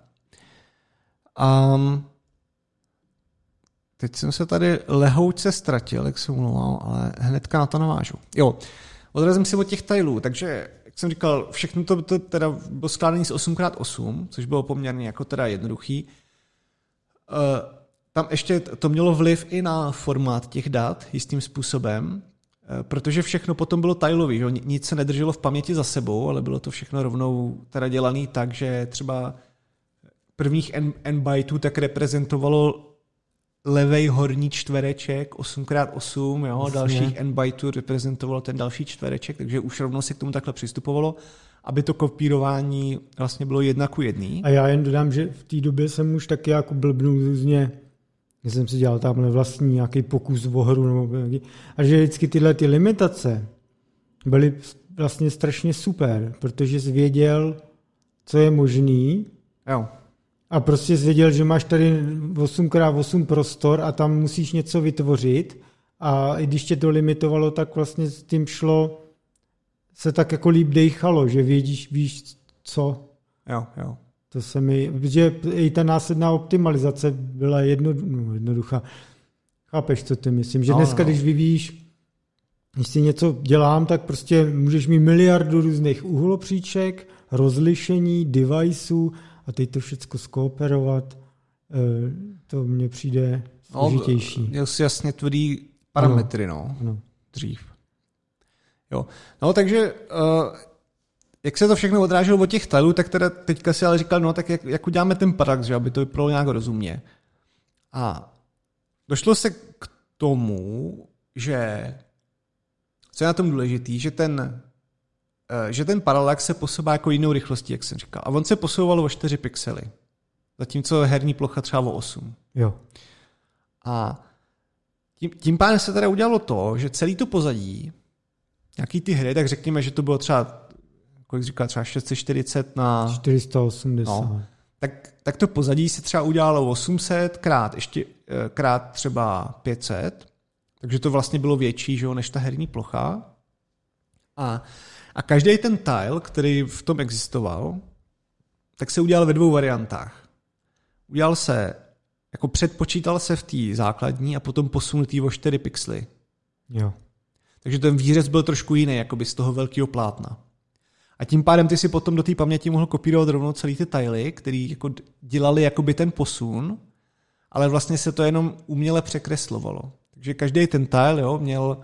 Teď jsem se tady lehoučce ztratil, jak se omlouvám, ale hnedka na to navážu. Jo, odrazím si od těch tajlů, takže, jak jsem říkal, všechno to teda bylo skládané z 8x8, což bylo poměrně jako teda jednoduchý. Tam ještě to mělo vliv i na formát těch dat jistým způsobem, protože všechno potom bylo tajlový, že? Nic se nedrželo v paměti za sebou, ale bylo to všechno rovnou teda dělané tak, že třeba prvních n bytů tak reprezentovalo levej horní čtvereček 8x8, jo, dalších n bytů reprezentovalo ten další čtvereček, takže už rovnou se k tomu takhle přistupovalo, aby to kopírování vlastně bylo 1:1. A já jen dodám, že v té době jsem už taky jako blbnul různě, že jsem si dělal tamhle vlastní nějaký pokus o hru, a že vždycky tyhle ty limitace byly vlastně strašně super, protože jsi věděl, co je možný. Jo. A prostě jsi věděl, že máš tady 8x8 prostor a tam musíš něco vytvořit a i když tě to limitovalo, tak vlastně s tím šlo, se tak jako líp dejchalo, že víš co. Jo. To se mi, že i ta následná optimalizace byla jednoduchá. Chápeš, co ty myslím? Že dneska, když vyvíjíš, když si něco dělám, tak prostě můžeš mít miliardu různých úhlopříček, rozlišení, deviceů a teď to všechno skooperovat. To mně přijde složitější. Měl si jasně tvrdý parametry, dřív. Jo. No, takže jak se to všechno odráželo od těch tilů, tak teda teďka si ale říkal, tak jak uděláme ten parallax, že aby to vypadalo nějak rozumně. A došlo se k tomu, že co je na tom důležitý, že ten parallax se posouvá jako jinou rychlostí, jak jsem říkal. A on se posouval o 4 pixely. Zatímco herní plocha třeba o 8. Jo. A tím pádem se teda udělalo to, že celý to pozadí, nějaký ty hry, tak řekněme, že to bylo třeba, kolik říká, třeba 640 na 480. No, tak to pozadí se třeba udělalo 800 krát třeba 500, takže to vlastně bylo větší, že jo, než ta herní plocha. A každý ten tile, který v tom existoval, tak se udělal ve 2 variantách. Udělal se, jako předpočítal se v té základní a potom posunutý o 4 pixely. Jo. Takže ten výřez byl trošku jiný, jakoby z toho velkého plátna. A tím pádem ty si potom do té paměti mohl kopírovat rovnou celý ty tily, který jako dělali jakoby ten posun, ale vlastně se to jenom uměle překreslovalo. Takže každý ten tile, jo,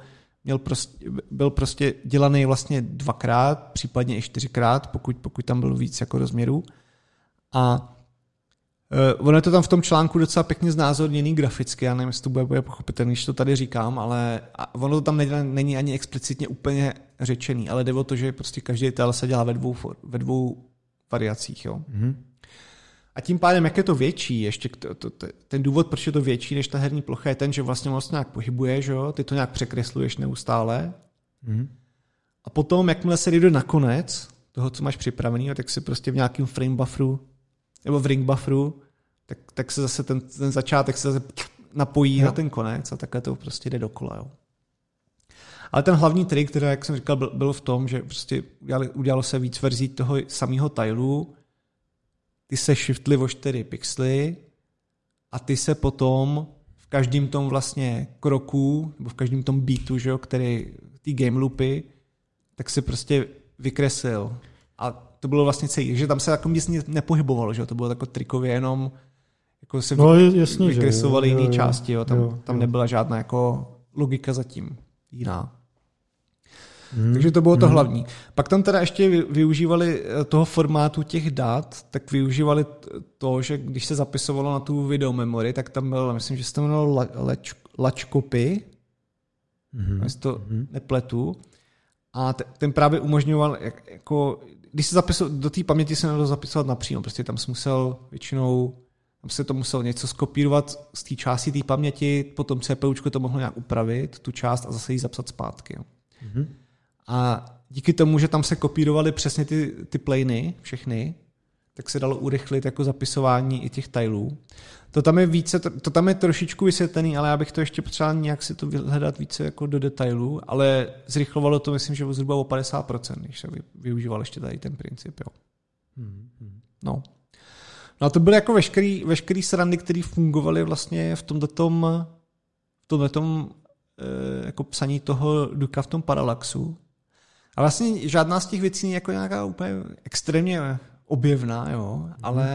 byl prostě dělaný vlastně 2x, případně i 4x, pokud tam bylo víc jako rozměrů. A ono je to tam v tom článku docela pěkně znázorněný graficky, já nevím, jestli to bude pochopitelný, když to tady říkám, ale ono to tam není ani explicitně úplně řečený, ale jde o to, že prostě každý tile se dělá ve dvou variacích. Jo? Mm-hmm. A tím pádem, jak je to větší, ještě ten důvod, proč je to větší než ta herní plocha, je ten, že vlastně nějak pohybuješ, jo? Ty to nějak překresluješ neustále. Mm-hmm. A potom, jakmile se jde na konec toho, co máš připravený, tak si prostě v nějakém frame bufferu nebo v ring bufferu, tak se zase ten začátek se zase napojí na ten konec a takhle to prostě jde dokola. Jo. Ale ten hlavní trik, který, jak jsem říkal, byl v tom, že prostě udělalo se víc verzí toho samého tileu, ty se shiftly o 4 pixely a ty se potom v každém tom vlastně kroku, nebo v každém tom beatu, že jo, který ty game loopy, tak se prostě vykreslil. A to bylo vlastně celý, že tam se jako nic nepohybovalo, že jo, to bylo jako trikově jenom jako se vykreslovaly jiné části, jo, tam nebyla žádná jako logika zatím jiná. Takže to bylo to hlavní. Pak tam teda ještě využívali toho formátu těch dat, tak využívali to, že když se zapisovalo na tu videomemory, tak tam byl, myslím, že se to jmenovalo Latchcopy, jestli to nepletu, a ten právě umožňoval, jako, když se zapisoval, do té paměti se nedalo zapisovat napřímo, prostě tam se to muselo něco skopírovat z té části té paměti, potom CPUčko to mohlo nějak upravit, tu část a zase ji zapsat zpátky. Jo. Mm-hmm. A díky tomu, že tam se kopírovaly přesně ty plány, všechny, tak se dalo urychlit jako zapisování i těch tilů. To tam je trošičku vysvětlený, ale já bych to ještě potřeboval nějak si to vyhledat více jako do detailů, ale zrychlovalo to, myslím, že zhruba o 50%, když se využíval ještě tady ten princip. Jo. No a to byly jako veškerý srandy, které fungovaly vlastně v tomhletom jako psaní toho Duka v tom parallaxu. A vlastně žádná z těch věcí není jako nějaká úplně extrémně objevná, jo,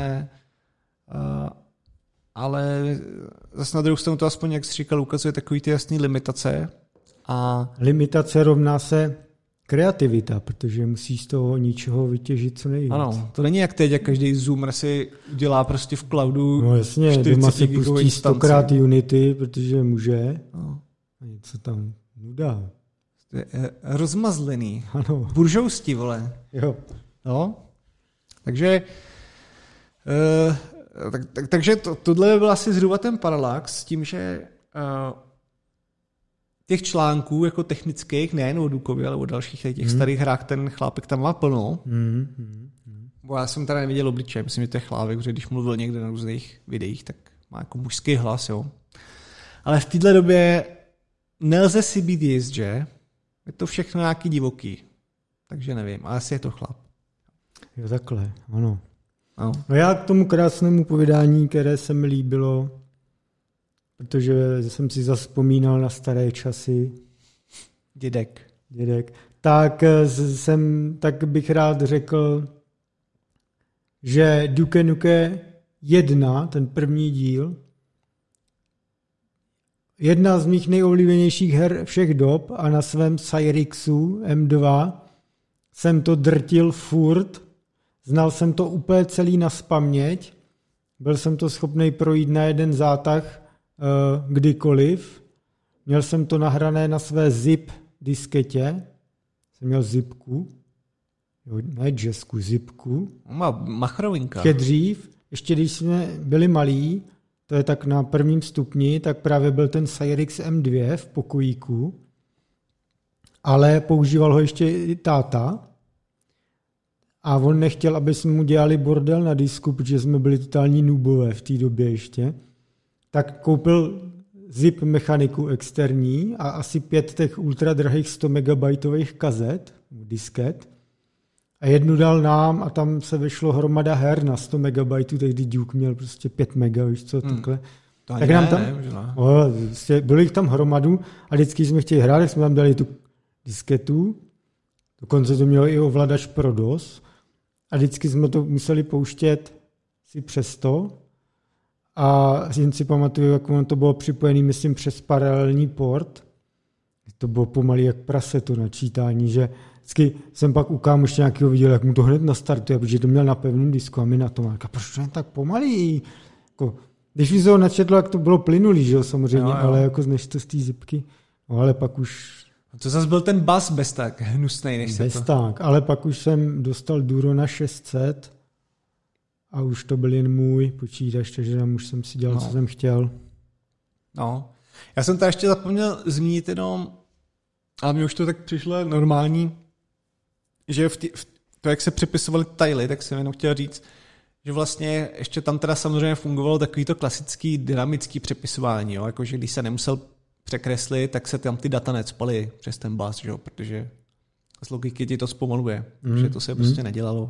ale zase na druhou stranu to aspoň, jak jsi říkal, ukazuje takový ty jasný limitace. A limitace rovná se kreativita, protože musíš z toho ničeho vytěžit co nejvíc. Ano, to není jak teď, jak každý zoomer si dělá prostě v cloudu. No jasně, doma si pustí 100krát Unity, protože může. No. A něco tam nudá. To je rozmazlený. Ano. Buržousti, vole. Jo. No. Takže tohle byl asi zhruba ten parallax s tím, že těch článků jako technických, nejen o Dukovi, ale o dalších těch starých hrách, ten chlápek tam má plno. Bo já jsem teda neviděl obličej, myslím, že to je chlápek, protože když mluvil někde na různých videích, tak má jako mužský hlas, jo. Ale v této době nelze si být jist, že? Je to všechno nějaký divoký. Takže nevím, ale asi je to chlap. Jo, takhle, ano. No já k tomu krásnému povídání, které se mi líbilo, protože jsem si zavzpomínal na staré časy. Dědek. Tak bych rád řekl, že Duke Nukem 1, ten první díl, jedna z mých nejoblíbenějších her všech dob a na svém Cyrixu M2 jsem to drtil furt, znal jsem to úplně celý nazpaměť, byl jsem to schopný projít na jeden zátah kdykoliv, měl jsem to nahrané na své zip disketě, jsem měl zipku, jo, ne jazzku, zipku. Machrovinka. Ještě dřív, ještě když jsme byli malí, to je tak na prvním stupni, tak právě byl ten Cyrix M2 v pokojíku, ale používal ho ještě i táta a on nechtěl, aby jsme mu dělali bordel na disku, protože jsme byli totální noobové v té době ještě, tak koupil zip mechaniku externí a asi 5 těch ultradrahých 100 megabajtových kazet, disket, a jednu dal nám a tam se vešlo hromada her na 100 megabajtů, tehdy Duke měl prostě 5 mega, víš co, takhle. To tak nám tam, ne. Bylo jich tam hromadu a vždycky jsme chtěli hrát, tak jsme tam dali tu disketu, dokonce to mělo i ovladač pro DOS a vždycky jsme to museli pouštět si přes to a jen si pamatuju, jak ono to bylo připojený, myslím, přes paralelní port. To bylo pomalý jak prase to načítání, že vždycky jsem pak u kámoště nějakého viděl, jak mu to hned nastartuje, protože to měl na pevném disku a my na tom. A proč to je tak pomalý? Jako, když mi se ho načetlo, jak to bylo plynulý, že jo, samozřejmě, jo. Ale jako než to z té zipky. No, ale pak už... To zase byl ten bas bez tak hnusnej, než se to... Bez tak, ale pak už jsem dostal Durona 600 a už to byl jen můj počítač, takže tam už jsem si dělal, co jsem chtěl. No, já jsem to ještě zapomněl zmínit jenom, ale mi už to tak přišlo normální, že to, jak se přepisovaly tily, tak jsem jenom chtěl říct, že vlastně ještě tam teda samozřejmě fungovalo takový to klasický dynamický přepisování, jo? Jakože když se nemusel překreslit, tak se tam ty data necpaly přes ten bus, jo? Protože z logiky ti to zpomaluje, protože to se prostě nedělalo.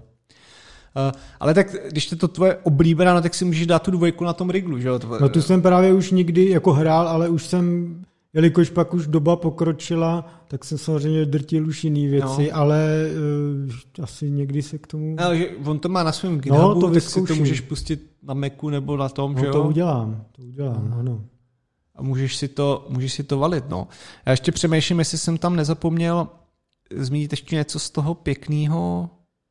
Ale tak, když je to tvoje oblíbená, no, tak si můžeš dát tu 2 na tom riglu, že jo? No tu jsem právě už nikdy jako hrál, ale už jsem, jelikož pak už doba pokročila, tak jsem samozřejmě drtil už jiný věci, ale asi někdy se k tomu... Ale že on to má na svém GitHubu, tak si to můžeš pustit na Macu nebo na tom, že jo? To udělám, ano. A můžeš si to valit, no. Já ještě přemýšlím, jestli jsem tam nezapomněl zmínit ještě něco z toho pěkného,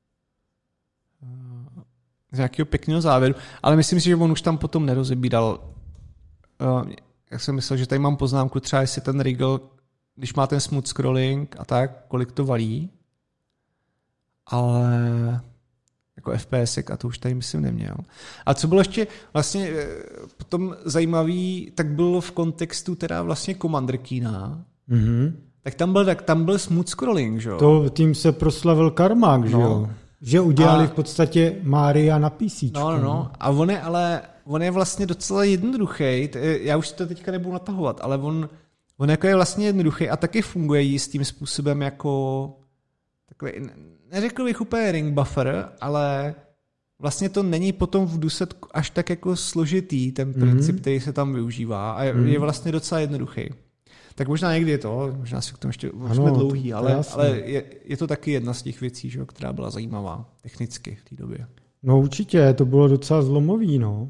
z nějakého pěkného závěru, ale myslím si, že on už tam potom nerozebíral. Jak jsem myslel, že tady mám poznámku třeba, jestli ten Regal, když má ten smooth scrolling a tak, kolik to valí, ale jako FPS a to už tady myslím neměl. A co bylo ještě vlastně potom zajímavý, tak bylo v kontextu teda vlastně Commander Keena, tak tam byl smooth scrolling, že jo? To tím se proslavil Carmack, že jo? Že udělali v podstatě Mária na PC. No. A on je vlastně docela jednoduchý. Já už si to teďka nebudu natahovat, ale on jako je vlastně jednoduchý a taky funguje jistým způsobem jako takový, neřekl bych úplně ring buffer, ale vlastně to není potom v důsledku až tak jako složitý, ten princip, který se tam využívá a je vlastně docela jednoduchý. Tak možná někdy je to, možná si k tomu ještě jsme dlouhý, ale je to taky jedna z těch věcí, že, která byla zajímavá technicky v té době. No určitě, to bylo docela zlomový, no.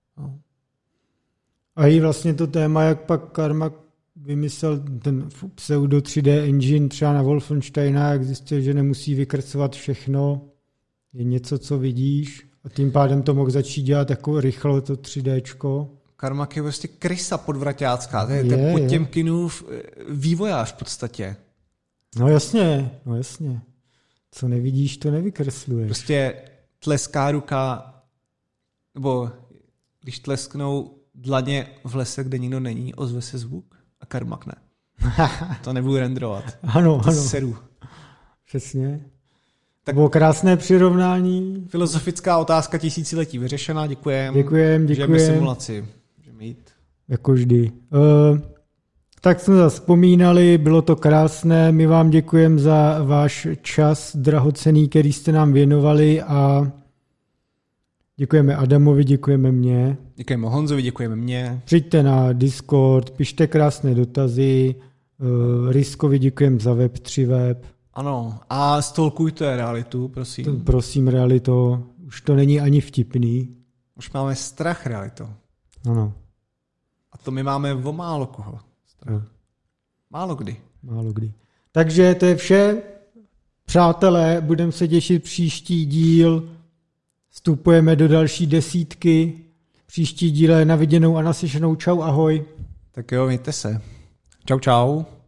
A i vlastně to téma, jak pak Carmack vymyslel ten pseudo 3D engine třeba na Wolfensteina, jak zjistil, že nemusí vykresovat všechno, je něco, co vidíš a tím pádem to mohl začít dělat jako rychle to 3Dčko. Carmack je prostě krysa podvraťácká, to je Potěmkinův vývojář v podstatě. No jasně. Co nevidíš, to nevykresluješ. Prostě tleská ruka, nebo když tlesknou dlaně v lese, kde nikdo není, ozve se zvuk a Carmack ne. To nebudu renderovat. Ano. Seru. Přesně. Tak bylo krásné přirovnání. Filozofická otázka tisíciletí vyřešená, děkujem. Děkujem. Žijeme simulaci. Můžeme jít. Jako vždy. Tak jsme zase vzpomínali, bylo to krásné, my vám děkujeme za váš čas drahocenný, který jste nám věnovali a děkujeme Adamovi, děkujeme mě. Děkujeme Honzovi, děkujeme mě. Přijďte na Discord, pište krásné dotazy, Riskovi děkujeme za Web3web. Ano, a stalkujte realitu, prosím. Prosím, realito, už to není ani vtipný. Už máme strach, realito. Ano. A to my máme o málo koho. No. Málo kdy. Málo kdy. Takže to je vše. Přátelé, budeme se těšit příští díl. Vstupujeme do další 10. Příští díl je na viděnou a naslyšenou. Čau, ahoj. Tak jo, mějte se. Čau, čau.